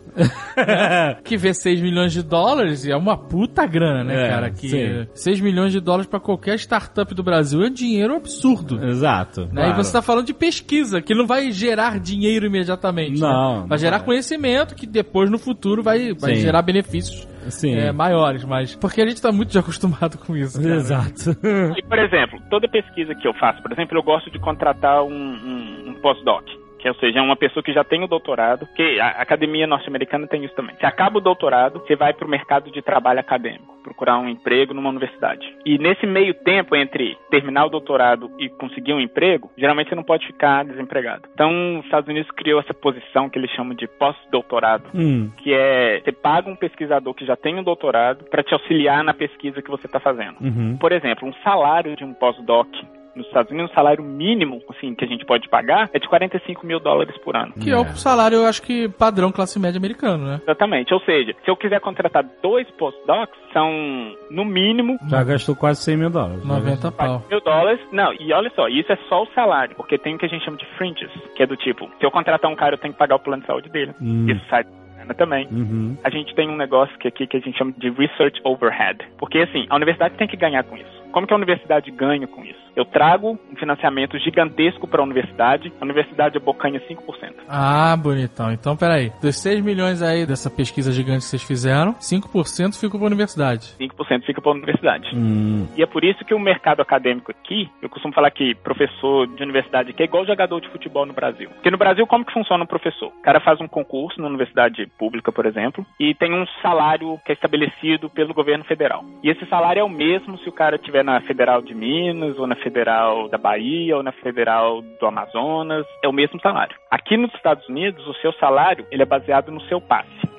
S4: Que vê seis milhões de dólares é uma puta grana, né,
S2: É,
S4: cara? Que
S2: sim.
S4: seis milhões de dólares pra qualquer startup do Brasil é dinheiro absurdo.
S2: Exato.
S4: Né?
S2: claro.
S4: E você tá falando de pesquisa, que não vai gerar dinheiro imediatamente.
S2: Não,
S4: né?
S2: não
S4: Vai gerar
S2: vai.
S4: conhecimento que depois no futuro vai, vai
S2: Sim.
S4: gerar benefícios
S2: Sim.
S4: é, maiores, mas porque a gente tá muito acostumado com isso, cara.
S2: Exato.
S3: E, por exemplo, toda pesquisa que eu faço, por exemplo, eu gosto de contratar um, um, um pós-doc. Que, ou seja, é uma pessoa que já tem o doutorado, que a academia norte-americana tem isso também. Você acaba o doutorado, você vai para o mercado de trabalho acadêmico, procurar um emprego numa universidade. E nesse meio tempo entre terminar o doutorado e conseguir um emprego, geralmente você não pode ficar desempregado. Então, os Estados Unidos criou essa posição que eles chamam de pós-doutorado,
S2: Hum.
S3: que é, você paga um pesquisador que já tem um doutorado para te auxiliar na pesquisa que você está fazendo.
S2: Uhum.
S3: Por exemplo, um salário de um pós-doc nos Estados Unidos, o salário mínimo, assim, que a gente pode pagar é de quarenta e cinco mil dólares por ano.
S4: Que é o salário, eu acho que padrão classe média americano, né?
S3: Exatamente. Ou seja, se eu quiser contratar dois postdocs, são, no mínimo,
S2: Já gastou quase cem mil dólares.
S4: noventa pau.
S3: mil dólares. Não, e olha só, isso é só o salário, porque tem o que a gente chama de fringes, que é do tipo, se eu contratar um cara, eu tenho que pagar o plano de saúde dele.
S2: Hum.
S3: Isso sai também.
S2: Uhum.
S3: A gente tem um negócio que aqui que a gente chama de research overhead. Porque, assim, a universidade tem que ganhar com isso. Como que a universidade ganha com isso? Eu trago um financiamento gigantesco para a universidade, a universidade abocanha cinco por cento.
S4: Ah, bonitão. Então, peraí. Dos seis milhões aí dessa pesquisa gigante que vocês fizeram, cinco por cento ficou pra universidade.
S3: cinco por cento fica para a universidade.
S2: Hum.
S3: E é por isso que o mercado acadêmico aqui, eu costumo falar que professor de universidade aqui é igual jogador de futebol no Brasil. Porque no Brasil, como que funciona um professor? O cara faz um concurso na universidade pública, por exemplo, e tem um salário que é estabelecido pelo governo federal. E esse salário é o mesmo se o cara estiver na Federal de Minas, ou na Federal da Bahia, ou na Federal do Amazonas, é o mesmo salário. Aqui nos Estados Unidos, o seu salário, ele é baseado no seu passe.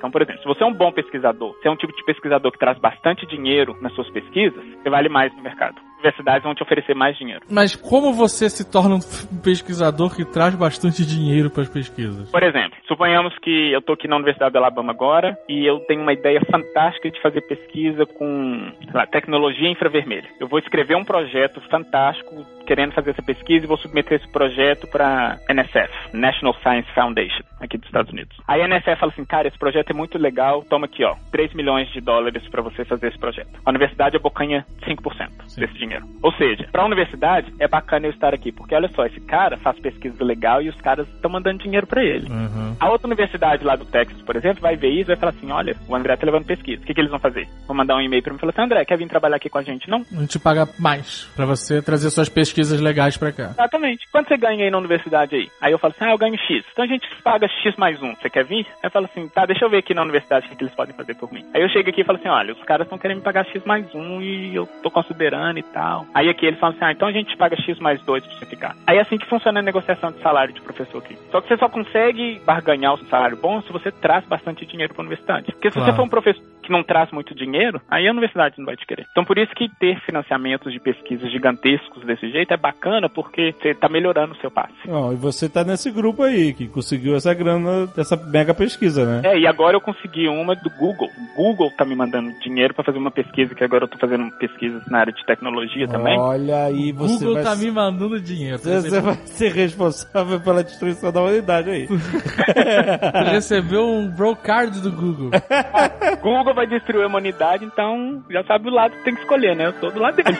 S3: Então, por exemplo, se você é um bom pesquisador, se é um tipo de pesquisador que traz bastante dinheiro nas suas pesquisas, você vale mais no mercado. Universidades vão te oferecer mais dinheiro.
S4: Mas como você se torna um pesquisador que traz bastante dinheiro para as pesquisas?
S3: Por exemplo, suponhamos que eu estou aqui na Universidade do Alabama agora e eu tenho uma ideia fantástica de fazer pesquisa com, sei lá, tecnologia infravermelha. Eu vou escrever um projeto fantástico querendo fazer essa pesquisa e vou submeter esse projeto para N S F, National Science Foundation, aqui dos Estados Unidos. Aí a N S F fala assim, cara, esse projeto é muito legal, toma aqui, ó, três milhões de dólares para você fazer esse projeto. A universidade abocanha cinco por cento Sim. desse dinheiro. Ou seja, para a universidade é bacana eu estar aqui, porque olha só, esse cara faz pesquisa legal e os caras estão mandando dinheiro para ele.
S4: Uhum.
S3: A outra universidade lá do Texas, por exemplo, vai ver isso e vai falar assim, olha, o André tá levando pesquisa. O que, que eles vão fazer? Vão mandar um e-mail para mim e falar assim, André, quer vir trabalhar aqui com a gente? Não.
S4: A gente paga mais para você trazer suas pesquisas legais para cá.
S3: Exatamente. Quanto você ganha aí na universidade aí? Aí eu falo assim, ah, eu ganho X. Então a gente paga X mais um. Você quer vir? Aí eu falo assim, tá, deixa eu ver aqui na universidade o que, que eles podem fazer por mim. Aí eu chego aqui e falo assim, olha, os caras estão querendo me pagar X mais um e eu tô considerando e tal. Aí aqui eles falam assim, ah, então a gente paga X mais dois pra você ficar. Aí é assim que funciona a negociação de salário de professor aqui. Só que você só consegue barganhar o salário bom se você traz bastante dinheiro pra universidade. Porque se claro. Você for um professor que não traz muito dinheiro, aí a universidade não vai te querer. Então por isso que ter financiamentos de pesquisas gigantescos desse jeito é bacana, porque você tá melhorando o seu passe.
S2: Não, e você tá nesse grupo aí, que conseguiu essa grana dessa mega pesquisa, né?
S3: É, e agora eu consegui uma do Google. O Google tá me mandando dinheiro pra fazer uma pesquisa, que agora eu tô fazendo pesquisas na área de tecnologia também.
S2: Olha aí, você
S4: Google
S2: vai...
S4: tá me mandando dinheiro.
S2: Você, você vai ser responsável pela destruição da humanidade aí.
S4: Você recebeu um bro card do Google.
S3: Google vai destruir a humanidade, então já sabe o lado que tem que escolher, né? Eu sou do lado dele.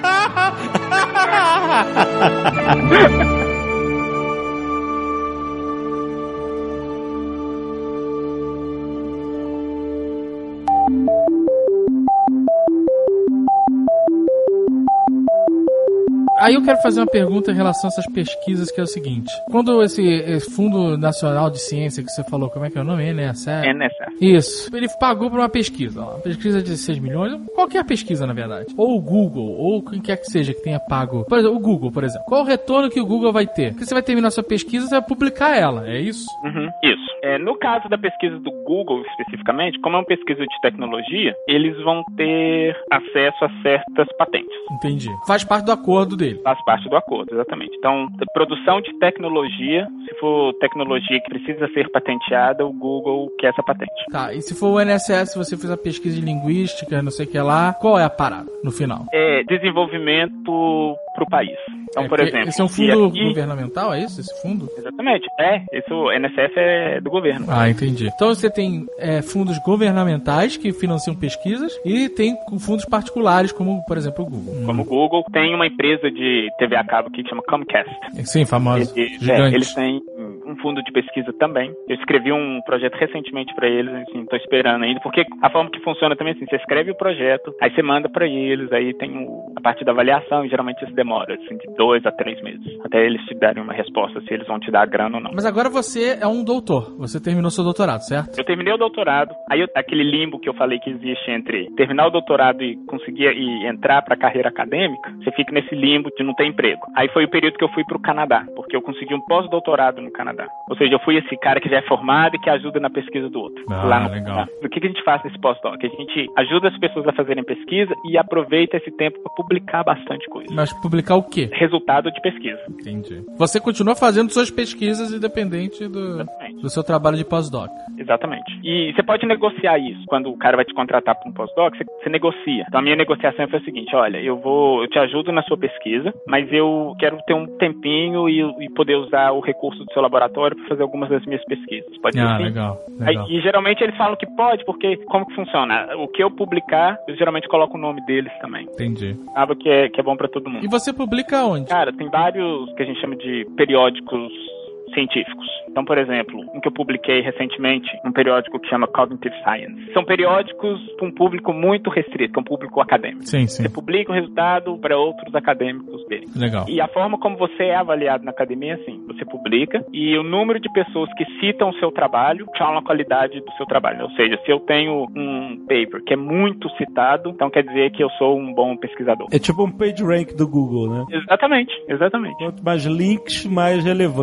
S4: Aí eu quero fazer uma pergunta em relação a essas pesquisas, que é o seguinte. Quando esse, esse Fundo Nacional de Ciência que você falou, como é que é o nome? N S F?
S3: N S F.
S4: Isso. Ele pagou por uma pesquisa. Ó, uma pesquisa de seis milhões, qualquer pesquisa, na verdade. Ou o Google, ou quem quer que seja que tenha pago. Por exemplo, o Google, por exemplo. Qual o retorno que o Google vai ter? Porque você vai terminar sua pesquisa, você vai publicar ela, é isso?
S3: Uhum, isso. É, no caso da pesquisa do Google, especificamente, como é uma pesquisa de tecnologia, eles vão ter acesso a certas patentes.
S4: Entendi. Faz parte do acordo dele.
S3: Faz parte do acordo, exatamente. Então, produção de tecnologia, se for tecnologia que precisa ser patenteada, o Google quer essa patente.
S4: Tá, e se for o N S S, se você fizer a pesquisa de linguística, não sei o que lá, qual é a parada no final?
S3: É desenvolvimento pro país. Então,
S4: é,
S3: por exemplo...
S4: Esse é um fundo
S3: aqui...
S4: governamental, é isso? Esse fundo?
S3: Exatamente. É, esse o N S F é do governo.
S4: Ah, entendi. Então você tem é, fundos governamentais que financiam pesquisas e tem fundos particulares, como, por exemplo, o Google.
S3: Como o Google. Tem uma empresa de T V a cabo aqui que chama Comcast.
S4: Sim, famoso.
S3: Eles, é, eles têm um fundo de pesquisa também. Eu escrevi um projeto recentemente pra eles, assim, tô esperando ainda, porque a forma que funciona também é assim, você escreve o projeto, aí você manda pra eles, aí tem o, a parte da avaliação, e geralmente isso demora, assim, de dois a três meses, até eles te darem uma resposta se eles vão te dar a grana ou não.
S4: Mas agora você é um doutor, você terminou seu doutorado, certo?
S3: Eu terminei o doutorado, aí eu, aquele limbo que eu falei que existe entre terminar o doutorado e conseguir e entrar pra carreira acadêmica, você fica nesse limbo de não ter emprego. Aí foi o período que eu fui pro Canadá, porque eu consegui um pós-doutorado no Canadá. Ou seja, eu fui esse cara que já é formado e que ajuda na pesquisa do outro.
S4: Ah,
S3: lá no
S4: legal.
S3: Canadá. O que a gente faz nesse pós-doc? A gente ajuda as pessoas a fazerem pesquisa e aproveita esse tempo para publicar bastante coisa.
S4: Mas publicar o quê?
S3: Resultado de pesquisa.
S4: Entendi. Você continua fazendo suas pesquisas independente do, do seu trabalho de pós-doc.
S3: Exatamente. E você pode negociar isso. Quando o cara vai te contratar para um pós-doc, você, você negocia. Então a minha negociação foi a seguinte, olha, eu vou, eu te ajudo na sua pesquisa, mas eu quero ter um tempinho e, e poder usar o recurso do seu laboratório para fazer algumas das minhas pesquisas. Pode
S4: ah,
S3: ser assim?
S4: legal. legal.
S3: Aí, e geralmente eles falam que pode, porque como que funciona? O que eu publicar, eu geralmente coloco o nome deles também.
S4: Entendi.
S3: Sabe que é, que é bom para todo mundo.
S4: E você publica onde?
S3: Cara, tem vários que a gente chama de periódicos científicos. Então, por exemplo, um que eu publiquei recentemente, um periódico que chama Cognitive Science. São periódicos para um público muito restrito, que é um público acadêmico.
S4: Sim, sim.
S3: Você publica o resultado para outros acadêmicos verem.
S4: Legal.
S3: E a forma como você é avaliado na academia é assim, você publica e o número de pessoas que citam o seu trabalho falam a qualidade do seu trabalho. Ou seja, se eu tenho um paper que é muito citado, então quer dizer que eu sou um bom pesquisador.
S2: É tipo um PageRank do Google, né?
S3: Exatamente, exatamente.
S2: Quanto mais links, mais relevante, né?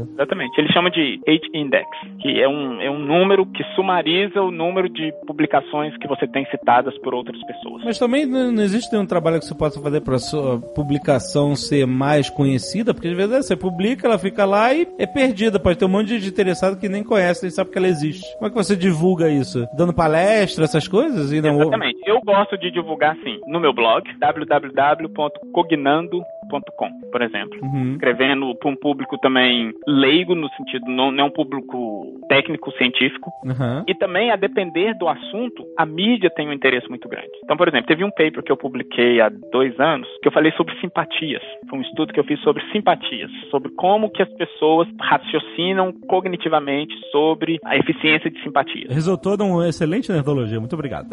S3: Exatamente. Ele chama de H-Index, que é um, é um número que sumariza o número de publicações que você tem citadas por outras pessoas.
S2: Mas também não não existe nenhum trabalho que você possa fazer para sua publicação ser mais conhecida, porque às vezes você publica, ela fica lá e é perdida. Pode ter um monte de interessado que nem conhece, nem sabe que ela existe. Como é que você divulga isso? Dando palestra, essas coisas? E não...
S3: Exatamente. Eu gosto de divulgar, sim, no meu blog, w w w ponto cognando ponto com, por exemplo.
S2: Uhum.
S3: Escrevendo para um público também leigo, no sentido, não, não é um público técnico-científico.
S2: Uhum.
S3: E também, a depender do assunto, a mídia tem um interesse muito grande. Então, por exemplo, teve um paper que eu publiquei há dois anos, que eu falei sobre simpatias. Foi um estudo que eu fiz sobre simpatias, sobre como que as pessoas raciocinam cognitivamente sobre a eficiência de simpatias.
S2: Resultou numa excelente nerdologia. Muito obrigado.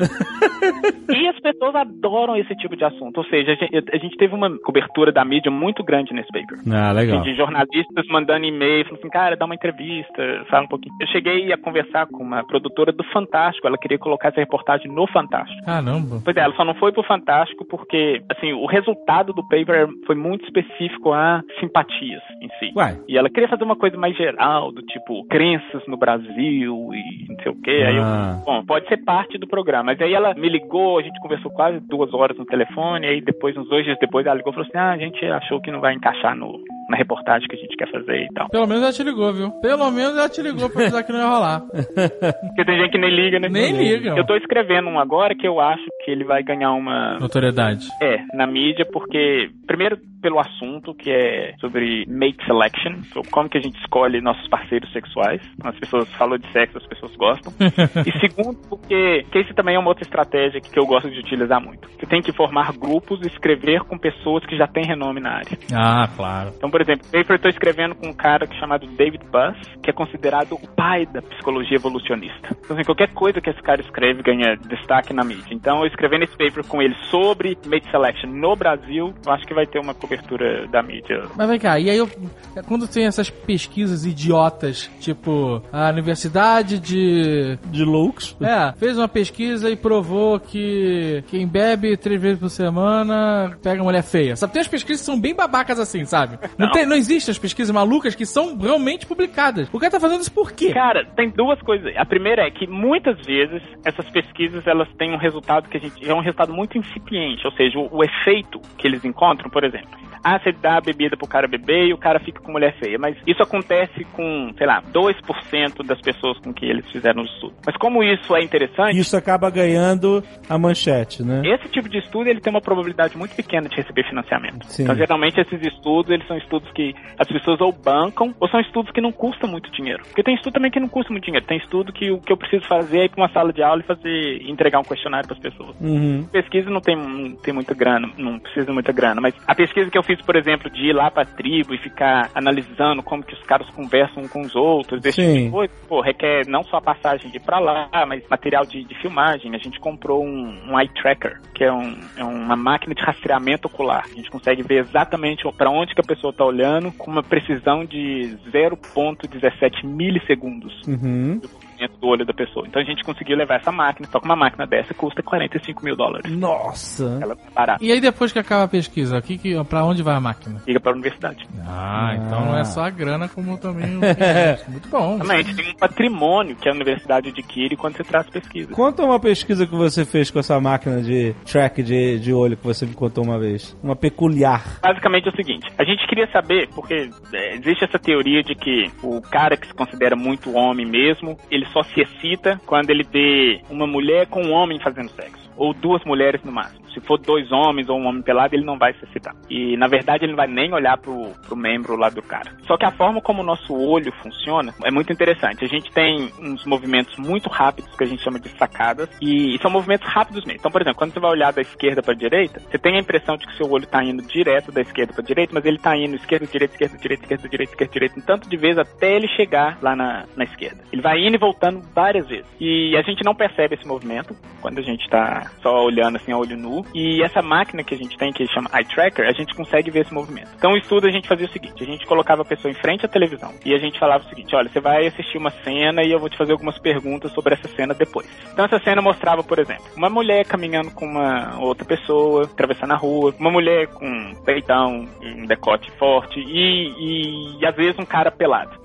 S3: E as pessoas adoram esse tipo de assunto. Ou seja, a gente, a gente teve uma cobertura da mídia muito grande nesse paper.
S2: Ah, legal.
S3: De jornalistas mandando e-mail, falando assim, cara, dá uma entrevista, fala um pouquinho. Eu cheguei a conversar com uma produtora do Fantástico, ela queria colocar essa reportagem no Fantástico.
S4: Caramba.
S3: Pois é, ela só não foi pro Fantástico porque, assim, o resultado do paper foi muito específico a simpatias em si.
S2: Uai.
S3: E ela queria fazer uma coisa mais geral, do tipo, crenças no Brasil e não sei o quê. Aí
S2: Ah.
S3: eu, bom, pode ser parte do programa. Mas aí ela me ligou, a gente conversou quase duas horas no telefone, aí depois, uns dois dias depois, ela ligou e falou assim, ah, a gente achou que não vai encaixar no, na reportagem que a gente quer fazer e tal.
S4: Pelo menos ela te ligou, viu? Pelo menos ela te ligou pra avisar que não ia rolar.
S3: Porque tem gente que nem liga, né?
S4: Nem liga.
S3: Eu tô escrevendo um agora que eu acho que ele vai ganhar uma...
S4: Notoriedade.
S3: É, na mídia, porque, primeiro, pelo assunto, que é sobre mate selection, sobre como que a gente escolhe nossos parceiros sexuais. As pessoas falam de sexo, as pessoas gostam. E segundo, porque que isso também é uma outra estratégia que eu gosto de utilizar muito. Você tem que formar grupos e escrever com pessoas que já têm renome na área.
S4: Ah, claro.
S3: Então, por exemplo, eu estou escrevendo com um cara chamado David Buss, que é considerado o pai da psicologia evolucionista. Então, assim, qualquer coisa que esse cara escreve ganha destaque na mídia. Então, eu escrevendo esse paper com ele sobre mate selection no Brasil, eu acho que vai ter uma cobertura da mídia.
S4: Mas vem cá, e aí eu, quando tem essas pesquisas idiotas, tipo, a Universidade de...
S2: De loucos.
S4: É, fez uma pesquisa e provou que quem bebe três vezes por semana pega mulher feia. Sabe, tem as pesquisas que são bem babacas assim, sabe? Não,
S3: Não.
S4: tem, não existem as pesquisas malucas que são realmente publicadas. O cara tá fazendo isso por quê?
S3: Cara, tem duas coisas. A primeira é que muitas vezes essas pesquisas elas têm um resultado que a gente é um resultado muito incipiente, ou seja, o, o efeito que eles encontram, por exemplo. Ah, você dá a bebida pro cara beber e o cara fica com mulher feia. Mas isso acontece com, sei lá, dois por cento das pessoas com que eles fizeram o estudo. Mas como isso é interessante...
S2: Isso acaba ganhando a manchete, né?
S3: Esse tipo de estudo, ele tem uma probabilidade muito pequena de receber financiamento.
S2: Sim.
S3: Então, geralmente, esses estudos, eles são estudos que as pessoas ou bancam, ou são estudos que não custam muito dinheiro. Porque tem estudo também que não custa muito dinheiro. Tem estudo que o que eu preciso fazer é ir pra uma sala de aula e fazer, entregar um questionário pras pessoas.
S2: Uhum.
S3: Pesquisa não tem, não tem muita grana, não precisa de muita grana, mas a pesquisa que eu fiz, por exemplo, de ir lá pra tribo e ficar analisando como que os caras conversam um com os outros, esse tipo de coisa, pô, requer não só a passagem de ir pra lá, mas material de, de filmagem. A gente comprou um, um eye tracker, que é, um, é uma máquina de rastreamento ocular. A gente consegue ver exatamente pra onde que a pessoa tá olhando com uma precisão de zero vírgula dezessete milissegundos.
S2: Uhum.
S3: dentro do olho da pessoa. Então a gente conseguiu levar essa máquina, só que uma máquina dessa custa quarenta e cinco mil dólares.
S2: Nossa!
S3: Ela é barata.
S4: E aí depois que acaba a pesquisa, que, que, pra onde vai a máquina?
S3: Liga para a universidade.
S4: Ah, então não é só a grana como também o... Muito bom.
S3: Também, a gente tem um patrimônio que a universidade adquire quando você traz pesquisa.
S2: Conta uma pesquisa que você fez com essa máquina de track de, de olho que você me contou uma vez. Uma peculiar.
S3: Basicamente é o seguinte, a gente queria saber, porque é, existe essa teoria de que o cara que se considera muito homem mesmo, ele só se excita quando ele vê uma mulher com um homem fazendo sexo. Ou duas mulheres no máximo. Se for dois homens ou um homem pelado, ele não vai se excitar. E, na verdade, ele não vai nem olhar pro, pro membro lá do cara. Só que a forma como o nosso olho funciona é muito interessante. A gente tem uns movimentos muito rápidos, que a gente chama de sacadas, e são movimentos rápidos mesmo. Então, por exemplo, quando você vai olhar da esquerda pra direita, você tem a impressão de que o seu olho tá indo direto da esquerda pra direita, mas ele tá indo esquerda, direita, esquerda, direita, esquerda, direita, esquerda, direita, um tanto de vezes até ele chegar lá na, na esquerda. Ele vai indo e voltando várias vezes. E a gente não percebe esse movimento quando a gente tá só olhando assim a olho nu. E essa máquina que a gente tem, que chama Eye Tracker, a gente consegue ver esse movimento. Então o estudo a gente fazia o seguinte, a gente colocava a pessoa em frente à televisão e a gente falava o seguinte, olha, você vai assistir uma cena e eu vou te fazer algumas perguntas sobre essa cena depois. Então essa cena mostrava, por exemplo, uma mulher caminhando com uma outra pessoa, atravessando a rua, uma mulher com um peitão, um decote forte e, e, e às vezes um cara pelado.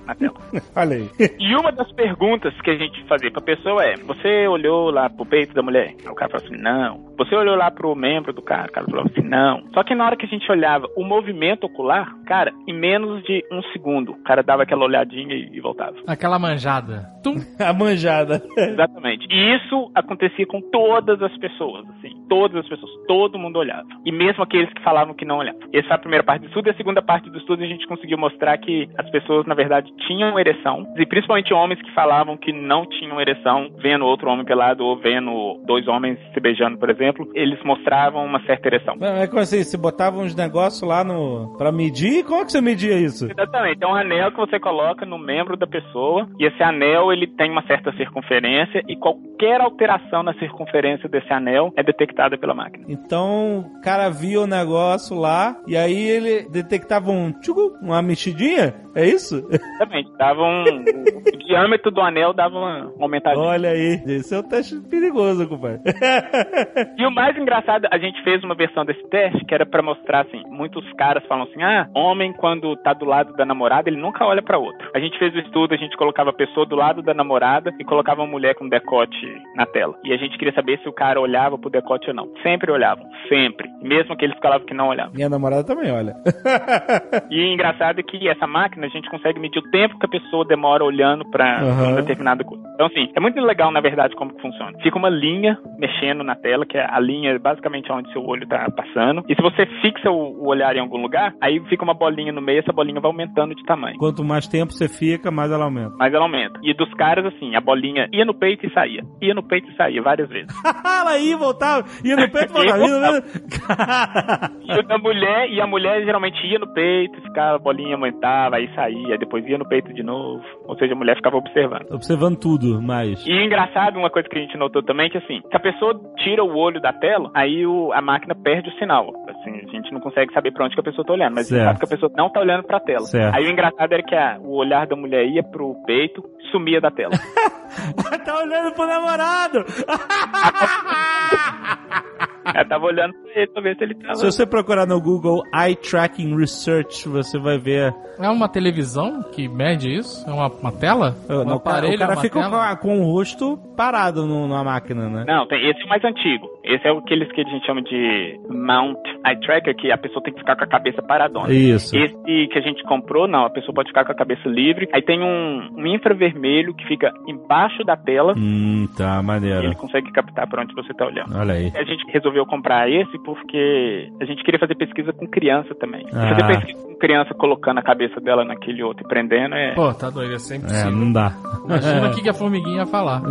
S3: na tela.
S2: Olha aí.
S3: E uma das perguntas que a gente fazia pra pessoa é, você olhou lá pro peito da mulher? Aí o cara falou assim, não. Você olhou lá pro membro do cara? O cara falou assim, não. Só que na hora que a gente olhava o movimento ocular, cara, em menos de um segundo, o cara dava aquela olhadinha e, e voltava.
S4: Aquela manjada. Tum.
S2: A manjada.
S3: Exatamente. E isso acontecia com todas as pessoas, assim. Todas as pessoas. Todo mundo olhava. E mesmo aqueles que falavam que não olhavam. Essa foi a primeira parte do estudo. E a segunda parte do estudo a gente conseguiu mostrar que as pessoas, na verdade, tinham ereção. E principalmente homens que falavam que não tinham ereção, vendo outro homem pelado ou vendo dois homens se beijando, por exemplo, eles mostravam uma certa ereção.
S2: É como assim? Você botava uns negócios lá no... pra medir? Como é que você media isso?
S3: Exatamente. É um anel que você coloca no membro da pessoa. E esse anel, ele tem uma certa circunferência. E qualquer alteração na circunferência desse anel é detectada pela máquina.
S2: Então, o cara via o negócio lá e aí ele detectava um tchugu, uma mexidinha? É isso?
S3: Exatamente. Dava um... o diâmetro do anel dava uma aumentadinha.
S2: Olha aí. Esse é um teste perigoso, compadre.
S3: E o mais engraçado, a gente fez uma versão desse teste que era pra mostrar, assim, muitos caras falam assim, ah, homem quando tá do lado da namorada, ele nunca olha pra outro. A gente fez o estudo, a gente colocava a pessoa do lado da namorada e colocava uma mulher com decote na tela. E a gente queria saber se o cara olhava pro decote ou não. Sempre olhavam. Sempre. Mesmo aqueles que falavam que não olhavam.
S2: Minha namorada também olha.
S3: E o engraçado é que essa máquina, a gente consegue medir o tempo que a pessoa demora olhando pra
S2: Uhum.
S3: uma determinada coisa. Então, assim, é muito legal, na verdade, como que funciona. Fica uma linha mexendo na tela, que é a linha basicamente onde seu olho tá passando. E se você fixa o, o olhar em algum lugar, aí fica uma bolinha no meio, essa bolinha vai aumentando de tamanho.
S2: Quanto mais tempo você fica, mais ela aumenta.
S3: Mas ela aumenta. E dos caras, assim, a bolinha ia no peito e saía. Ia no peito e saía várias vezes.
S2: Ela ia e voltava. Ia no peito e voltava. Ia no peito.
S3: E o da mulher, e a mulher geralmente ia no peito, ficava, a bolinha aumentava, aí saía, depois ia no peito de novo. Ou seja, a mulher ficava observando.
S2: Observando tudo, mais.
S3: E engraçado, uma coisa que a gente notou também, que assim, se a pessoa tira o olho da tela, aí o, a máquina perde o sinal. Assim, a gente não consegue saber pra onde que a pessoa tá olhando, mas
S2: Certo.
S3: sabe que a pessoa não tá olhando pra tela.
S2: Certo.
S3: Aí o engraçado era que a, o olhar da mulher ia pro peito, sumia da tela.
S2: Tá olhando pro namorado!
S3: Ela tava olhando pra ele pra ver se ele tava...
S2: Se você procurar no Google Eye Tracking Research, você vai ver...
S4: É uma televisão que mede isso? É uma, uma tela?
S2: Uh,
S4: Um
S2: não, o cara,
S4: aparelho,
S2: o cara
S4: uma
S2: fica com,
S4: tela?
S2: a- com o rosto parado no, na máquina, né?
S3: Não, tem, esse é o mais antigo. Esse é aqueles que a gente chama de Mount Eye Tracker, que a pessoa tem que ficar com a cabeça paradona.
S2: Isso.
S3: Esse que a gente comprou, não, a pessoa pode ficar com a cabeça livre. Aí tem um, um infravermelho que fica embaixo da tela
S2: Hum, tá,
S3: e
S2: maneiro.
S3: ele consegue captar pra onde você tá olhando.
S2: Olha aí.
S3: A gente resolveu comprar esse porque a gente queria fazer pesquisa com criança também.
S2: Ah.
S3: Fazer pesquisa com criança colocando a cabeça dela naquele outro e prendendo é...
S4: Pô, tá doido, é sempre
S2: É,
S4: possível.
S2: não dá.
S4: Imagina o que que a formiguinha ia falar.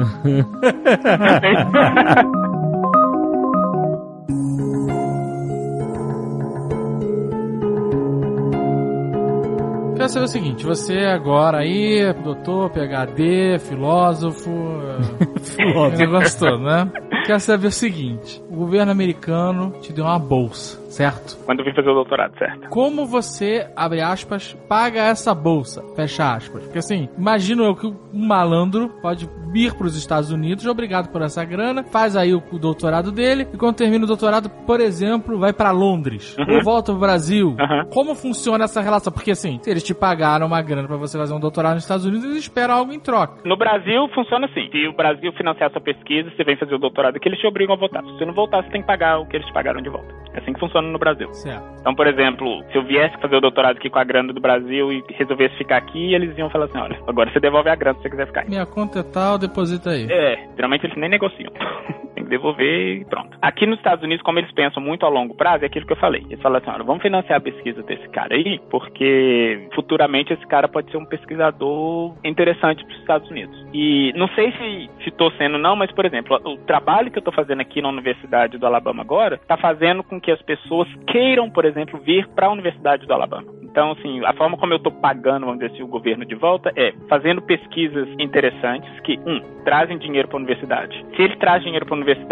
S4: Quero saber o seguinte, você agora aí, doutor, P H D, filósofo, é, negócio todo, né? Quero saber o seguinte, o governo americano te deu uma bolsa, certo?
S3: Quando eu vim fazer o doutorado, certo?
S4: Como você, abre aspas, paga essa bolsa, fecha aspas? Porque assim, imagino eu que um malandro pode vir para os Estados Unidos, obrigado por essa grana, faz aí o, o doutorado dele, e quando termina o doutorado, por exemplo, vai para Londres,
S3: Uhum.
S4: ou volta pro Brasil.
S3: Uhum.
S4: Como funciona essa relação? Porque assim, se eles te pagaram uma grana para você fazer um doutorado nos Estados Unidos, eles esperam algo em troca.
S3: No Brasil, funciona assim. Se o Brasil financiar sua pesquisa, você vem fazer o doutorado aqui, eles te obrigam a voltar. Se você não voltar, você tem que pagar o que eles te pagaram de volta. É assim que funciona no Brasil.
S4: Certo.
S3: Então, por exemplo, se eu viesse fazer o doutorado aqui com a grana do Brasil e resolvesse ficar aqui, eles iam falar assim, olha, agora você devolve a grana se você quiser ficar.
S4: Minha conta é tal, deposita aí.
S3: É, geralmente eles nem negociam. Tem que devolver e pronto. Aqui nos Estados Unidos, como eles pensam muito a longo prazo, é aquilo que eu falei. Eles falam assim, olha, vamos financiar a pesquisa desse cara aí, porque futuramente esse cara pode ser um pesquisador interessante para os Estados Unidos. E não sei se estou sendo não, mas, por exemplo, o trabalho que eu estou fazendo aqui na Universidade do Alabama agora está fazendo com que as pessoas queiram, por exemplo, vir para a Universidade do Alabama. Então, assim, a forma como eu estou pagando, vamos dizer assim, o governo de volta é fazendo pesquisas interessantes que, um, trazem dinheiro para a universidade. Se ele traz dinheiro para a universidade,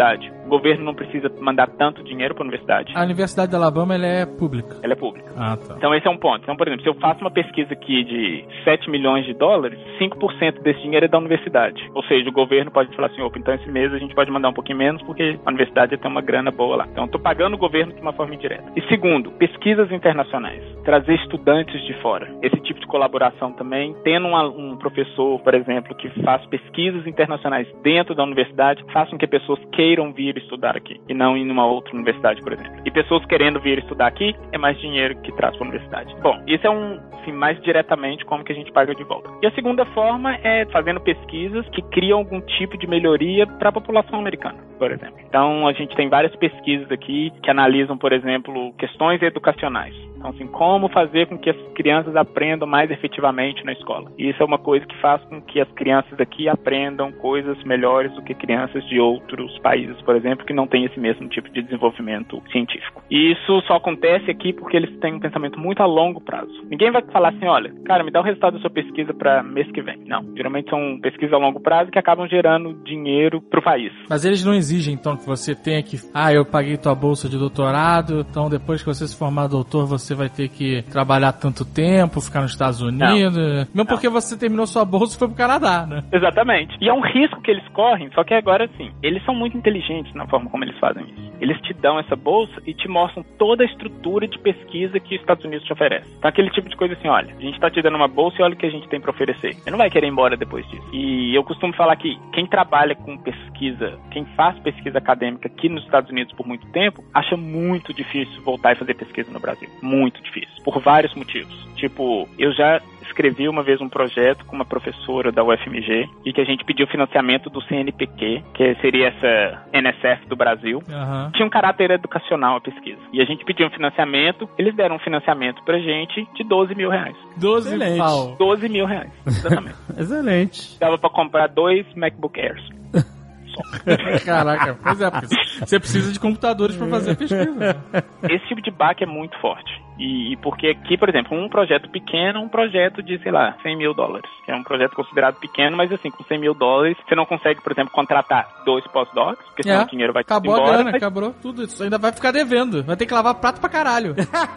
S3: O governo não precisa mandar tanto dinheiro para a universidade.
S4: A Universidade de Alabama, ela é pública.
S3: Ela é pública.
S4: Ah, tá.
S3: Então esse é um ponto. Então, por exemplo, se eu faço uma pesquisa aqui de sete milhões de dólares, cinco por cento desse dinheiro é da universidade. Ou seja, o governo pode falar assim, opa, então esse mês a gente pode mandar um pouquinho menos porque a universidade tem uma grana boa lá. Então eu tô pagando o governo de uma forma indireta. E segundo, pesquisas internacionais. Trazer estudantes de fora. Esse tipo de colaboração também. Tendo uma, um professor, por exemplo, que faz pesquisas internacionais dentro da universidade, faz com que pessoas queiram vir estudar aqui e não ir numa outra universidade, por exemplo. E pessoas querendo vir estudar aqui é mais dinheiro que traz para a universidade. Bom, isso é um, assim, mais diretamente como que a gente paga de volta. E a segunda forma é fazendo pesquisas que criam algum tipo de melhoria para a população americana, por exemplo. Então, a gente tem várias pesquisas aqui que analisam, por exemplo, questões educacionais. Então, assim, como fazer com que as crianças aprendam mais efetivamente na escola. E isso é uma coisa que faz com que as crianças aqui aprendam coisas melhores do que crianças de outros países, por exemplo, que não têm esse mesmo tipo de desenvolvimento científico. E isso só acontece aqui porque eles têm um pensamento muito a longo prazo. Ninguém vai falar assim, olha, cara, me dá o resultado da sua pesquisa para mês que vem. Não, geralmente são pesquisas a longo prazo que acabam gerando dinheiro para o país.
S4: Mas eles não exigem, então, que você tenha que... Ah, eu paguei tua bolsa de doutorado, então depois que você se formar doutor, você vai ter que trabalhar tanto tempo, ficar nos Estados Unidos... Não. Mesmo não. Porque você terminou sua bolsa e foi pro Canadá, né?
S3: Exatamente. E é um risco que eles correm, só que agora, assim, eles são muito inteligentes na forma como eles fazem isso. Eles te dão essa bolsa e te mostram toda a estrutura de pesquisa que os Estados Unidos te oferecem. Então, aquele tipo de coisa assim, olha, a gente tá te dando uma bolsa e olha o que a gente tem pra oferecer. Você não vai querer ir embora depois disso. E eu costumo falar que quem trabalha com pesquisa, quem faz pesquisa acadêmica aqui nos Estados Unidos por muito tempo, acha muito difícil voltar e fazer pesquisa no Brasil. Muito difícil. Por vários motivos. Tipo, eu já escrevi uma vez um projeto com uma professora da U F M G e que a gente pediu financiamento do C N P Q, que seria essa N S F do Brasil. Uhum. Tinha um caráter educacional a pesquisa. E a gente pediu um financiamento, eles deram um financiamento pra gente de doze mil reais.
S4: doze mil?
S3: doze mil reais, exatamente.
S2: Excelente.
S3: Dava pra comprar dois MacBook Airs.
S4: Caraca, pois é, porque você precisa de computadores pra fazer a pesquisa.
S3: Esse tipo de baque é muito forte. E, e porque aqui, por exemplo, um projeto pequeno é um projeto de, sei lá, cem mil dólares. Que é um projeto considerado pequeno, mas assim, com cem mil dólares, você não consegue, por exemplo, contratar dois pós-docs, porque senão é, o dinheiro vai
S4: acabou
S3: embora.
S4: Acabou a grana,
S3: mas...
S4: acabou tudo isso. Ainda vai ficar devendo. Vai ter que lavar prato pra caralho.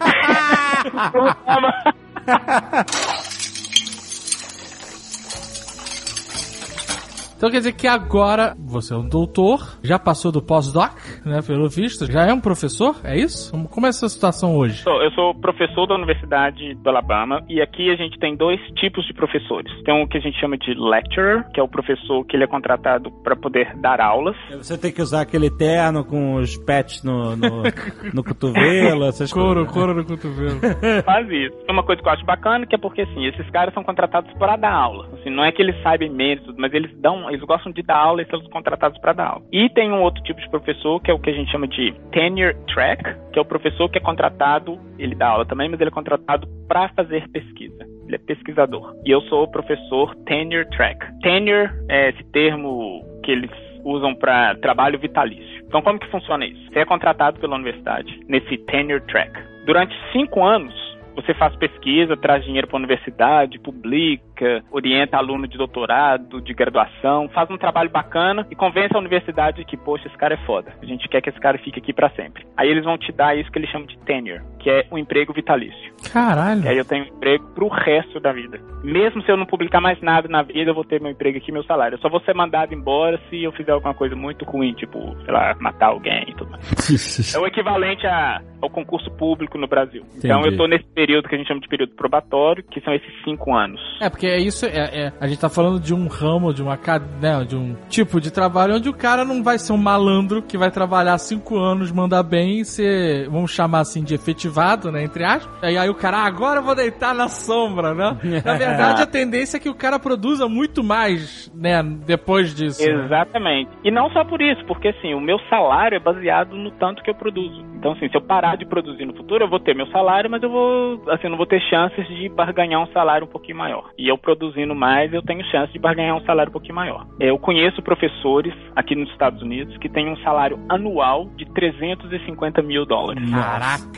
S4: Então quer dizer que agora você é um doutor, já passou do pós-doc, né, pelo visto, já é um professor, é isso? Como é essa situação hoje?
S3: Eu sou professor da Universidade do Alabama e aqui a gente tem dois tipos de professores. Tem um que a gente chama de lecturer, que é o professor que ele é contratado para poder dar aulas.
S2: Você tem que usar aquele terno com os patches no, no, no cotovelo, essas
S4: couro,
S2: coisas.
S4: Couro no cotovelo.
S3: Faz isso. Uma coisa que eu acho bacana que é porque, assim, esses caras são contratados para dar aula. Assim, não é que eles saibam menos, mas eles dão... Eles gostam de dar aula e são contratados para dar aula. E tem um outro tipo de professor, que é o que a gente chama de tenure track, que é o professor que é contratado, ele dá aula também, mas ele é contratado para fazer pesquisa. Ele é pesquisador. E eu sou o professor tenure track. Tenure é esse termo que eles usam para trabalho vitalício. Então, como que funciona isso? Você é contratado pela universidade nesse tenure track. Durante cinco anos, você faz pesquisa, traz dinheiro para a universidade, publica, orienta aluno de doutorado, de graduação, faz um trabalho bacana e convence a universidade que, poxa, esse cara é foda. A gente quer que esse cara fique aqui para sempre. Aí eles vão te dar isso que eles chamam de tenure, que é um emprego vitalício.
S4: Caralho!
S3: E aí eu tenho um emprego pro resto da vida. Mesmo se eu não publicar mais nada na vida, eu vou ter meu emprego aqui e meu salário. Eu só vou ser mandado embora se eu fizer alguma coisa muito ruim, tipo, sei lá, matar alguém e tudo mais. É o equivalente a, ao concurso público no Brasil. Entendi. Então eu tô nesse período que a gente chama de período probatório, que são esses cinco anos.
S4: É, porque é isso, é, é, a gente tá falando de um ramo, de uma né, de um tipo de trabalho onde o cara não vai ser um malandro que vai trabalhar cinco anos, mandar bem e ser, vamos chamar assim, de efetivado, né, entre aspas. E aí o cara, ah, agora eu vou deitar na sombra, né? Na verdade, a tendência é que o cara produza muito mais, né, depois disso.
S3: Exatamente. Né? E não só por isso, porque assim, o meu salário é baseado no tanto que eu produzo. Então assim, se eu parar de produzir no futuro, eu vou ter meu salário, mas eu vou, assim, não vou ter chances de barganhar um salário um pouquinho maior. E eu produzindo mais, eu tenho chance de barganhar um salário um pouquinho maior. Eu conheço professores aqui nos Estados Unidos que têm um salário anual de trezentos e cinquenta mil dólares.
S4: Caraca, aí é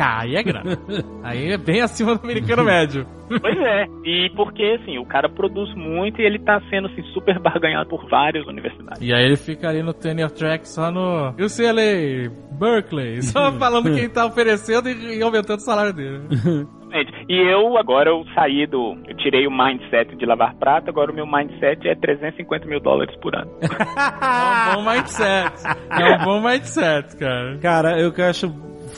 S4: negra. Aí é bem acima do americano médio.
S3: Pois é, e porque, assim, o cara produz muito e ele tá sendo, assim, super barganhado por várias universidades.
S4: E aí ele fica ali no tenure track só no U C L A, Berkeley, só falando quem tá oferecendo e, e aumentando o salário dele.
S3: E eu, agora, eu saí do... Eu tirei o mindset de lavar prato, agora o meu mindset é trezentos e cinquenta mil dólares por ano.
S4: É um bom mindset. É um bom mindset, cara.
S2: Cara, eu que acho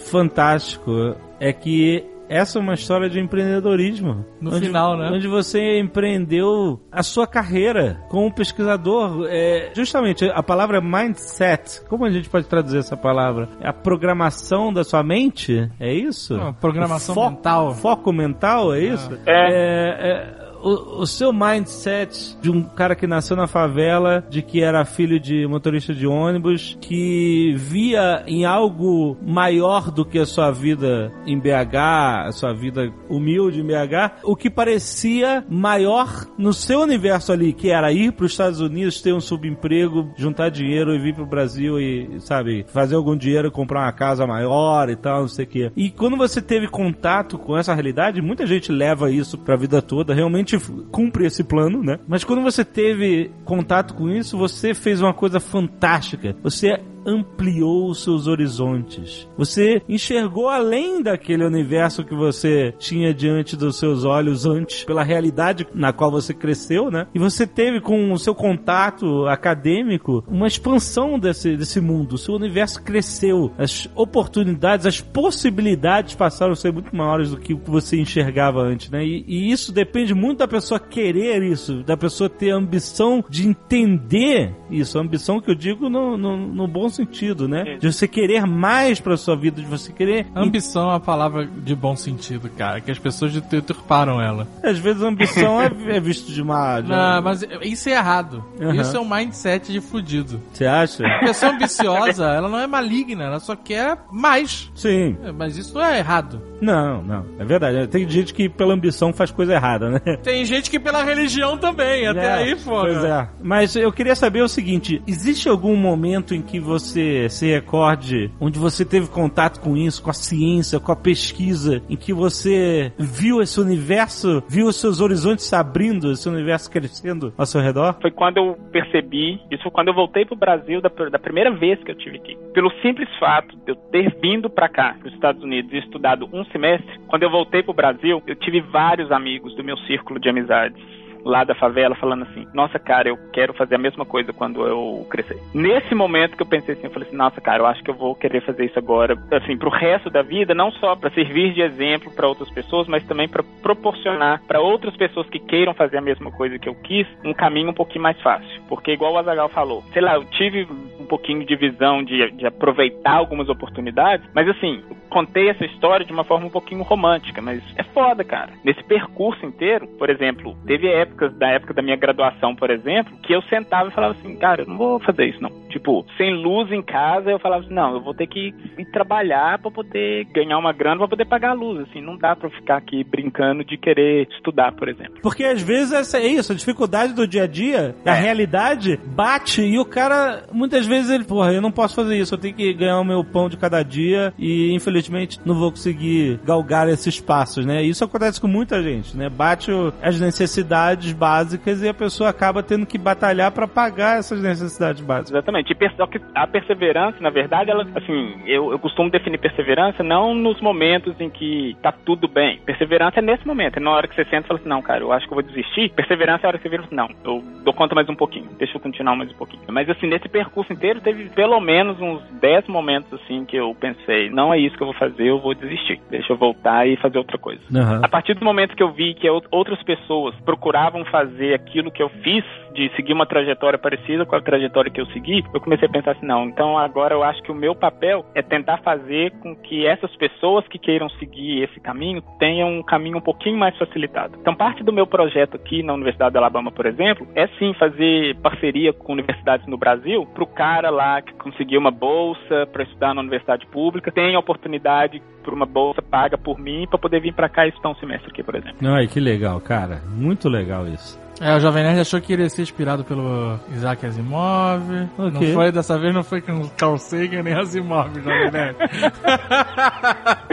S2: fantástico é que essa é uma história de empreendedorismo.
S4: No
S2: onde,
S4: final, né?
S2: Onde você empreendeu a sua carreira como pesquisador. É, justamente, a palavra mindset, como a gente pode traduzir essa palavra? É a programação da sua mente? É isso?
S4: Não, programação
S2: Fo-
S4: mental.
S2: Foco mental, é isso?
S3: É.
S2: é, é O, o seu mindset de um cara que nasceu na favela, de que era filho de motorista de ônibus, que via em algo maior do que a sua vida em B H, a sua vida humilde em B H, o que parecia maior no seu universo ali, que era ir para os Estados Unidos, ter um subemprego, juntar dinheiro e vir pro Brasil e, sabe, fazer algum dinheiro, comprar uma casa maior e tal, não sei o quê. E quando você teve contato com essa realidade, muita gente leva isso pra vida toda, realmente cumpre esse plano, né? Mas quando você teve contato com isso, você fez uma coisa fantástica. Você ampliou os seus horizontes. Você enxergou além daquele universo que você tinha diante dos seus olhos antes, pela realidade na qual você cresceu, né? E você teve com o seu contato acadêmico uma expansão desse, desse mundo. O seu universo cresceu. As oportunidades, as possibilidades passaram a ser muito maiores do que o que você enxergava antes, né? E, e isso depende muito da pessoa querer isso, da pessoa ter a ambição de entender isso. A ambição que eu digo no, no, no bom sentido, né? De você querer mais pra sua vida, de você querer...
S4: Ambição é uma palavra de bom sentido, cara, que as pessoas deturparam ela.
S2: Às vezes a ambição é, é visto de uma... De...
S4: Não, mas isso é errado.
S2: Uhum.
S4: Isso é um mindset de fudido.
S2: Você acha?
S4: A pessoa ambiciosa, ela não é maligna, ela só quer mais.
S2: Sim.
S4: Mas isso não é errado.
S2: Não, não. É verdade. Tem gente que pela ambição faz coisa errada, né?
S4: Tem gente que pela religião também, até
S2: é,
S4: aí, pô.
S2: Pois é. Mas eu queria saber o seguinte, existe algum momento em que você se recorde, onde você teve contato com isso, com a ciência, com a pesquisa, em que você viu esse universo, viu os seus horizontes se abrindo, esse universo crescendo ao seu redor?
S3: Foi quando eu percebi, isso foi quando eu voltei pro Brasil, da, da primeira vez que eu tive aqui. Pelo simples fato de eu ter vindo pra cá, pros Estados Unidos, e estudado um semestre, quando eu voltei pro Brasil, eu tive vários amigos do meu círculo de amizades lá da favela falando assim, nossa, cara, eu quero fazer a mesma coisa quando eu crescer. Nesse momento que eu pensei assim, eu falei assim, nossa, cara, eu acho que eu vou querer fazer isso agora, assim, pro resto da vida, não só para servir de exemplo para outras pessoas, mas também para proporcionar para outras pessoas que queiram fazer a mesma coisa que eu quis, um caminho um pouquinho mais fácil. Porque igual o Azaghal falou, sei lá, eu tive um pouquinho de visão de, de aproveitar algumas oportunidades, mas assim, eu contei essa história de uma forma um pouquinho romântica, mas é foda, cara. Nesse percurso inteiro, por exemplo, teve épocas, da época da minha graduação, por exemplo, que eu sentava e falava assim, cara, eu não vou fazer isso, não. Tipo, sem luz em casa, eu falava assim, não, eu vou ter que ir trabalhar pra poder ganhar uma grana, pra poder pagar a luz, assim, não dá pra ficar aqui brincando de querer estudar, por exemplo.
S2: Porque às vezes essa é isso, a dificuldade do dia a dia, a
S3: É.
S2: realidade bate e o cara, muitas vezes ele, porra, eu não posso fazer isso, eu tenho que ganhar o meu pão de cada dia e infelizmente não vou conseguir galgar esses passos, né? Isso acontece com muita gente, né? Bate o, as necessidades básicas e a pessoa acaba tendo que batalhar pra pagar essas necessidades básicas.
S3: Exatamente. E per- só que a perseverança, na verdade, ela, assim, eu, eu costumo definir perseverança não nos momentos em que tá tudo bem. Perseverança é nesse momento, é na hora que você senta e fala assim, não, cara, eu acho que eu vou desistir. Perseverança é a hora que você vira assim, não, eu dou conta mais um pouquinho, deixa eu continuar mais um pouquinho. Mas assim, nesse percurso inteiro, teve pelo menos uns dez momentos, assim, que eu pensei, não é isso que eu vou fazer, eu vou desistir. Deixa eu voltar e fazer outra coisa.
S2: Uhum.
S3: A partir do momento que eu vi que outras pessoas procuravam fazer aquilo que eu fiz, de seguir uma trajetória parecida com a trajetória que eu segui, eu comecei a pensar assim, não, então agora eu acho que o meu papel é tentar fazer com que essas pessoas que queiram seguir esse caminho tenham um caminho um pouquinho mais facilitado. Então parte do meu projeto aqui na Universidade de Alabama, por exemplo, é sim fazer parceria com universidades no Brasil, pro cara lá que conseguiu uma bolsa para estudar na universidade pública, tem a oportunidade por uma bolsa paga por mim para poder vir para cá e estudar um semestre aqui, por exemplo.
S2: Ai, que legal, cara. Muito legal isso.
S4: É, o Jovem Nerd achou que iria ser inspirado pelo Isaac Asimov.
S2: Ok.
S4: Não foi, dessa vez não foi com Carl Sagan nem Asimov, Jovem Nerd.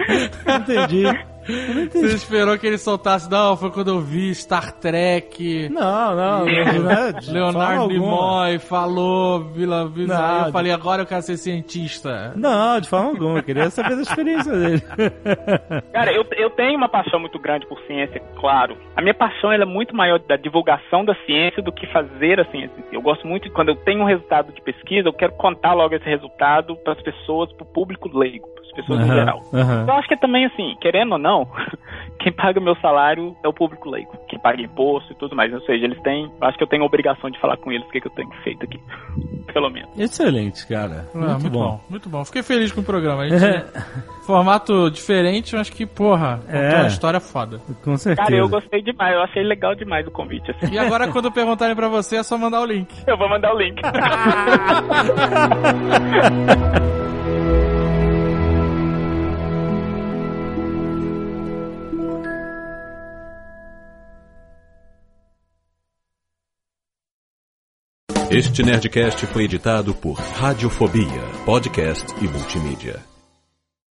S2: Não entendi. Eu não entendi.
S4: Você esperou que ele soltasse, não, foi quando eu vi Star Trek.
S2: Não, não, não é de
S4: Leonardo
S2: forma
S4: Nimoy falou, Vila Vila.
S2: Não,
S4: Aí eu
S2: de-
S4: falei, agora eu quero ser cientista.
S2: Não, de forma alguma. Eu queria saber da experiência dele.
S3: Cara, eu, eu tenho uma paixão muito grande por ciência, claro. A minha paixão ela é muito maior da divulgação da ciência do que fazer a ciência em si. Eu gosto muito, de, quando eu tenho um resultado de pesquisa, eu quero contar logo esse resultado para as pessoas, para o público leigo, para as pessoas
S2: Uhum,
S3: em geral.
S2: uhum.
S3: Eu acho que é também assim, querendo ou não, quem paga meu salário é o público leigo, quem paga imposto e tudo mais. Ou seja, eles têm, eu acho que eu tenho a obrigação de falar com eles o que, que eu tenho feito aqui, pelo menos.
S2: Excelente, cara.
S4: Ah,
S2: Muito, bom.
S4: Muito bom. Fiquei feliz com o programa. A gente, formato diferente, mas que, porra, contou
S2: É.
S4: uma história foda.
S2: Com certeza.
S3: Cara, eu gostei demais, eu achei legal demais o convite, assim.
S4: E agora, quando perguntarem pra você, é só mandar o link.
S3: Eu vou mandar o link.
S1: Este Nerdcast foi editado por Radiofobia, podcast e multimídia.